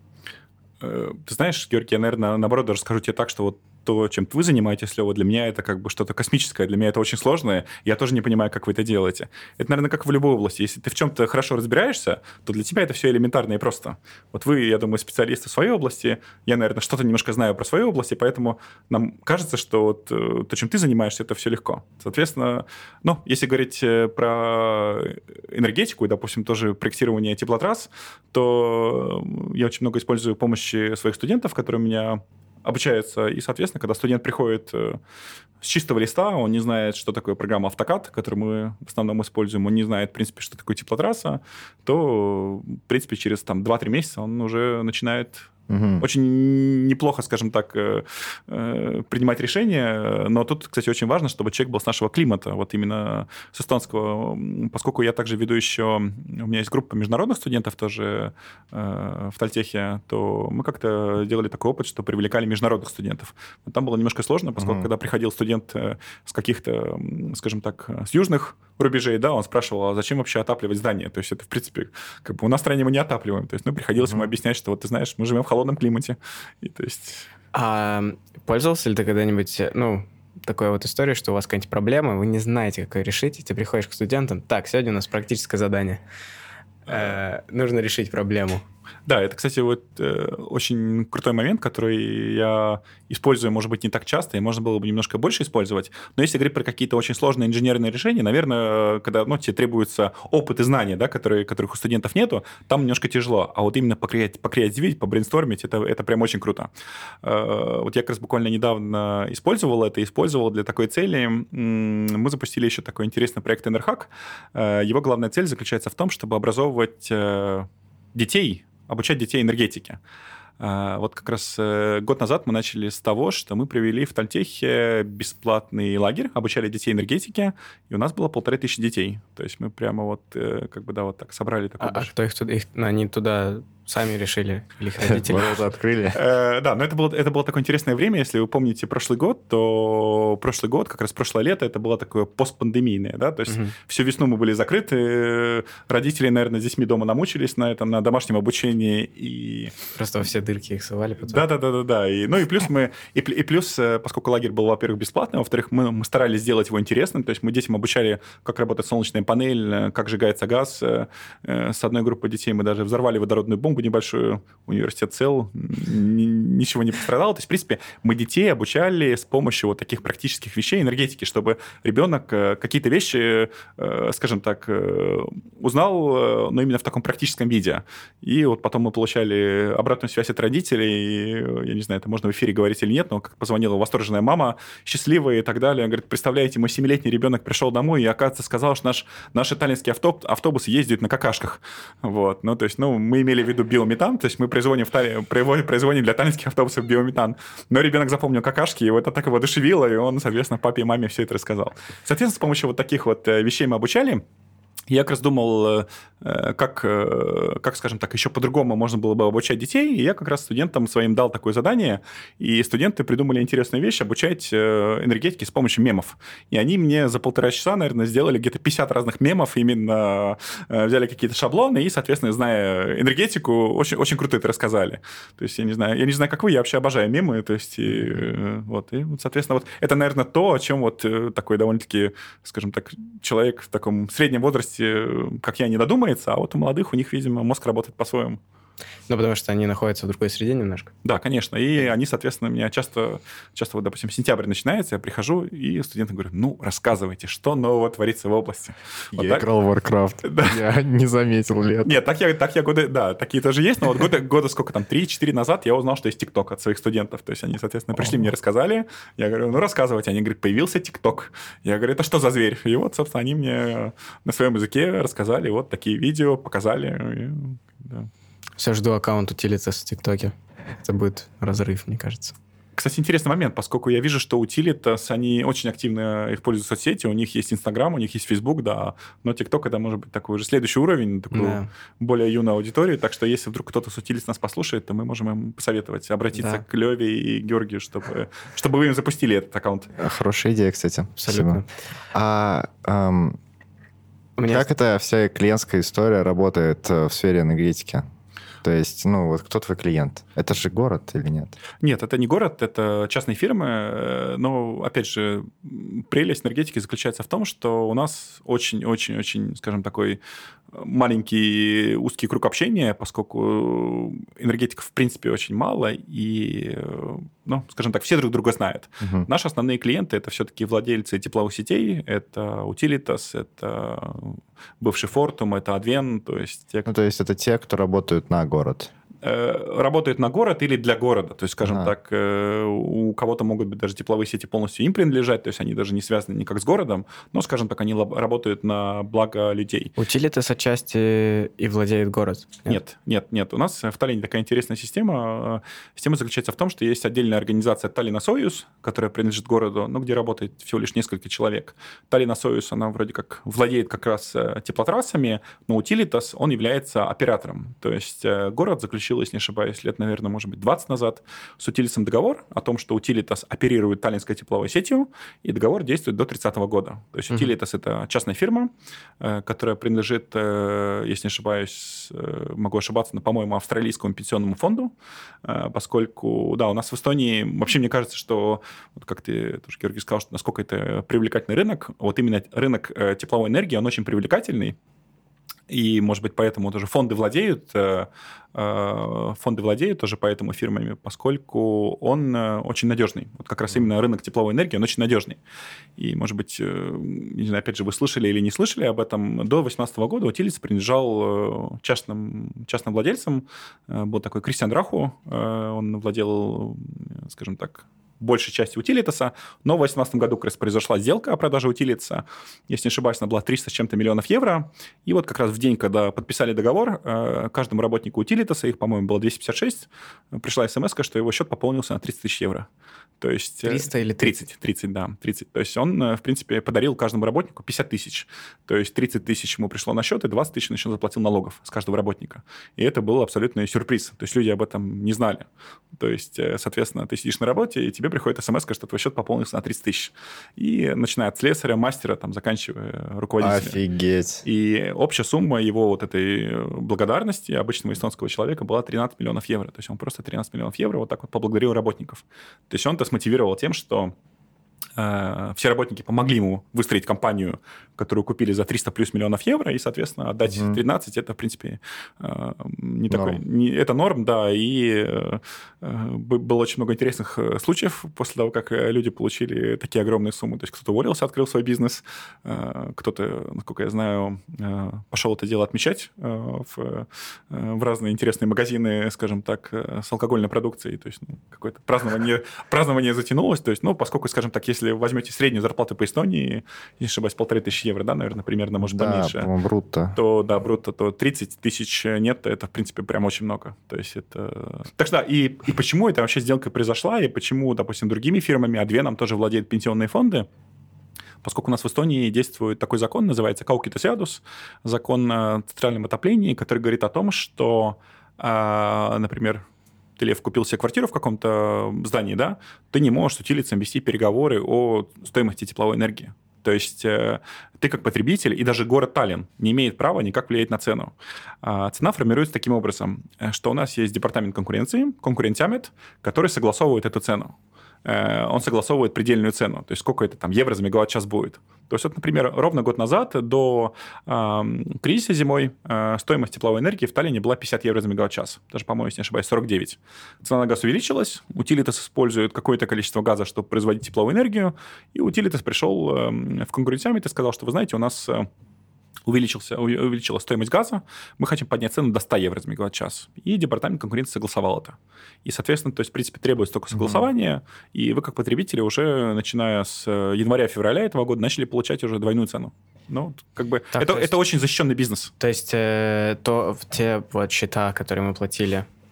Ты знаешь, Георгий, я, наверное, наоборот даже скажу тебе так, что вот то, чем вы занимаетесь, Лева, для меня это как бы что-то космическое, для меня это очень сложное, я тоже не понимаю, как вы это делаете. Это, наверное, как в любой области. Если ты в чем-то хорошо разбираешься, то для тебя это все элементарно и просто. Вот вы, я думаю, специалисты в своей области, я, наверное, что-то немножко знаю про свою область, и поэтому нам кажется, что вот то, чем ты занимаешься, это все легко. Соответственно, ну, если говорить про энергетику и, допустим, тоже проектирование теплотрасс, то я очень много использую помощи своих студентов, которые у меня обучается, и, соответственно, когда студент приходит с чистого листа, он не знает, что такое программа AutoCAD, которую мы в основном используем, он не знает, в принципе, что такое теплотрасса, то, в принципе, через там, два-три месяца он уже начинает угу. очень неплохо, скажем так, принимать решения. Но тут, кстати, очень важно, чтобы человек был с нашего климата, вот именно с эстонского. Поскольку я также веду еще... У меня есть группа международных студентов тоже в Тальтехе, то мы как-то делали такой опыт, что привлекали международных студентов. Но там было немножко сложно, поскольку угу. когда приходил студент с каких-то, скажем так, с южных рубежей, да, он спрашивал, а зачем вообще отапливать здание? То есть это, в принципе, как бы у нас в стране мы не отапливаем. То есть, ну, приходилось угу. ему объяснять, что вот ты знаешь, мы живем в холодном климате. И, то есть... А пользовался ли ты когда-нибудь, ну, такой вот историей, что у вас какая-нибудь проблема, вы не знаете, как ее решить, и ты приходишь к студентам, так, сегодня у нас практическое задание, э, нужно решить проблему. Да, это, кстати, вот э, очень крутой момент, который я использую, может быть, не так часто, и можно было бы немножко больше использовать. Но если говорить про какие-то очень сложные инженерные решения, наверное, когда ну, тебе требуется опыт и знания, да, которые, которых у студентов нету, там немножко тяжело. А вот именно покреативить, покреативить побрейнстормить, это, это прям очень круто. Э, вот я как раз буквально недавно использовал это, использовал для такой цели. Мы запустили еще такой интересный проект Энерхак. Э, его главная цель заключается в том, чтобы образовывать э, детей, обучать детей энергетике. Вот как раз год назад мы начали с того, что мы провели в Тальтехе бесплатный лагерь, обучали детей энергетике, и у нас было полторы тысячи детей. То есть мы прямо вот как бы, да, вот так собрали такой... А, а кто их туда... Их, они туда сами решили? Или их родители? Ворота открыли. Да, но это было, это было такое интересное время. Если вы помните прошлый год, то прошлый год, как раз прошлое лето, это было такое постпандемийное, да, то есть угу. всю весну мы были закрыты, родители, наверное, с детьми дома намучились на этом, на домашнем обучении, и... Просто во все дырки их совали потом. Да-да-да-да. И, ну и плюс мы... И, и плюс, поскольку лагерь был, во-первых, бесплатный, во-вторых, мы, мы старались сделать его интересным, то есть мы детям обучали, как работает солнечная панель, как сжигается газ. С одной группой детей мы даже взорвали водородную бомбу небольшую, университет цел, ничего не пострадало. То есть, в принципе, мы детей обучали с помощью вот таких практических вещей энергетики, чтобы ребенок какие-то вещи, скажем так, узнал, но именно в таком практическом виде. И вот потом мы получали обратную связь от родителей, я не знаю, это можно в эфире говорить или нет, но как позвонила восторженная мама, счастливая и так далее. Говорит, представляете, мой семилетний ребенок пришел домой и, оказывается, сказал, что наш, наш итальянский автобус, автобус ездит на какашках. Вот. Ну, то есть, ну, мы имели в виду биометан, то есть мы производим, в, производим для итальянских автобусов биометан. Но ребенок запомнил какашки, и вот это так его одушевило, и он, соответственно, папе и маме все это рассказал. Соответственно, с помощью вот таких вот вещей мы обучали. Я как раз думал, как, как, скажем так, еще по-другому можно было бы обучать детей, и я как раз студентам своим дал такое задание, и студенты придумали интересную вещь — обучать энергетике с помощью мемов. И они мне за полтора часа, наверное, сделали где-то пятьдесят разных мемов, именно взяли какие-то шаблоны и, соответственно, зная энергетику, очень, очень круто это рассказали. То есть я не знаю, я не знаю, как вы, я вообще обожаю мемы, то есть, и, вот, и, соответственно, вот это, наверное, то, о чем вот такой довольно-таки, скажем так, человек в таком среднем возрасте, как я, не додумается, а вот у молодых, у них, видимо, мозг работает по-своему. Ну, потому что они находятся в другой среде немножко. Да, конечно. И они, соответственно, меня часто, часто вот, допустим, сентябрь начинается, я прихожу, и студентам говорю, ну, рассказывайте, что нового творится в области. Вот я так? играл в Warcraft. Да. Я не заметил лет. Нет, так я, так я годы... Да, такие тоже есть, но вот года, года сколько там, три-четыре назад я узнал, что есть ТикТок от своих студентов. То есть они, соответственно, пришли, мне рассказали. Я говорю, ну, рассказывайте. Они говорят, появился ТикТок. Я говорю, это что за зверь? И вот, собственно, они мне на своем языке рассказали вот такие видео, показали. И, да. Все, жду аккаунт утилитас в ТикТоке. Это будет разрыв, мне кажется. Кстати, интересный момент, поскольку я вижу, что Utilitas, они очень активно используют соцсети, у них есть Инстаграм, у них есть Фейсбук, да, но ТикТок это может быть такой уже следующий уровень, такую да. более юную аудиторию, так что если вдруг кто-то с Utilitas нас послушает, то мы можем им посоветовать обратиться да. к Леве и Георгию, чтобы, чтобы вы им запустили этот аккаунт. Хорошая идея, кстати. Абсолютно. Спасибо. А эм, меня... как эта вся клиентская история работает в сфере энергетики? То есть, ну, вот кто твой клиент? Это же город или нет? Нет, это не город, это частные фирмы. Но, опять же, прелесть энергетики заключается в том, что у нас очень-очень-очень, скажем, такой маленький узкий круг общения, поскольку энергетиков, в принципе, очень мало, и, ну, скажем так, все друг друга знают. Угу. Наши основные клиенты – это все-таки владельцы тепловых сетей, это Utilitas, это бывший Fortum, это Adven, то есть... Те, ну, то есть это те, кто работают на город? Работают на город или для города. То есть, скажем ага. так, у кого-то могут быть даже тепловые сети полностью им принадлежать, то есть они даже не связаны никак с городом, но, скажем так, они работают на благо людей. Utilitas отчасти и владеет город? Нет? нет, нет, нет. У нас в Таллине такая интересная система. Система заключается в том, что есть отдельная организация Tallinna Soyuz, которая принадлежит городу, но где работает всего лишь несколько человек. Tallinna Soyuz, она вроде как владеет как раз теплотрассами, но Utilitas, он является оператором. То есть город заключил, если не ошибаюсь, лет, наверное, может быть, двадцать назад, с Utilitas договор о том, что Utilitas оперирует таллинской тепловой сетью, и договор действует до тридцатого года. То есть Utilitas uh-huh. – это частная фирма, которая принадлежит, если не ошибаюсь, могу ошибаться, но, по-моему, австралийскому пенсионному фонду, поскольку, да, у нас в Эстонии, вообще мне кажется, что, вот как ты тоже, Георгий, сказал, что насколько это привлекательный рынок, вот именно рынок тепловой энергии, он очень привлекательный, и, может быть, поэтому тоже фонды владеют, фонды владеют тоже поэтому фирмами, поскольку он очень надежный. Вот как раз именно рынок тепловой энергии, он очень надежный. И, может быть, не знаю, опять же, вы слышали или не слышали об этом, до две тысячи восемнадцатого года Utilitas принадлежал частным, частным владельцам. Был такой Кристиан Раху, он владел, скажем так, большей части Utilitas, но в две тысячи восемнадцатом году как раз произошла сделка о продаже Utilitas. Если не ошибаюсь, она была триста с чем-то миллионов евро. И вот как раз в день, когда подписали договор, каждому работнику Utilitas, их, по-моему, было двести пятьдесят шесть, пришла смс-ка, что его счет пополнился на тридцать тысяч евро. То есть... триста или тридцать? тридцать, тридцать, да, тридцать. То есть он, в принципе, подарил каждому работнику пятьдесят тысяч. То есть тридцать тысяч ему пришло на счет, и двадцать тысяч он еще заплатил налогов с каждого работника. И это был абсолютный сюрприз. То есть люди об этом не знали. То есть, соответственно, ты сидишь на работе, и тебе приходит смс, что твой счет пополнился на тридцать тысяч. И начиная от слесаря, мастера, там, заканчивая руководителя. Офигеть. И общая сумма его вот этой благодарности обычного эстонского человека была тринадцать миллионов евро. То есть он просто тринадцать миллионов евро вот так вот поблагодарил работников. То есть он это смотивировал тем, что э, все работники помогли ему выстроить компанию, которую купили за триста плюс миллионов евро, и, соответственно, отдать mm-hmm. тринадцать, это, в принципе, э, не такой... Не, это норм, да, и э, было очень много интересных случаев после того, как люди получили такие огромные суммы. То есть кто-то уволился, открыл свой бизнес, э, кто-то, насколько я знаю, э, пошел это дело отмечать э, в, в разные интересные магазины, скажем так, с алкогольной продукцией. То есть ну, какое-то празднование, празднование затянулось. То есть, ну, поскольку, скажем так, если возьмете среднюю зарплату по Эстонии, не ошибаюсь, полторы тысячи евро, да, наверное, примерно, может, да, поменьше. Да, брутто. То, да, брутто, то тридцать тысяч нет, это, в принципе, прям очень много. То есть это... Так что, да, и, и почему эта вообще сделка произошла, и почему, допустим, другими фирмами, Adven тоже владеют пенсионные фонды, поскольку у нас в Эстонии действует такой закон, называется Kaugkütte-seadus, закон о центральном отоплении, который говорит о том, что, например, ты, Лев, купил себе квартиру в каком-то здании, да, ты не можешь с Utilitas вести переговоры о стоимости тепловой энергии. То есть э, ты как потребитель, и даже город Таллин не имеет права никак влиять на цену. А цена формируется таким образом, что у нас есть департамент конкуренции, конкурентиамет, который согласовывает эту цену. Э, он согласовывает предельную цену, то есть сколько это там евро за мегаватт-час будет. То есть, вот, например, ровно год назад, до э, кризиса зимой, э, стоимость тепловой энергии в Таллине была пятьдесят евро за мегаватт-час. Даже, по-моему, если не ошибаюсь, сорок девять. Цена на газ увеличилась, Utilitas использует какое-то количество газа, чтобы производить тепловую энергию, и Utilitas пришел э, в конкурентиамет и сказал, что, вы знаете, у нас... Э, Увеличился, увеличилась стоимость газа, мы хотим поднять цену до ста евро за мегаватт-час. И департамент конкуренции согласовал это. И, соответственно, то есть, в принципе, требуется только согласование, mm-hmm. и вы, как потребители, уже начиная с января-февраля этого года начали получать уже двойную цену. Ну, как бы, так, это, есть, это очень защищенный бизнес. То есть, э, то, те вот счета, которые мы платили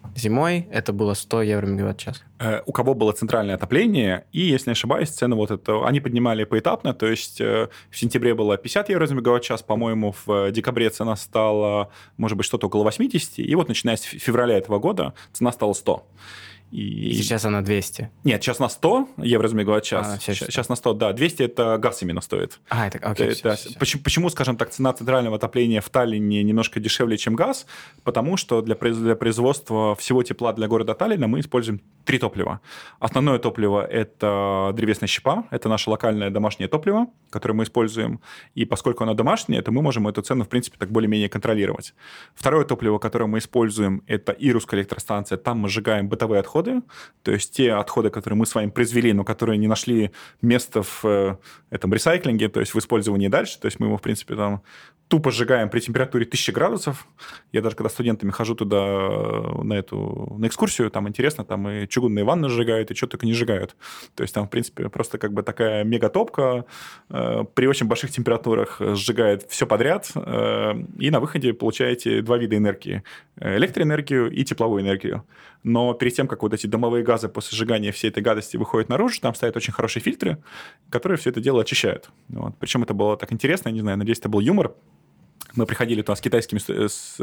Зимой это было сто евро мегаватт-час. Э, у кого было центральное отопление, и, если не ошибаюсь, цены вот это, они поднимали поэтапно, то есть э, в сентябре было пятьдесят евро за мегаватт-час, по-моему, в декабре цена стала, может быть, что-то около восемьдесят, и вот начиная с февраля этого года цена стала сто. И... и сейчас она двести. Нет, сейчас на сто евро за мегаватт-час. А, сейчас, сейчас на сто, да. двести это газ именно стоит. А, это окей. Это, все, все, почему, почему, скажем так, цена центрального отопления в Таллине немножко дешевле, чем газ? Потому что для, для производства всего тепла для города Таллина мы используем три топлива. Основное топливо – это древесная щепа, это наше локальное домашнее топливо, которое мы используем. И поскольку оно домашнее, то мы можем эту цену, в принципе, так более-менее контролировать. Второе топливо, которое мы используем, это Ирусская электростанция. Там мы сжигаем бытовые отходы, то есть те отходы, которые мы с вами произвели, но которые не нашли места в э, этом ресайклинге, то есть в использовании дальше. То есть мы его, в принципе, там тупо сжигаем при температуре тысяча градусов. Я даже когда студентами хожу туда на эту на экскурсию, там интересно, там и чугунные ванны сжигают, и что только не сжигают. То есть там, в принципе, просто как бы такая мегатопка э, при очень больших температурах сжигает все подряд, э, и на выходе получаете два вида энергии. Электроэнергию и тепловую энергию. Но перед тем, как вот эти домовые газы после сжигания всей этой гадости выходят наружу, там стоят очень хорошие фильтры, которые все это дело очищают. Вот. Причем это было так интересно, я не знаю, надеюсь, это был юмор. Мы приходили туда с китайскими с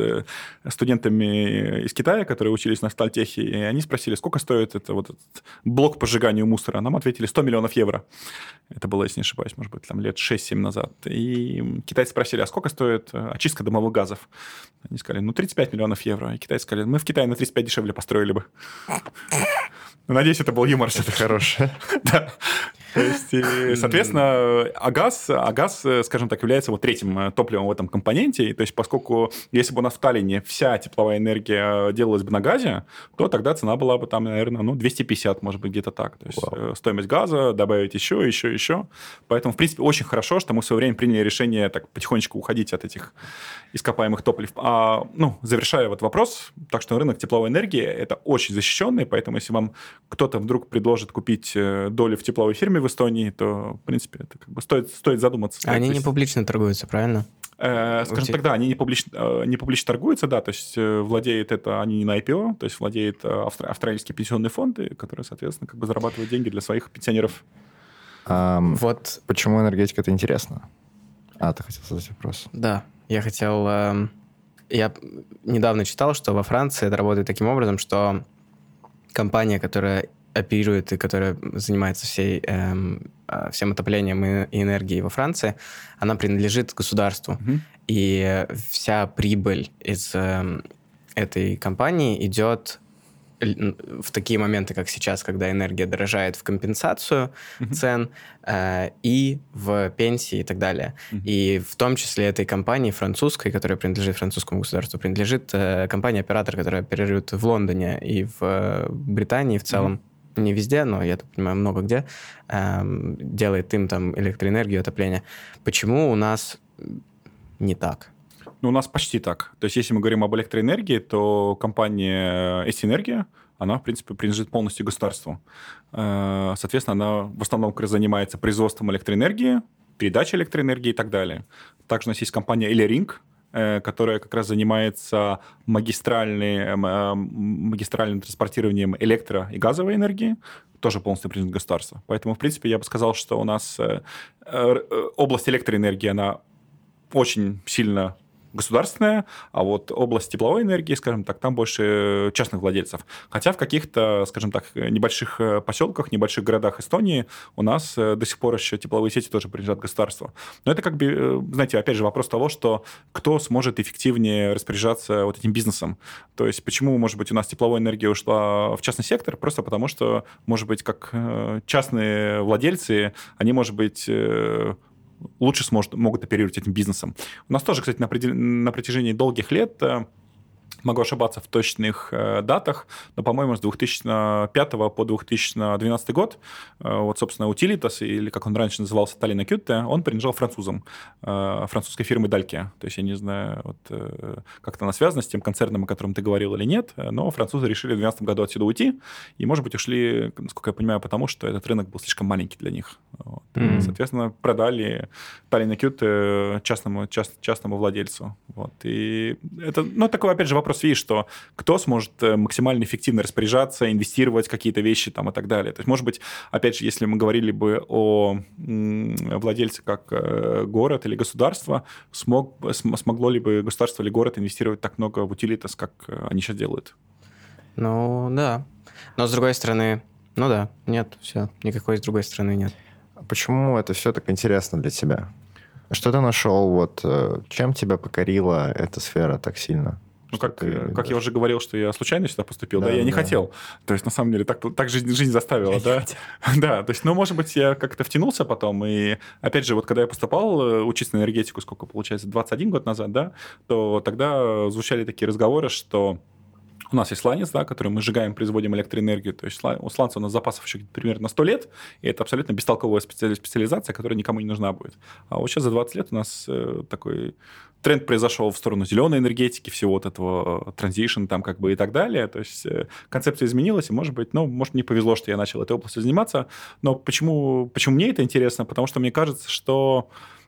студентами из Китая, которые учились на Стальтехе, и они спросили, сколько стоит это, вот этот блок по сжиганию мусора. Нам ответили сто миллионов евро. Это было, если не ошибаюсь, может быть, там лет шесть-семь назад. И китайцы спросили, а сколько стоит очистка дымовых газов? Они сказали, ну, тридцать пять миллионов евро. И китайцы сказали, мы в Китае на тридцать пять дешевле построили бы. Надеюсь, это был юмор. Это хорошее. Да. То есть, и, соответственно, а газ, а газ, скажем так, является вот третьим топливом в этом компоненте. И, то есть, поскольку если бы у нас в Таллине вся тепловая энергия делалась бы на газе, то тогда цена была бы там, наверное, ну, двести пятьдесят, может быть, где-то так. То есть, Вау. Стоимость газа, добавить еще, еще, еще. Поэтому, в принципе, очень хорошо, что мы в свое время приняли решение так потихонечку уходить от этих ископаемых топлив. А, ну, завершая вот вопрос, так что рынок тепловой энергии – это очень защищенный, поэтому если вам кто-то вдруг предложит купить доли в тепловой фирме в Эстонии, то, в принципе, это как бы стоит, стоит задуматься. Они то не есть, публично торгуются, правильно? Э, скажем так, да, они не публично, не публично торгуются, да, то есть владеет это, они не на ай пи о, то есть владеет австр, австралийские пенсионные фонды, которые, соответственно, как бы зарабатывают деньги для своих пенсионеров. А, вот. Почему энергетика это интересно? А, ты хотел задать вопрос? Да, я хотел... Э, я недавно читал, что во Франции это работает таким образом, что компания, которая оперирует и которая занимается всей, эм, всем отоплением и, и энергией во Франции, она принадлежит государству. Mm-hmm. И вся прибыль из эм, этой компании идет в такие моменты, как сейчас, когда энергия дорожает, в компенсацию mm-hmm. цен э, и в пенсии и так далее. Mm-hmm. И в том числе этой компании французской, которая принадлежит французскому государству, принадлежит э, компания-оператор, которая оперирует в Лондоне и в э, Британии в целом. Mm-hmm. Не везде, но, я так понимаю, много где, э, делает им там электроэнергию, отопление. Почему у нас не так? Ну, у нас почти так. То есть, если мы говорим об электроэнергии, то компания Эстинергия, она, в принципе, принадлежит полностью государству. Соответственно, она в основном как раз занимается производством электроэнергии, передачей электроэнергии и так далее. Также у нас есть компания Элеринг, которая как раз занимается магистральным, магистральным транспортированием электро- и газовой энергии, тоже полностью принадлежит государству. Поэтому, в принципе, я бы сказал, что у нас область электроэнергии, она очень сильно государственная, а вот область тепловой энергии, скажем так, там больше частных владельцев. Хотя в каких-то, скажем так, небольших поселках, небольших городах Эстонии у нас до сих пор еще тепловые сети тоже принадлежат государству. Но это как бы, знаете, опять же, вопрос того, что кто сможет эффективнее распоряжаться вот этим бизнесом. То есть почему, может быть, у нас тепловая энергия ушла в частный сектор? Просто потому что, может быть, как частные владельцы, они, может быть, лучше сможет, могут оперировать этим бизнесом. У нас тоже, кстати, на, на протяжении долгих лет, могу ошибаться в точных э, датах, но, по-моему, с две тысячи пятого по две тысячи двенадцатый год, э, вот, собственно, Utilitas, или как он раньше назывался, Tallinna Kütte, он принадлежал французам, э, французской фирмы Dalkia. То есть я не знаю, вот, э, как-то она связана с тем концерном, о котором ты говорил, или нет, но французы решили в две тысячи двенадцатом году отсюда уйти, и, может быть, ушли, насколько я понимаю, потому что этот рынок был слишком маленький для них. Вот. Mm-hmm. Соответственно, продали Tallinna Kütte частному, част, частному владельцу. Вот. И это, ну, такой, опять же, вопрос вопрос, видишь, что кто сможет максимально эффективно распоряжаться, инвестировать в какие-то вещи там и так далее. То есть, может быть, опять же, если мы говорили бы о владельце как город или государство, смог, смогло ли бы государство или город инвестировать так много в утилитас, как они сейчас делают? Ну, да. Но, с другой стороны, ну да, нет, все, никакой с другой стороны нет. Почему это все так интересно для тебя? Что ты нашел, вот, чем тебя покорила эта сфера так сильно? Ну, как, как я уже говорил, что я случайно сюда поступил, да, да я не да. хотел. То есть, на самом деле, так, так жизнь, жизнь заставила, да. Да, то есть, ну, может быть, я как-то втянулся потом, и, опять же, вот когда я поступал учиться на энергетику, сколько, получается, двадцать один год назад, да, то тогда звучали такие разговоры, что у нас есть сланец, да, который мы сжигаем, производим электроэнергию. То есть у сланца у нас запасов еще примерно на сто лет, и это абсолютно бестолковая специализация, которая никому не нужна будет. А вот сейчас за двадцать лет у нас такой тренд произошел в сторону зеленой энергетики, всего вот этого транзишн там как бы и так далее. То есть концепция изменилась, и, может быть, ну, может, мне повезло, что я начал этой областью заниматься. Но почему, почему мне это интересно? Потому что мне кажется, что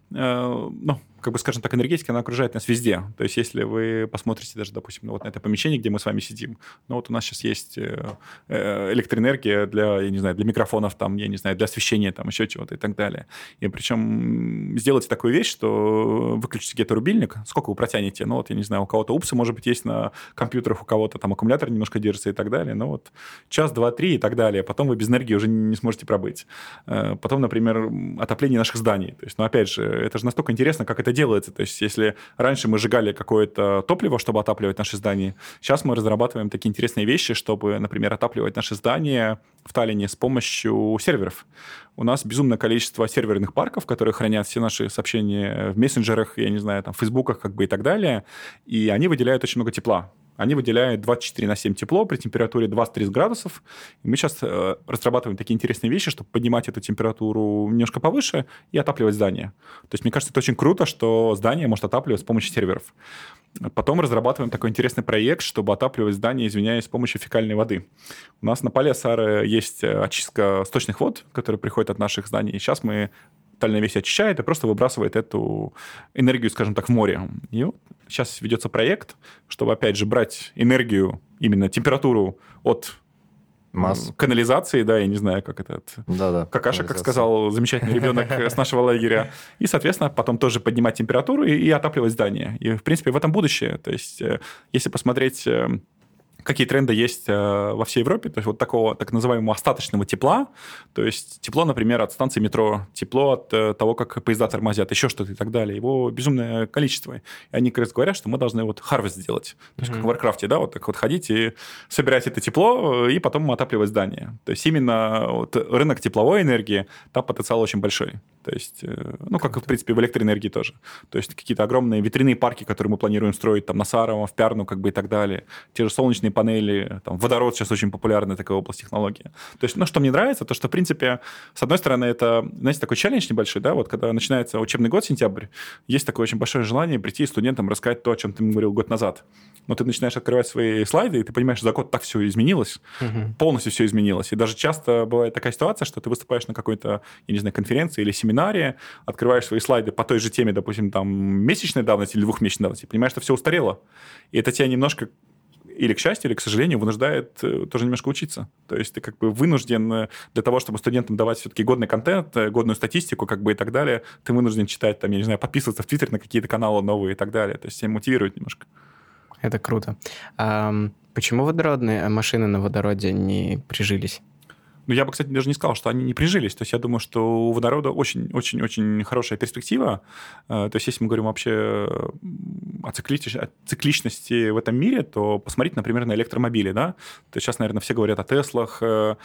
э, ну, как бы, скажем так, энергетика, она окружает нас везде. То есть, если вы посмотрите даже, допустим, вот на это помещение, где мы с вами сидим, ну, вот у нас сейчас есть электроэнергия для, я не знаю, для микрофонов, там, я не знаю, для освещения, там, еще чего-то и так далее. И причем сделайте такую вещь, что выключите где-то рубильник, сколько вы протянете? Ну, вот, я не знаю, у кого-то упсы, может быть, есть на компьютерах, у кого-то там аккумулятор немножко держится и так далее. Ну, вот час, два, три и так далее. Потом вы без энергии уже не сможете пробыть. Потом, например, отопление наших зданий. То есть, ну, опять же, это же настолько интересно, как это делается. То есть, если раньше мы сжигали какое-то топливо, чтобы отапливать наши здания, сейчас мы разрабатываем такие интересные вещи, чтобы, например, отапливать наши здания в Таллине с помощью серверов. У нас безумное количество серверных парков, которые хранят все наши сообщения в мессенджерах, я не знаю, там, в фейсбуках как бы и так далее, и они выделяют очень много тепла. Они выделяют двадцать четыре на семь тепло при температуре двадцать тридцать градусов. И мы сейчас э, разрабатываем такие интересные вещи, чтобы поднимать эту температуру немножко повыше и отапливать здание. То есть, мне кажется, это очень круто, что здание может отапливать с помощью серверов. Потом разрабатываем такой интересный проект, чтобы отапливать здание, извиняюсь, с помощью фекальной воды. У нас на Поле Сары есть очистка сточных вод, которые приходят от наших зданий. И сейчас мы... Таллин весь очищает и просто выбрасывает эту энергию, скажем так, в море. И вот сейчас ведется проект, чтобы, опять же, брать энергию, именно температуру от масс канализации, да, я не знаю, как это... Да-да. Какаша, как сказал замечательный ребенок с нашего лагеря. И, соответственно, потом тоже поднимать температуру и, и отапливать здание. И, в принципе, в этом будущее. То есть, если посмотреть... какие тренды есть э, во всей Европе, то есть вот такого так называемого остаточного тепла, то есть тепло, например, от станции метро, тепло от э, того, как поезда тормозят, еще что-то и так далее, его безумное количество. И они как раз говорят, что мы должны вот harvest сделать, то есть mm-hmm. как в Warcraft, да, вот так вот ходить и собирать это тепло, и потом отапливать здание. То есть именно вот рынок тепловой энергии, там потенциал очень большой. То есть, э, ну, как, в принципе, в электроэнергии тоже. То есть какие-то огромные ветряные парки, которые мы планируем строить там на Сарово, в Пярну, как бы и так далее. Те же солнечные панели, там, водород сейчас очень популярная такая область технологии. То есть, ну, что мне нравится, то, что, в принципе, с одной стороны, это, знаете, такой челлендж небольшой, да, вот когда начинается учебный год, сентябрь, есть такое очень большое желание прийти студентам рассказать то, о чем ты говорил год назад. Но ты начинаешь открывать свои слайды, и ты понимаешь, что за год так все изменилось, угу. полностью все изменилось. И даже часто бывает такая ситуация, что ты выступаешь на какой-то, я не знаю, конференции или семинаре, открываешь свои слайды по той же теме, допустим, там, месячной давности или двухмесячной давности, и понимаешь, что все устарело. И это тебя немножко или к счастью, или к сожалению, вынуждает тоже немножко учиться. То есть ты как бы вынужден для того, чтобы студентам давать все-таки годный контент, годную статистику, как бы и так далее, ты вынужден читать, там, я не знаю, подписываться в Твиттер на какие-то каналы новые и так далее. То есть тебя мотивирует немножко. Это круто. А почему водородные машины на водороде не прижились? Ну, я бы, кстати, даже не сказал, что они не прижились. То есть я думаю, что у водорода очень-очень-очень хорошая перспектива. То есть если мы говорим вообще о цикличности в этом мире, то посмотрите, например, на электромобили. Да? То есть сейчас, наверное, все говорят о Теслах.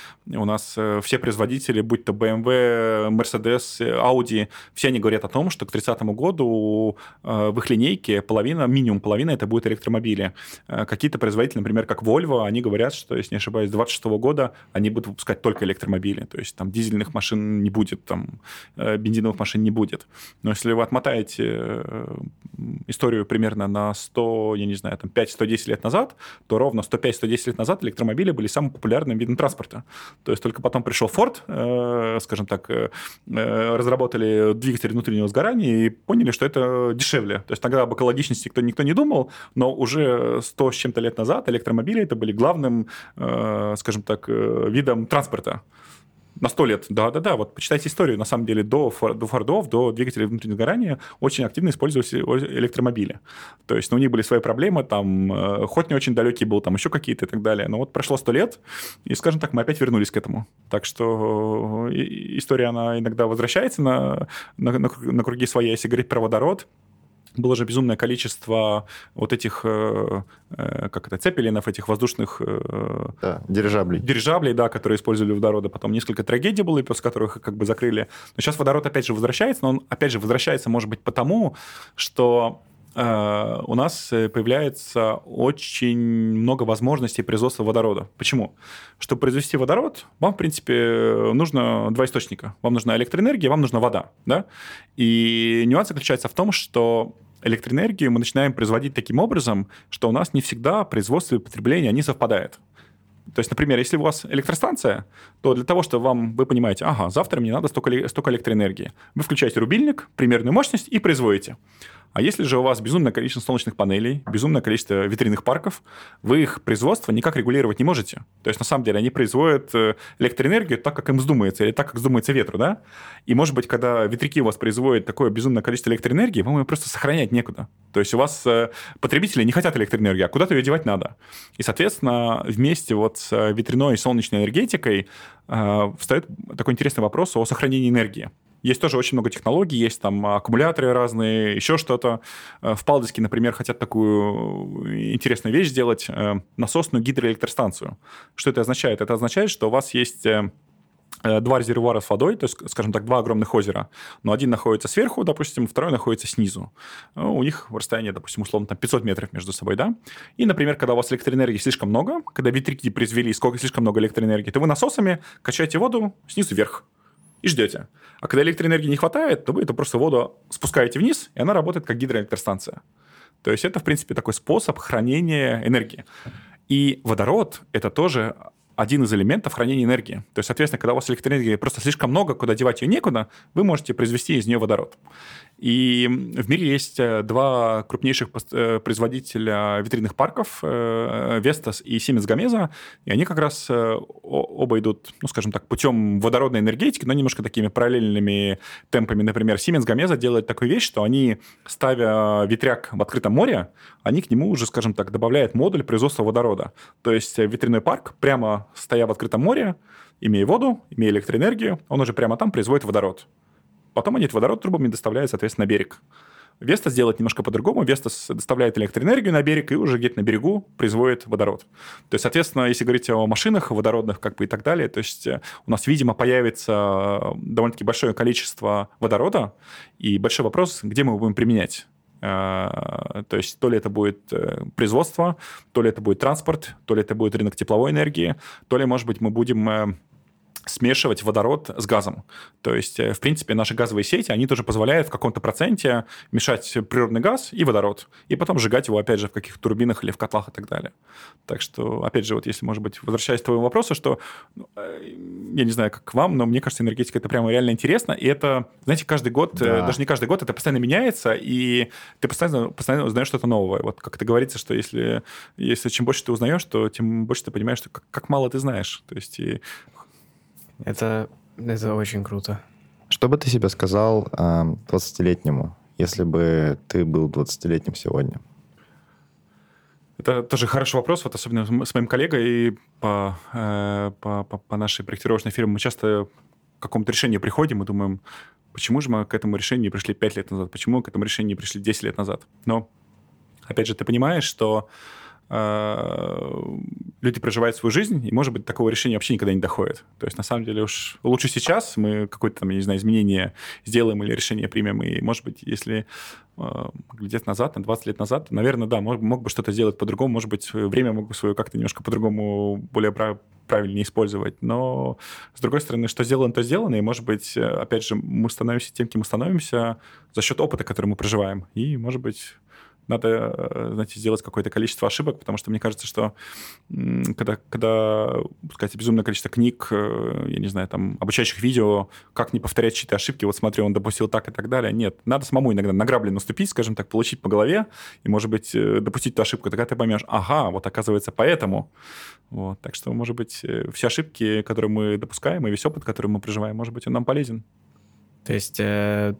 У нас все производители, будь то бэ эм вэ, Mercedes, Audi, все они говорят о том, что к тридцатому году в их линейке половина, минимум половина, это будут электромобили. Какие-то производители, например, как Volvo, они говорят, что, если не ошибаюсь, с двадцать шестого года они будут выпускать только электромобили. То есть там дизельных машин не будет, там бензиновых машин не будет. Но если вы отмотаете историю примерно на сто, я не знаю, там пять - сто десять лет назад, то ровно сто пять - сто десять лет назад электромобили были самым популярным видом транспорта. То есть только потом пришел Ford, э, скажем так, э, разработали двигатель внутреннего сгорания и поняли, что это дешевле. То есть тогда об экологичности никто, никто не думал, но уже сто с чем-то лет назад электромобили это были главным, э, скажем так, видом транспорта. На сто лет, да-да-да, вот почитайте историю, на самом деле до, до Фордов, до двигателей внутреннего сгорания очень активно использовались электромобили. То есть ну, у них были свои проблемы, там, ход не очень далекий был, там еще какие-то и так далее. Но вот прошло сто лет, и, скажем так, мы опять вернулись к этому. Так что история, она иногда возвращается на, на, на круги своя, если говорить про водород. Было же безумное количество вот этих, э, э, как это, цепелинов, этих воздушных... Э, да, дирижаблей. Дирижаблей, да, которые использовали водорода. Потом несколько трагедий было, после которых их как бы закрыли. Но сейчас водород опять же возвращается, но он опять же возвращается, может быть, потому, что э, у нас появляется очень много возможностей производства водорода. Почему? Чтобы произвести водород, вам, в принципе, нужно два источника. Вам нужна электроэнергия, вам нужна вода. Да? И нюанс заключается в том, что электроэнергию мы начинаем производить таким образом, что у нас не всегда производство и потребление, они совпадают. То есть, например, если у вас электростанция, то для того, чтобы вам, вы понимаете, ага, завтра мне надо столько, столько электроэнергии, вы включаете рубильник, примерную мощность и производите. А если же у вас безумное количество солнечных панелей, безумное количество ветряных парков, вы их производство никак регулировать не можете. То есть, на самом деле, они производят электроэнергию так, как им вздумается, или так, как вздумается ветру, да? И, может быть, когда ветряки у вас производят такое безумное количество электроэнергии, вам ее просто сохранять некуда. То есть, у вас потребители не хотят электроэнергии, а куда-то ее девать надо. И, соответственно, вместе вот с ветряной и солнечной энергетикой э, встает такой интересный вопрос о сохранении энергии. Есть тоже очень много технологий, есть там аккумуляторы разные, еще что-то. В Палдиске, например, хотят такую интересную вещь сделать – насосную гидроэлектростанцию. Что это означает? Это означает, что у вас есть два резервуара с водой, то есть, скажем так, два огромных озера, но один находится сверху, допустим, второй находится снизу. У них расстояние, допустим, условно, там пятьсот метров между собой, да? И, например, когда у вас электроэнергии слишком много, когда ветряки произвели сколько слишком много электроэнергии, то вы насосами качаете воду снизу вверх и ждете. А когда электроэнергии не хватает, то вы эту просто воду спускаете вниз, и она работает как гидроэлектростанция. То есть это, в принципе, такой способ хранения энергии. И водород – это тоже один из элементов хранения энергии. То есть, соответственно, когда у вас электроэнергии просто слишком много, куда девать ее некуда, вы можете произвести из нее водород. И в мире есть два крупнейших производителя ветряных парков, Vestas и Siemens Gamesa, и они как раз оба идут, ну, скажем так, путем водородной энергетики, но немножко такими параллельными темпами. Например, Siemens Gamesa делает такую вещь, что они, ставя ветряк в открытом море, они к нему уже, скажем так, добавляют модуль производства водорода. То есть ветряной парк, прямо стоя в открытом море, имея воду, имея электроэнергию, он уже прямо там производит водород. Потом они этот водород трубами доставляют, соответственно, на берег. Vestas делает немножко по-другому. Vestas доставляет электроэнергию на берег и уже где-то на берегу производит водород. То есть, соответственно, если говорить о машинах водородных как бы и так далее, то есть у нас, видимо, появится довольно-таки большое количество водорода, и большой вопрос, где мы его будем применять. То есть то ли это будет производство, то ли это будет транспорт, то ли это будет рынок тепловой энергии, то ли, может быть, мы будем смешивать водород с газом. То есть, в принципе, наши газовые сети, они тоже позволяют в каком-то проценте мешать природный газ и водород, и потом сжигать его, опять же, в каких-то турбинах или в котлах и так далее. Так что, опять же, вот если, может быть, возвращаясь к твоему вопросу, что, я не знаю, как к вам, но мне кажется, энергетика – это прямо реально интересно, и это, знаете, каждый год, да. даже не каждый год, это постоянно меняется, и ты постоянно, постоянно узнаешь что-то новое. Вот как это говорится, что если, если чем больше ты узнаешь, то тем больше ты понимаешь, что как, как мало ты знаешь. То есть и Это, это очень круто. Что бы ты себе сказал двадцатилетнему, если бы ты был двадцатилетним сегодня? Это тоже хороший вопрос, вот особенно с моим коллегой по, по, по, по нашей проектировочной фирме. Мы часто к какому-то решению приходим и думаем, почему же мы к этому решению не пришли пять лет назад, почему мы к этому решению не пришли десять лет назад. Но, опять же, ты понимаешь, что э, люди проживают свою жизнь, и, может быть, такого решения вообще никогда не доходит. То есть, на самом деле, уж лучше сейчас мы какое-то там, я не знаю, изменение сделаем или решение примем, и, может быть, если э, глядеть назад, на двадцать лет назад, наверное, да, мог, мог бы что-то сделать по-другому, может быть, время мог бы свое как-то немножко по-другому, более прав, правильнее использовать. Но, с другой стороны, что сделано, то сделано, и, может быть, опять же, мы становимся тем, кем мы становимся за счет опыта, который мы проживаем. И, может быть, надо, знаете, сделать какое-то количество ошибок, потому что мне кажется, что когда, когда сказать, безумное количество книг, я не знаю, там, обучающих видео, как не повторять чьи-то ошибки, вот смотри, он допустил так и так далее. Нет, надо самому иногда на грабли наступить, скажем так, получить по голове и, может быть, допустить эту ошибку. Тогда ты поймешь, ага, вот оказывается поэтому. Вот. Так что, может быть, все ошибки, которые мы допускаем, и весь опыт, который мы проживаем, может быть, он нам полезен. То есть... Э-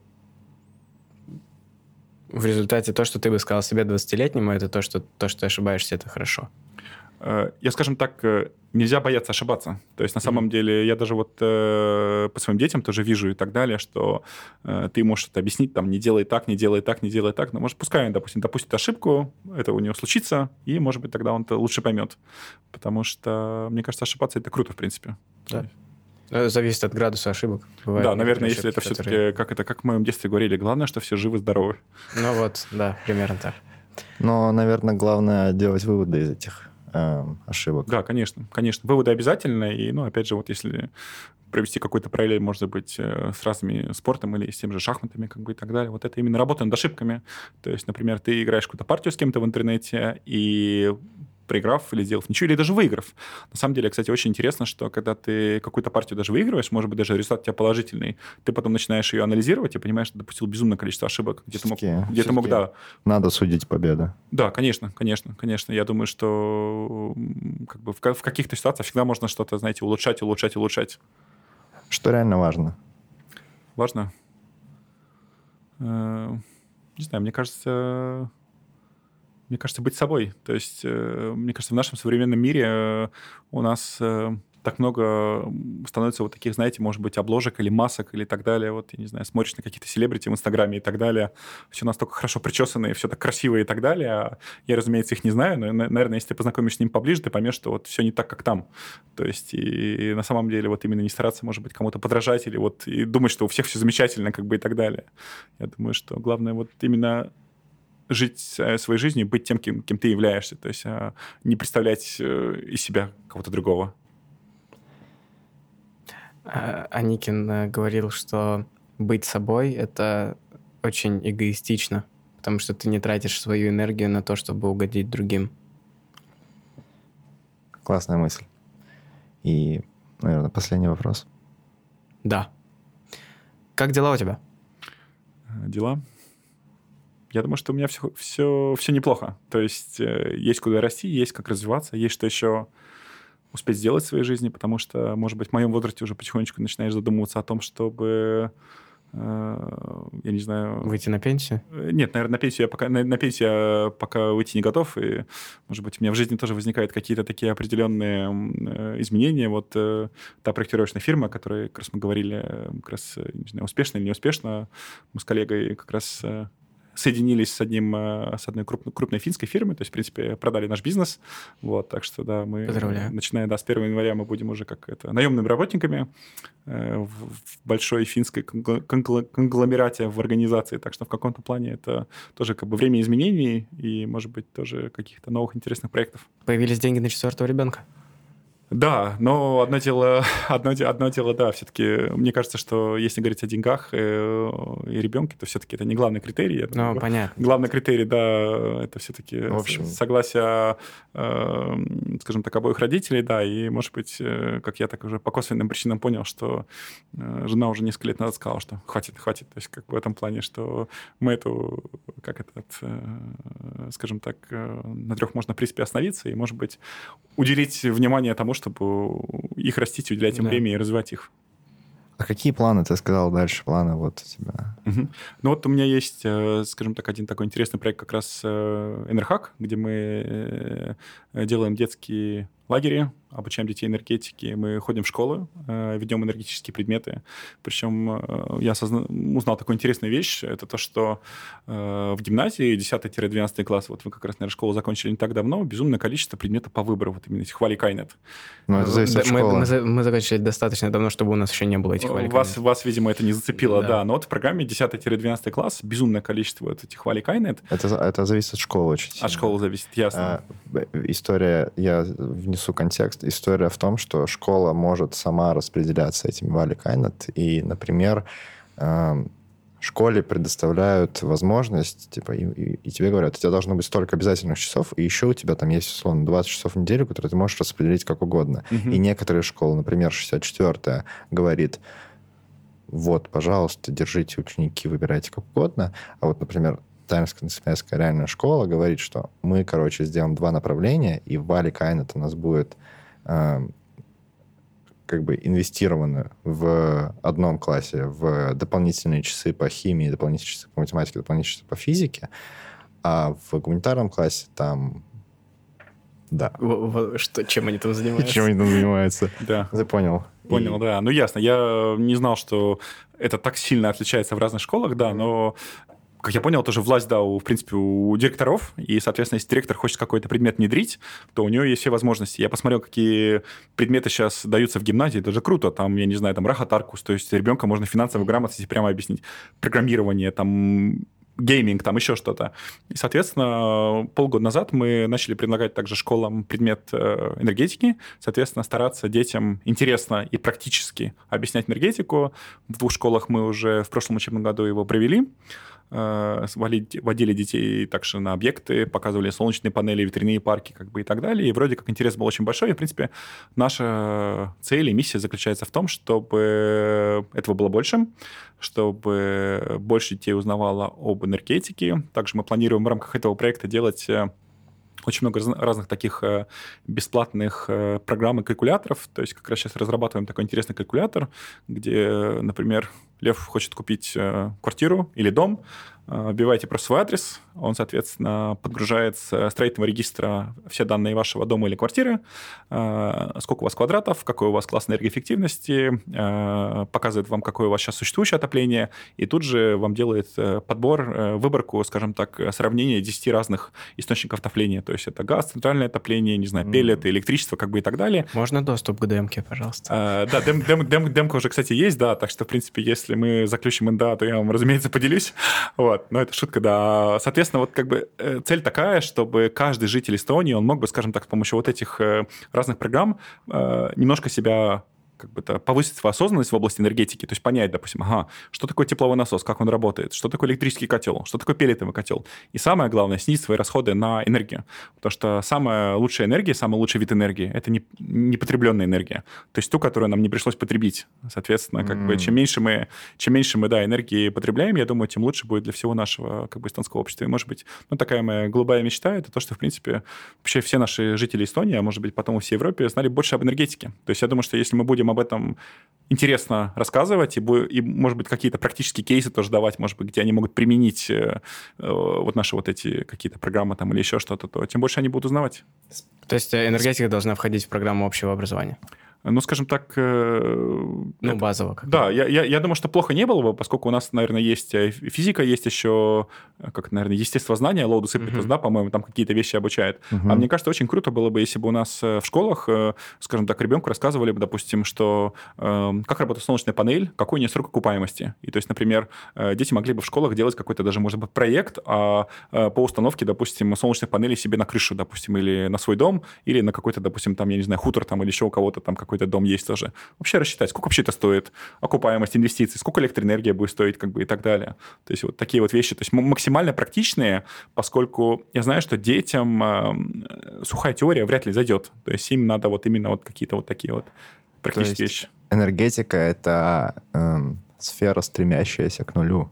В результате то, что ты бы сказал себе двадцатилетнему, это то, что, то, что ты ошибаешься, это хорошо. Я, скажем так, нельзя бояться ошибаться. То есть, на самом mm-hmm. деле, я даже вот э, по своим детям тоже вижу и так далее, что э, ты можешь это объяснить, там, не делай так, не делай так, не делай так, но, может, пускай он, допустим, допустит ошибку, это у него случится, и, может быть, тогда он это лучше поймет. Потому что, мне кажется, ошибаться — это круто, в принципе. Да. Зависит от градуса ошибок. Бывает, да, наверное, если это все-таки, которые... как это, как в моем детстве говорили, главное, что все живы-здоровы. Ну вот, да, примерно так. Но, наверное, главное делать выводы из этих э, ошибок. Да, конечно, конечно. Выводы обязательно. И, ну, опять же, вот если провести какой-то параллель, может быть, с разными спортом или с теми же шахматами, как бы, и так далее. Вот это именно работа над ошибками. То есть, например, ты играешь какую-то партию с кем-то в интернете, и проиграв или сделав ничего, или даже выиграв. На самом деле, кстати, очень интересно, что когда ты какую-то партию даже выигрываешь, может быть, даже результат у тебя положительный, ты потом начинаешь ее анализировать и понимаешь, что допустил безумное количество ошибок. Где ты мог, где ты мог, да. Надо судить победу. Да, конечно, конечно, конечно. Я думаю, что как бы в, в каких-то ситуациях всегда можно что-то, знаете, улучшать, улучшать, улучшать. Что реально важно? Важно? Э, не знаю, мне кажется... Мне кажется, быть собой. То есть, э, мне кажется, в нашем современном мире э, у нас э, так много становится вот таких, знаете, может быть, обложек или масок или так далее. Вот, я не знаю, смотришь на какие-то селебрити в Инстаграме и так далее. Все настолько хорошо причесанные, все так красиво и так далее. А я, разумеется, их не знаю, но, наверное, если ты познакомишься с ним поближе, ты поймешь, что вот все не так, как там. То есть, и, и на самом деле вот именно не стараться, может быть, кому-то подражать или вот и думать, что у всех все замечательно, как бы и так далее. Я думаю, что главное вот именно... жить своей жизнью, быть тем, кем, кем ты являешься. То есть не представлять из себя кого-то другого. Аникин говорил, что быть собой — это очень эгоистично, потому что ты не тратишь свою энергию на то, чтобы угодить другим. Классная мысль. И, наверное, последний вопрос. Да. Как дела у тебя? Дела? Я думаю, что у меня все, все, все неплохо. То есть э, есть куда расти, есть как развиваться, есть что еще успеть сделать в своей жизни, потому что, может быть, в моем возрасте уже потихонечку начинаешь задумываться о том, чтобы, э, я не знаю... Выйти на пенсию? Нет, наверное, на пенсию я пока, на, на пенсию я пока выйти не готов, и, может быть, у меня в жизни тоже возникают какие-то такие определенные э, изменения. Вот э, та проектировочная фирма, о которой как раз мы говорили, как раз, не знаю, успешно или неуспешно, мы с коллегой как раз... Э, соединились с, одним, с одной крупной, крупной финской фирмой, то есть, в принципе, продали наш бизнес. Вот, так что, да, мы, Поздравляю. начиная да, с первого января, мы будем уже как это наемными работниками э, в, в большой финской конгломерате в организации. Так что в каком-то плане это тоже как бы время изменений и, может быть, тоже каких-то новых интересных проектов. Появились деньги на четвертого ребенка? Да, но одно дело, одно, одно дело, да, все-таки, мне кажется, что если говорить о деньгах э, и ребенке, то все-таки это не главный критерий. Ну, думаю, понятно. Главный критерий, да, это все-таки в общем... согласие, э, скажем так, обоих родителей, да, и, может быть, э, как я так уже по косвенным причинам понял, что э, жена уже несколько лет назад сказала, что хватит, хватит, то есть как бы в этом плане, что мы эту, как этот, э, скажем так, э, на трех можно, в принципе, остановиться и, может быть, уделить внимание тому, чтобы их растить, уделять им да. время и развивать их. А какие планы, ты сказал дальше, планы вот у тебя? Угу. Ну вот у меня есть, скажем так, один такой интересный проект как раз Энерхак, где мы делаем детские лагере, обучаем детей энергетике, мы ходим в школы, ведем энергетические предметы. Причем я осозна... узнал такую интересную вещь, это то, что в гимназии десятый-двенадцатый класс, вот вы как раз, наверное, школу закончили не так давно, безумное количество предметов по выбору, вот именно этих хвали-кайнет. Ну, это зависит от мы, школы. мы, мы закончили достаточно давно, чтобы у нас еще не было этих хвали-кайнет. Вас, вас, видимо, это не зацепило, да. да. Но вот в программе десятый-двенадцатый класс безумное количество вот этих хвали-кайнет. Это, это зависит от школы очень сильно. От школы зависит, ясно. А, история, я внесу контекст. История в том, что школа может сама распределяться этими вали-кайнет. И, например, э, школе предоставляют возможность, типа, и, и, и тебе говорят, у тебя должно быть столько обязательных часов, и еще у тебя там есть, условно, двадцать часов в неделю, которые ты можешь распределить как угодно. Uh-huh. И некоторые школы, например, шестьдесят четвёртая, говорит, вот, пожалуйста, держите ученики, выбирайте как угодно. А вот, например, Таймская национальная реальная школа говорит, что мы, короче, сделаем два направления, и вали кайнет у нас будет э, как бы инвестированы в одном классе в дополнительные часы по химии, дополнительные часы по математике, дополнительные часы по физике, а в гуманитарном классе там... Да. Что, чем они там занимаются? Чем они там занимаются? Да. Ты понял. Понял, И... да. Ну, ясно. Я не знал, что это так сильно отличается в разных школах, да, но... Как я понял, тоже власть, да, у, в принципе, у директоров, и, соответственно, если директор хочет какой-то предмет внедрить, то у него есть все возможности. Я посмотрел, какие предметы сейчас даются в гимназии, это же круто, там, я не знаю, там, рахат-аркус, то есть ребенка можно финансовую грамотность прямо объяснить, программирование, там, гейминг, там еще что-то. И, соответственно, полгода назад мы начали предлагать также школам предмет энергетики, соответственно, стараться детям интересно и практически объяснять энергетику. В двух школах мы уже в прошлом учебном году его провели. Водили детей также на объекты, показывали солнечные панели, ветряные парки как бы и так далее. И вроде как интерес был очень большой. И, в принципе, наша цель и миссия заключается в том, чтобы этого было больше, чтобы больше детей узнавало об энергетике. Также мы планируем в рамках этого проекта делать очень много разных таких бесплатных программ и калькуляторов. То есть как раз сейчас разрабатываем такой интересный калькулятор, где, например, Лев хочет купить квартиру или дом, вбиваете просто свой адрес, он, соответственно, подгружает с строительного регистра все данные вашего дома или квартиры, сколько у вас квадратов, какой у вас класс энергоэффективности, показывает вам, какое у вас сейчас существующее отопление, и тут же вам делает подбор, выборку, скажем так, сравнение десяти разных источников отопления. То есть это газ, центральное отопление, не знаю, пеллет, электричество, как бы и так далее. Можно доступ к демке, пожалуйста? А, да, дем, дем, дем, демка уже, кстати, есть, да, так что, в принципе, если мы заключим эн дэ а, то я вам, разумеется, поделюсь. Вот. Но это шутка, да. Соответственно, вот как бы цель такая, чтобы каждый житель Эстонии, он мог бы, скажем так, с помощью вот этих разных программ немножко себя... как бы -то повысить свою осознанность в области энергетики, то есть понять, допустим, ага, что такое тепловой насос, как он работает, что такое электрический котел, что такое пеллетовый котел. И самое главное, снизить свои расходы на энергию. Потому что самая лучшая энергия, самый лучший вид энергии – это не, непотребленная энергия. То есть ту, которую нам не пришлось потребить. Соответственно, как mm. бы, чем меньше мы, чем меньше мы да, энергии потребляем, я думаю, тем лучше будет для всего нашего как бы, эстонского общества. И, может быть, ну, такая моя голубая мечта – это то, что, в принципе, вообще все наши жители Эстонии, а может быть, потом и всей Европе, знали больше об энергетике. То есть я думаю, что если мы будем об этом интересно рассказывать и, и, может быть, какие-то практические кейсы тоже давать, может быть, где они могут применить э, вот наши вот эти какие-то программы там или еще что-то, то тем больше они будут узнавать. То есть энергетика должна входить в программу общего образования? Ну, скажем так... Э, ну, это, базово. Как да, я, я, я думаю, что плохо не было бы, поскольку у нас, наверное, есть физика, есть еще, как, наверное, естествознание, Лоудус и Питус, uh-huh. да, по-моему, там какие-то вещи обучают. Uh-huh. А мне кажется, очень круто было бы, если бы у нас в школах, скажем так, ребенку рассказывали бы, допустим, что э, как работает солнечная панель, какой у нее срок окупаемости. И то есть, например, дети могли бы в школах делать какой-то даже, может быть, проект а, а, по установке, допустим, солнечных панелей себе на крышу, допустим, или на свой дом, или на какой-то, допустим, там, я не знаю, хутор там, или еще у кого-то там какой-то дом есть тоже. Вообще рассчитать, сколько вообще это стоит, окупаемость инвестиций, сколько электроэнергия будет стоить, как бы и так далее. То есть вот такие вот вещи, то есть максимально практичные, поскольку я знаю, что детям э, сухая теория вряд ли зайдет. То есть им надо вот именно вот какие-то вот такие вот практические вещи. Энергетика — это э, сфера, стремящаяся к нулю.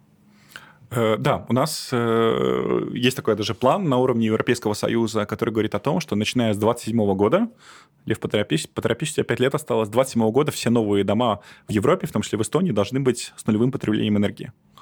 Да, у нас э, есть такой даже план на уровне Европейского Союза, который говорит о том, что начиная с двадцать седьмого года, Лев, поторопись, поторопись, у тебя пять лет осталось, с двадцать седьмого года все новые дома в Европе, в том числе в Эстонии, должны быть с нулевым потреблением энергии.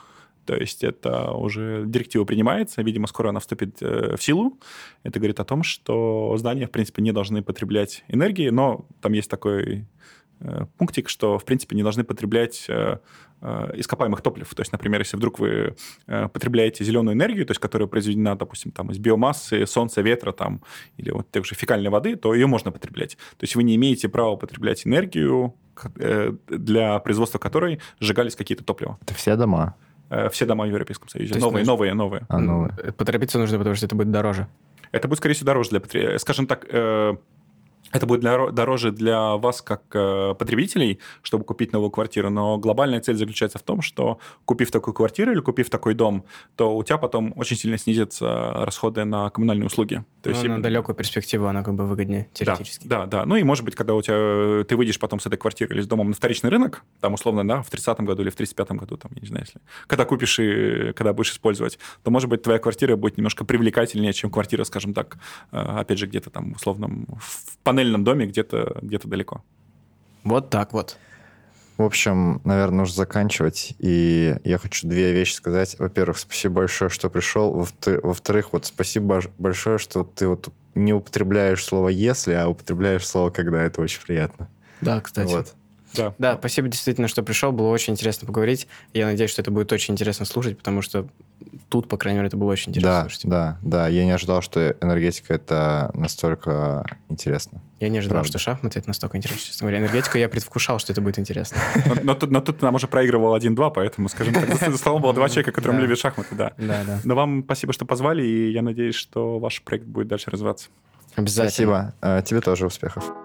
То есть это уже директива принимается, видимо, скоро она вступит в силу. Это говорит о том, что здания, в принципе, не должны потреблять энергии, но там есть такой пунктик, что, в принципе, не должны потреблять ископаемых топлив. То есть, например, если вдруг вы потребляете зеленую энергию, то есть, которая произведена, допустим, там, из биомассы, солнца, ветра там, или вот той же фекальной воды, то ее можно потреблять. То есть вы не имеете права потреблять энергию, для производства которой сжигались какие-то топлива. Это все дома? Все дома в Европейском Союзе. То Новые, есть, новые, новые. А, новые. Поторопиться нужно, потому что это будет дороже. Это будет, скорее всего, дороже для потребителей. Скажем так, это будет для, дороже для вас, как э, потребителей, чтобы купить новую квартиру, но глобальная цель заключается в том, что купив такую квартиру или купив такой дом, то у тебя потом очень сильно снизятся расходы на коммунальные услуги. То есть, ну, на далекую перспективу она как бы выгоднее теоретически. Да, да, да. Ну и, может быть, когда у тебя, ты выйдешь потом с этой квартиры или с домом на вторичный рынок, там, условно, да, в тридцатом году или в тридцать пятом году, там, я не знаю, если... Когда купишь и когда будешь использовать, то, может быть, твоя квартира будет немножко привлекательнее, чем квартира, скажем так, опять же, где-то там, условно, в панельном доме, где-то где-то далеко. Вот так вот. В общем, наверное, нужно заканчивать. И я хочу две вещи сказать. Во-первых, спасибо большое, что пришел. Во-вторых, вот спасибо большое, что ты вот не употребляешь слово «если», а употребляешь слово «когда». Это очень приятно. Да, кстати. Вот. Да. Да, спасибо действительно, что пришел. Было очень интересно поговорить. Я надеюсь, что это будет очень интересно слушать, потому что тут, по крайней мере, это было очень интересно да, слушать. Да, да. Я не ожидал, что энергетика — это настолько интересно. Я не ожидал, Правда. что шахматы — это настолько интересно. Честно говоря, энергетику я предвкушал, что это будет интересно. Но, но, тут, но тут нам уже проигрывал один-два, поэтому, скажем так, за столом было два человека, которым Да. любят шахматы, да. Да, да. Но вам спасибо, что позвали, и я надеюсь, что ваш проект будет дальше развиваться. Обязательно. Спасибо. А, тебе тоже успехов.